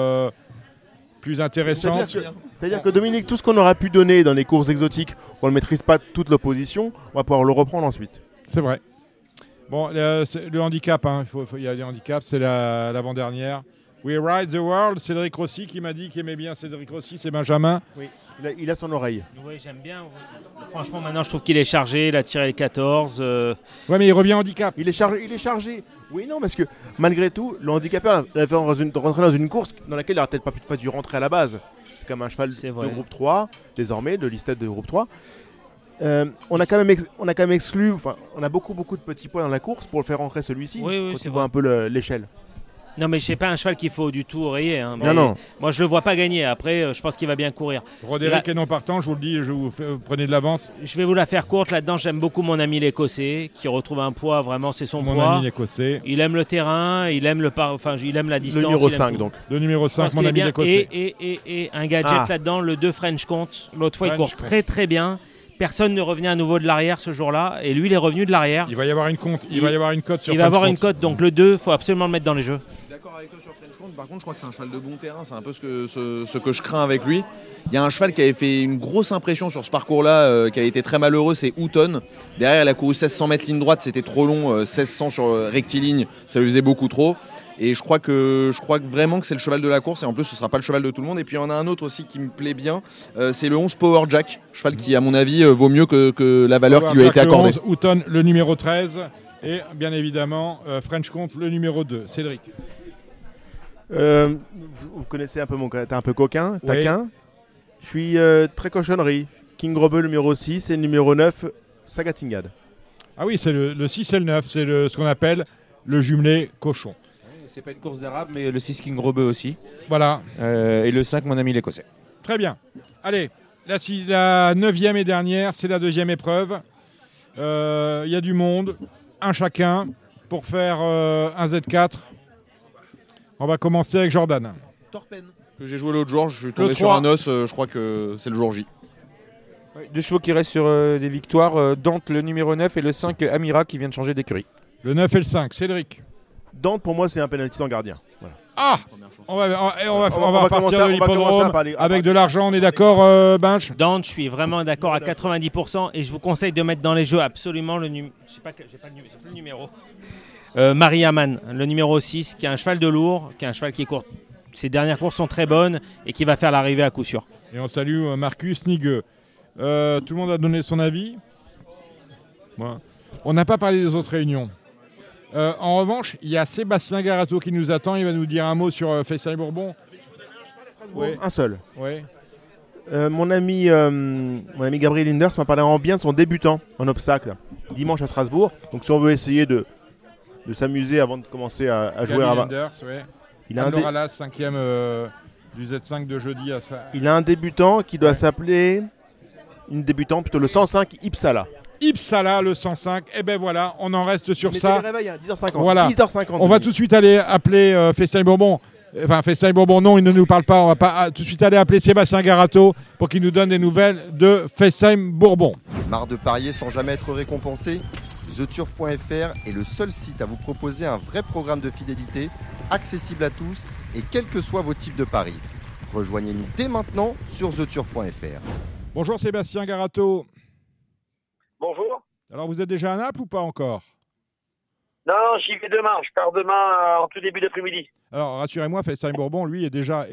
plus intéressantes.
C'est-à-dire que Dominique, tout ce qu'on aura pu donner dans les courses exotiques, on ne maîtrise pas toute l'opposition, on va pouvoir le reprendre ensuite.
C'est vrai. Bon, le handicap, hein, il y a des handicaps, c'est l'avant-dernière. We Ride the World, Cédric Rossi qui m'a dit qu'il aimait bien Cédric Rossi, c'est Benjamin.
Oui, il a son oreille.
Oui, j'aime bien. Franchement, maintenant, je trouve qu'il est chargé, il a tiré les 14.
Ouais, mais il revient handicap.
Il est chargé. Oui, non, parce que malgré tout, le handicapé, il a fait rentrer dans une course dans laquelle il n'aurait peut-être pas dû rentrer à la base. C'est comme un cheval de groupe 3, désormais, de listed de groupe 3. On a quand même exclu, enfin, on a beaucoup de petits points dans la course pour le faire rentrer celui-ci.
Oui,
quand tu vois un peu l'échelle.
Non, mais c'est pas un cheval qu'il faut du tout rayer. Hein,
non.
Moi, je le vois pas gagner. Après, je pense qu'il va bien courir.
Roderick est non partant, je vous le dis, vous prenez de l'avance.
Je vais vous la faire courte là-dedans. J'aime beaucoup mon ami l'Écossais, qui retrouve un poids, vraiment, c'est son poids.
Mon ami l'Écossais.
Il aime le terrain, il aime il aime la distance.
Le numéro 5, donc.
Le numéro 5, mon ami l'Écossais.
Et un gadget là-dedans, le 2 French Comte. L'autre fois, il court très très bien. Personne ne revenait à nouveau de l'arrière ce jour-là, et lui, il est revenu de l'arrière.
Il va y avoir une cote. Il va y avoir une cote sur.
Il va y avoir une cote, donc le 2, il faut absolument le mettre dans les jeux.
Je suis d'accord avec toi sur French Comte. Par contre, je crois que c'est un cheval de bon terrain. C'est un peu ce que je crains avec lui. Il y a un cheval qui avait fait une grosse impression sur ce parcours-là, qui avait été très malheureux, c'est Houghton. Derrière, il a couru 1600 mètres ligne droite, c'était trop long. 1600 sur rectiligne, ça lui faisait beaucoup trop. Et je crois vraiment que c'est le cheval de la course. Et en plus, ce ne sera pas le cheval de tout le monde. Et puis, il y en a un autre aussi qui me plaît bien. C'est le 11 Power Jack. Cheval qui, à mon avis, vaut mieux que la valeur qui lui a été accordée.
Le 11, Houghton, le numéro 13. Et bien évidemment, French Comte, le numéro 2. Cédric.
Vous connaissez un peu mon caractère un peu coquin, taquin. Je suis très cochonnerie. King Grobeux, le numéro 6. Et le numéro 9, Sagatingad.
Ah oui, c'est le 6 et le 9. C'est ce qu'on appelle le jumelé cochon.
C'est pas une course d'arabe, mais le 6 King Grobeux aussi.
Voilà.
Et le 5, mon ami l'Écossais.
Très bien. Allez, la 9e et dernière, c'est la deuxième épreuve. Il y a du monde, un chacun, pour faire un Z4. On va commencer avec Jordan.
Torpen, que j'ai joué l'autre jour, je suis tombé sur un os, je crois que c'est le jour J.
Ouais, 2 chevaux qui restent sur des victoires, Dante le numéro 9 et le 5 Amira qui vient de changer d'écurie.
Le 9 et le 5, Cédric.
Dante pour moi c'est un penalty sans gardien. Voilà.
Ah, on va partir de l'hippodrome avec de l'argent, on est d'accord, Binche?
Dante, je suis vraiment d'accord à 90% et je vous conseille de mettre dans les jeux absolument le numéro. Je sais pas, j'ai plus le numéro. Mariaman, le numéro 6, qui est un cheval de lourd, qui est un cheval qui est court. Ses dernières courses sont très bonnes et qui va faire l'arrivée à coup sûr.
Et on salue Marcus Nigueux. Tout le monde a donné son avis. Voilà. On n'a pas parlé des autres réunions. En revanche, il y a Sébastien Garato qui nous attend. Il va nous dire un mot sur FaceTime Bourbon.
Oui. Un seul.
Oui.
Mon ami Gabriel Linders m'a parlé en bien de son débutant en obstacle dimanche à Strasbourg. Donc si on veut essayer de s'amuser avant de commencer à jouer à
Linders, ouais. Il a un 5e du Z5 de jeudi à ça.
Il a un débutant qui doit s'appeler une débutante plutôt le 105 Ipsala.
Ipsala, le 105. Et ben voilà, on en reste sur ça.
Le réveil, hein, 10h50.
Voilà.
10h50.
On va tout de suite aller appeler FaceTime Bourbon. Enfin, FaceTime Bourbon, non, il ne nous parle pas. On va pas tout de suite aller appeler Sébastien Garato pour qu'il nous donne des nouvelles de FaceTime Bourbon.
Marre de parier sans jamais être récompensé? TheTurf.fr est le seul site à vous proposer un vrai programme de fidélité, accessible à tous et quels que soient vos types de paris. Rejoignez-nous dès maintenant sur TheTurf.fr.
Bonjour Sébastien Garato.
Bonjour.
Alors vous êtes déjà à Naples ou pas encore?
Non, j'y vais demain. Je pars demain en tout début d'après-midi.
Alors rassurez-moi, FaceTime Bourbon, lui, est déjà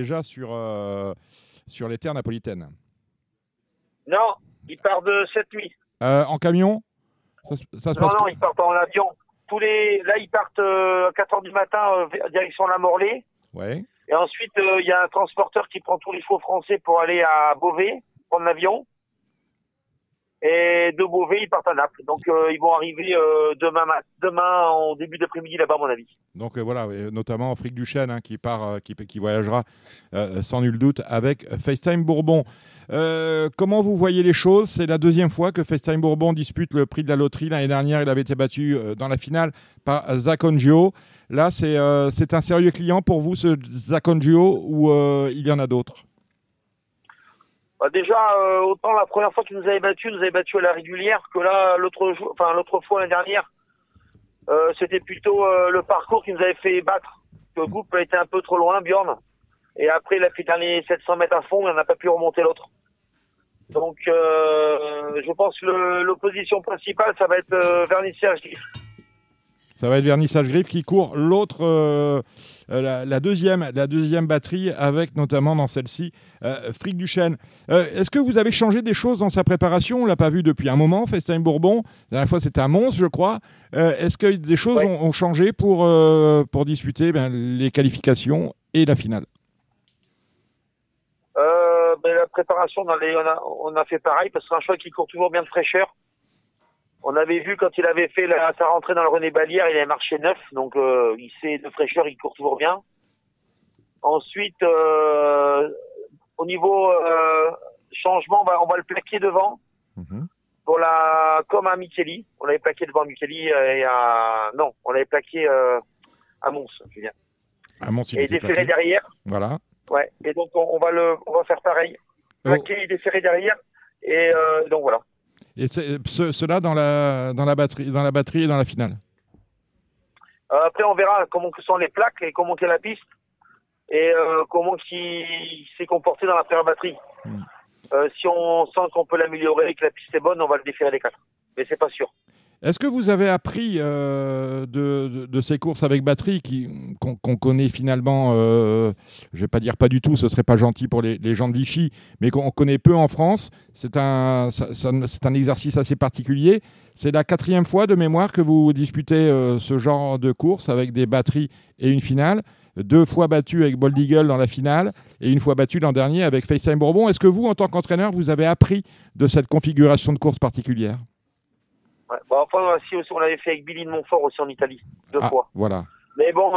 sur les terres napolitaines.
Non, il part de cette nuit.
En camion? Ça se passe
Non, ils partent en avion. Là, ils partent à 4h du matin direction la Morlaix.
Ouais.
Et ensuite, il y a un transporteur qui prend tous les chevaux français pour aller à Beauvais, prendre l'avion. Et de Beauvais, ils partent à Naples. Donc, ils vont arriver demain en début d'après-midi là-bas, à mon avis.
Donc voilà, notamment Frick Duchesne qui voyagera sans nul doute avec FaceTime Bourbon. Comment vous voyez les choses? C'est la deuxième fois que FaceTime Bourbon dispute le prix de la loterie. L'année dernière, il avait été battu dans la finale par Zacongio. Là, c'est un sérieux client pour vous, ce Zacongio, ou il y en a d'autres?
Déjà, autant la première fois qu'il nous avait battu à la régulière, que là, l'autre fois, l'année dernière, c'était plutôt le parcours qui nous avait fait battre. Le groupe a été un peu trop loin, Bjorn. Et après, il a fait dernier 700 mètres à fond, il n'a pas pu remonter l'autre. Donc, je pense que l'opposition principale, ça va être Vernissage Griffe.
Ça va être Vernissage Griffe qui court l'autre, la deuxième batterie, avec notamment dans celle-ci Frick Duchesne. Est-ce que vous avez changé des choses dans sa préparation? On ne l'a pas vu depuis un moment, FaceTime Bourbon. La dernière fois, c'était à Mons, je crois. Est-ce que des choses ont changé pour disputer les qualifications et la finale?
La préparation, on a fait pareil, parce que c'est un cheval qui court toujours bien de fraîcheur. On avait vu quand il avait fait sa rentrée dans le René Balière, il avait marché 9, donc il sait de fraîcheur, il court toujours bien. Ensuite, au niveau changement, on va le plaquer devant. Comme à Micheli. On l'avait plaqué devant Micheli non, on l'avait plaqué à Mons, je veux dire.
À Mons, il
et
était
déféré
plaqué.
derrière.
Voilà.
Ouais. Et donc on va faire pareil. Plaquer et déférer derrière. Et donc voilà.
Et cela dans la batterie et dans la finale.
Après, on verra comment sont les plaques et comment est la piste et comment il s'est comporté dans la première batterie. Si on sent qu'on peut l'améliorer et que la piste est bonne, on va le déférer les 4. Mais c'est pas sûr.
Est-ce que vous avez appris de ces courses avec batterie qu'on connaît finalement, je ne vais pas dire pas du tout, ce ne serait pas gentil pour les gens de Vichy, mais qu'on connaît peu en France? C'est un exercice assez particulier. C'est la 4e fois de mémoire que vous disputez ce genre de course avec des batteries et une finale. 2 fois battu avec Bold Eagle dans la finale et 1 fois battu l'an dernier avec FaceTime Bourbon. Est-ce que vous, en tant qu'entraîneur, vous avez appris de cette configuration de course particulière?
Ouais. Enfin, si aussi, on l'avait fait avec Billy de Montfort aussi en Italie, 2 fois.
Voilà.
Mais bon,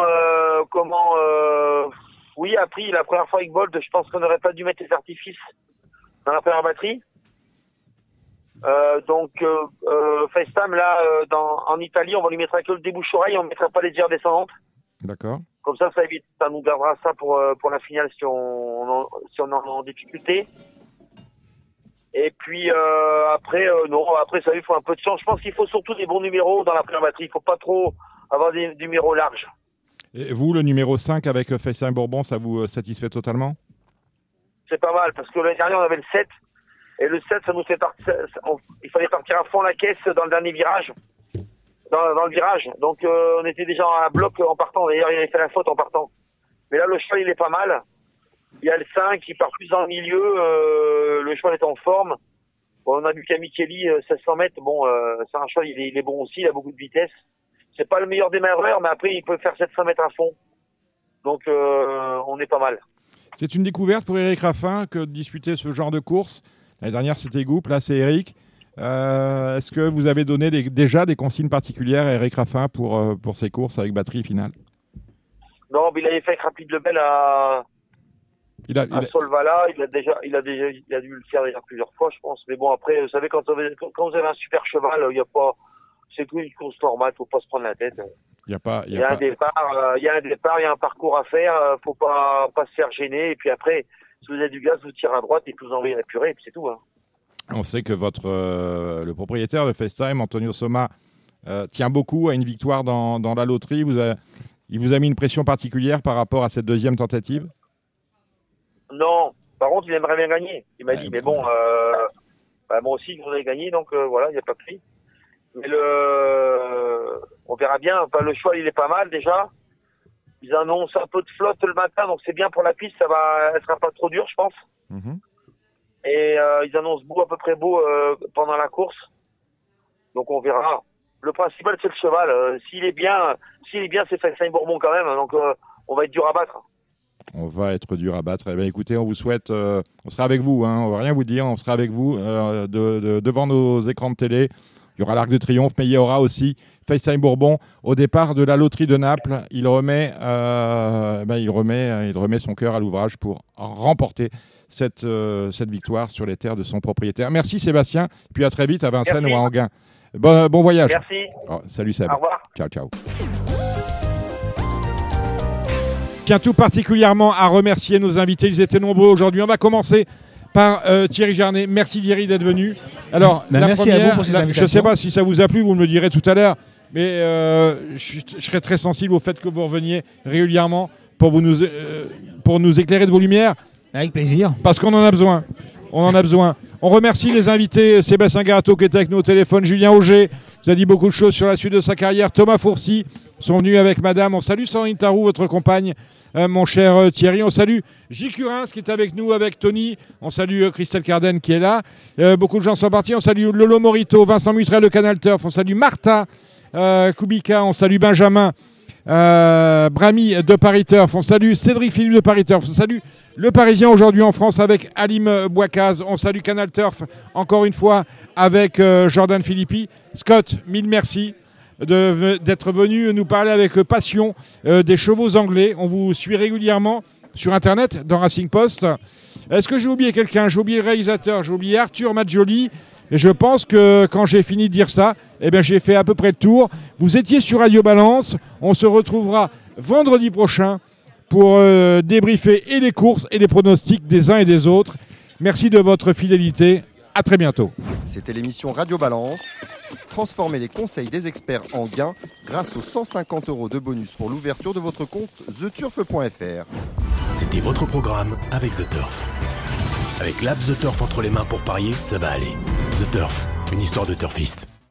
oui, appris la première fois avec Bold, je pense qu'on n'aurait pas dû mettre les artifices dans la première batterie. FaceTime, là, en Italie, on va lui mettre que le débouche-oreille, on ne mettra pas les tirs descendantes.
D'accord.
Comme ça évite, ça nous gardera ça pour la finale si on est en difficulté. Et puis après, ça il faut un peu de chance. Je pense qu'il faut surtout des bons numéros dans la première batterie. Il ne faut pas trop avoir des numéros larges.
Et vous, le numéro 5 avec FaceTime Bourbon, ça vous satisfait totalement?
C'est pas mal, parce que l'année dernière, on avait le 7. Et le 7, ça nous fait partir. Il fallait partir à fond la caisse dans le dernier virage. Dans le virage. Donc, on était déjà à bloc en partant. D'ailleurs, il avait fait la faute en partant. Mais là, le cheval, il est pas mal. Il y a le 5 qui part plus dans le milieu. Le cheval est en forme. Bon, on a vu Micheli, 1600 mètres. Bon, c'est un cheval, il est bon aussi. Il a beaucoup de vitesse. C'est pas le meilleur démarreur, mais après, il peut faire 700 mètres à fond. Donc, on est pas mal.
C'est une découverte pour Eric Raffin que de disputer ce genre de course. L'année dernière, c'était Goup. Là, c'est Eric. Est-ce que vous avez donné déjà des consignes particulières à Eric Raffin pour ces courses avec batterie finale?
Non, mais il avait fait avec Rapide Lebel à Solvala. Il a dû le faire déjà plusieurs fois, je pense. Mais bon, après, vous savez, quand vous avez un super cheval, il n'y a pas. C'est une course normale, faut pas se prendre la tête. Il y a un départ, il y a un parcours à faire. Faut pas se faire gêner. Et puis après, si vous avez du gaz, vous tirez à droite et puis vous envoyez la purée, et puis c'est tout. Hein.
On sait que le propriétaire de FaceTime, Antonio Soma, tient beaucoup à une victoire dans la loterie. Il vous a mis une pression particulière par rapport à cette deuxième tentative?
Non. Par contre, il aimerait bien gagner. Il m'a dit, mais bon, moi aussi, je voudrais gagner, donc voilà, il n'y a pas de prix. Mais on verra bien. Enfin, le cheval, il est pas mal déjà. Ils annoncent un peu de flotte le matin, donc c'est bien pour la piste. Elle sera pas trop dure, je pense. Mm-hmm. Et ils annoncent à peu près beau pendant la course. Donc on verra. Le principal, c'est le cheval. S'il est bien, c'est FaceTime Bourbon quand même. Donc on va être dur à battre.
On va être dur à battre. Eh bien, écoutez, on vous souhaite... on sera avec vous, hein, on ne va rien vous dire. On sera avec vous devant nos écrans de télé. Il y aura l'Arc de Triomphe, mais il y aura aussi FaceTime Bourbon. Au départ de la loterie de Naples, il remet son cœur à l'ouvrage pour remporter cette victoire sur les terres de son propriétaire. Merci Sébastien, puis à très vite à Vincennes ou à Enghien. Bon voyage.
Merci.
Salut Seb.
Au revoir.
Ciao. Je tiens tout particulièrement à remercier nos invités. Ils étaient nombreux aujourd'hui. On va commencer par Thierry Jarnet. Merci Thierry d'être venu. Alors,
merci
première,
à vous pour cette invitation.
Je ne sais pas si ça vous a plu, vous me le direz tout à l'heure, mais je serais très sensible au fait que vous reveniez régulièrement pour nous éclairer de vos lumières.
Avec plaisir.
Parce qu'on en a besoin. On remercie les invités, Sébastien Garato qui était avec nous au téléphone, Julien Auger, vous a dit beaucoup de choses sur la suite de sa carrière, Thomas Fourcy, sont venus avec madame. On salue Sandrine Tarou, votre compagne, mon cher Thierry. On salue Gilles Curins qui est avec nous, avec Tony. On salue Christelle Carden qui est là. Beaucoup de gens sont partis. On salue Lolo Morito, Vincent Mutrel de Canal Turf. On salue Martha Kubica. On salue Benjamin Brami de Paris Turf. On salue Cédric Philippe de Paris Turf. On salue Le Parisien aujourd'hui en France avec Alim Bouakaz. On salue Canal Turf encore une fois avec Jordan Philippi. Scott, mille merci d'être venu nous parler avec passion des chevaux anglais. On vous suit régulièrement sur Internet, dans Racing Post. Est-ce que j'ai oublié quelqu'un? J'ai oublié le réalisateur, j'ai oublié Arthur Maggioli. Et je pense que quand j'ai fini de dire ça, j'ai fait à peu près le tour. Vous étiez sur Radio Balance. On se retrouvera vendredi prochain pour débriefer et les courses et les pronostics des uns et des autres. Merci de votre fidélité. À très bientôt.
C'était l'émission Radio Balance. Transformez les conseils des experts en gains grâce aux 150 € de bonus pour l'ouverture de votre compte theturf.fr.
C'était votre programme avec The Turf. Avec l'app The Turf entre les mains pour parier, ça va aller. The Turf, une histoire de turfiste.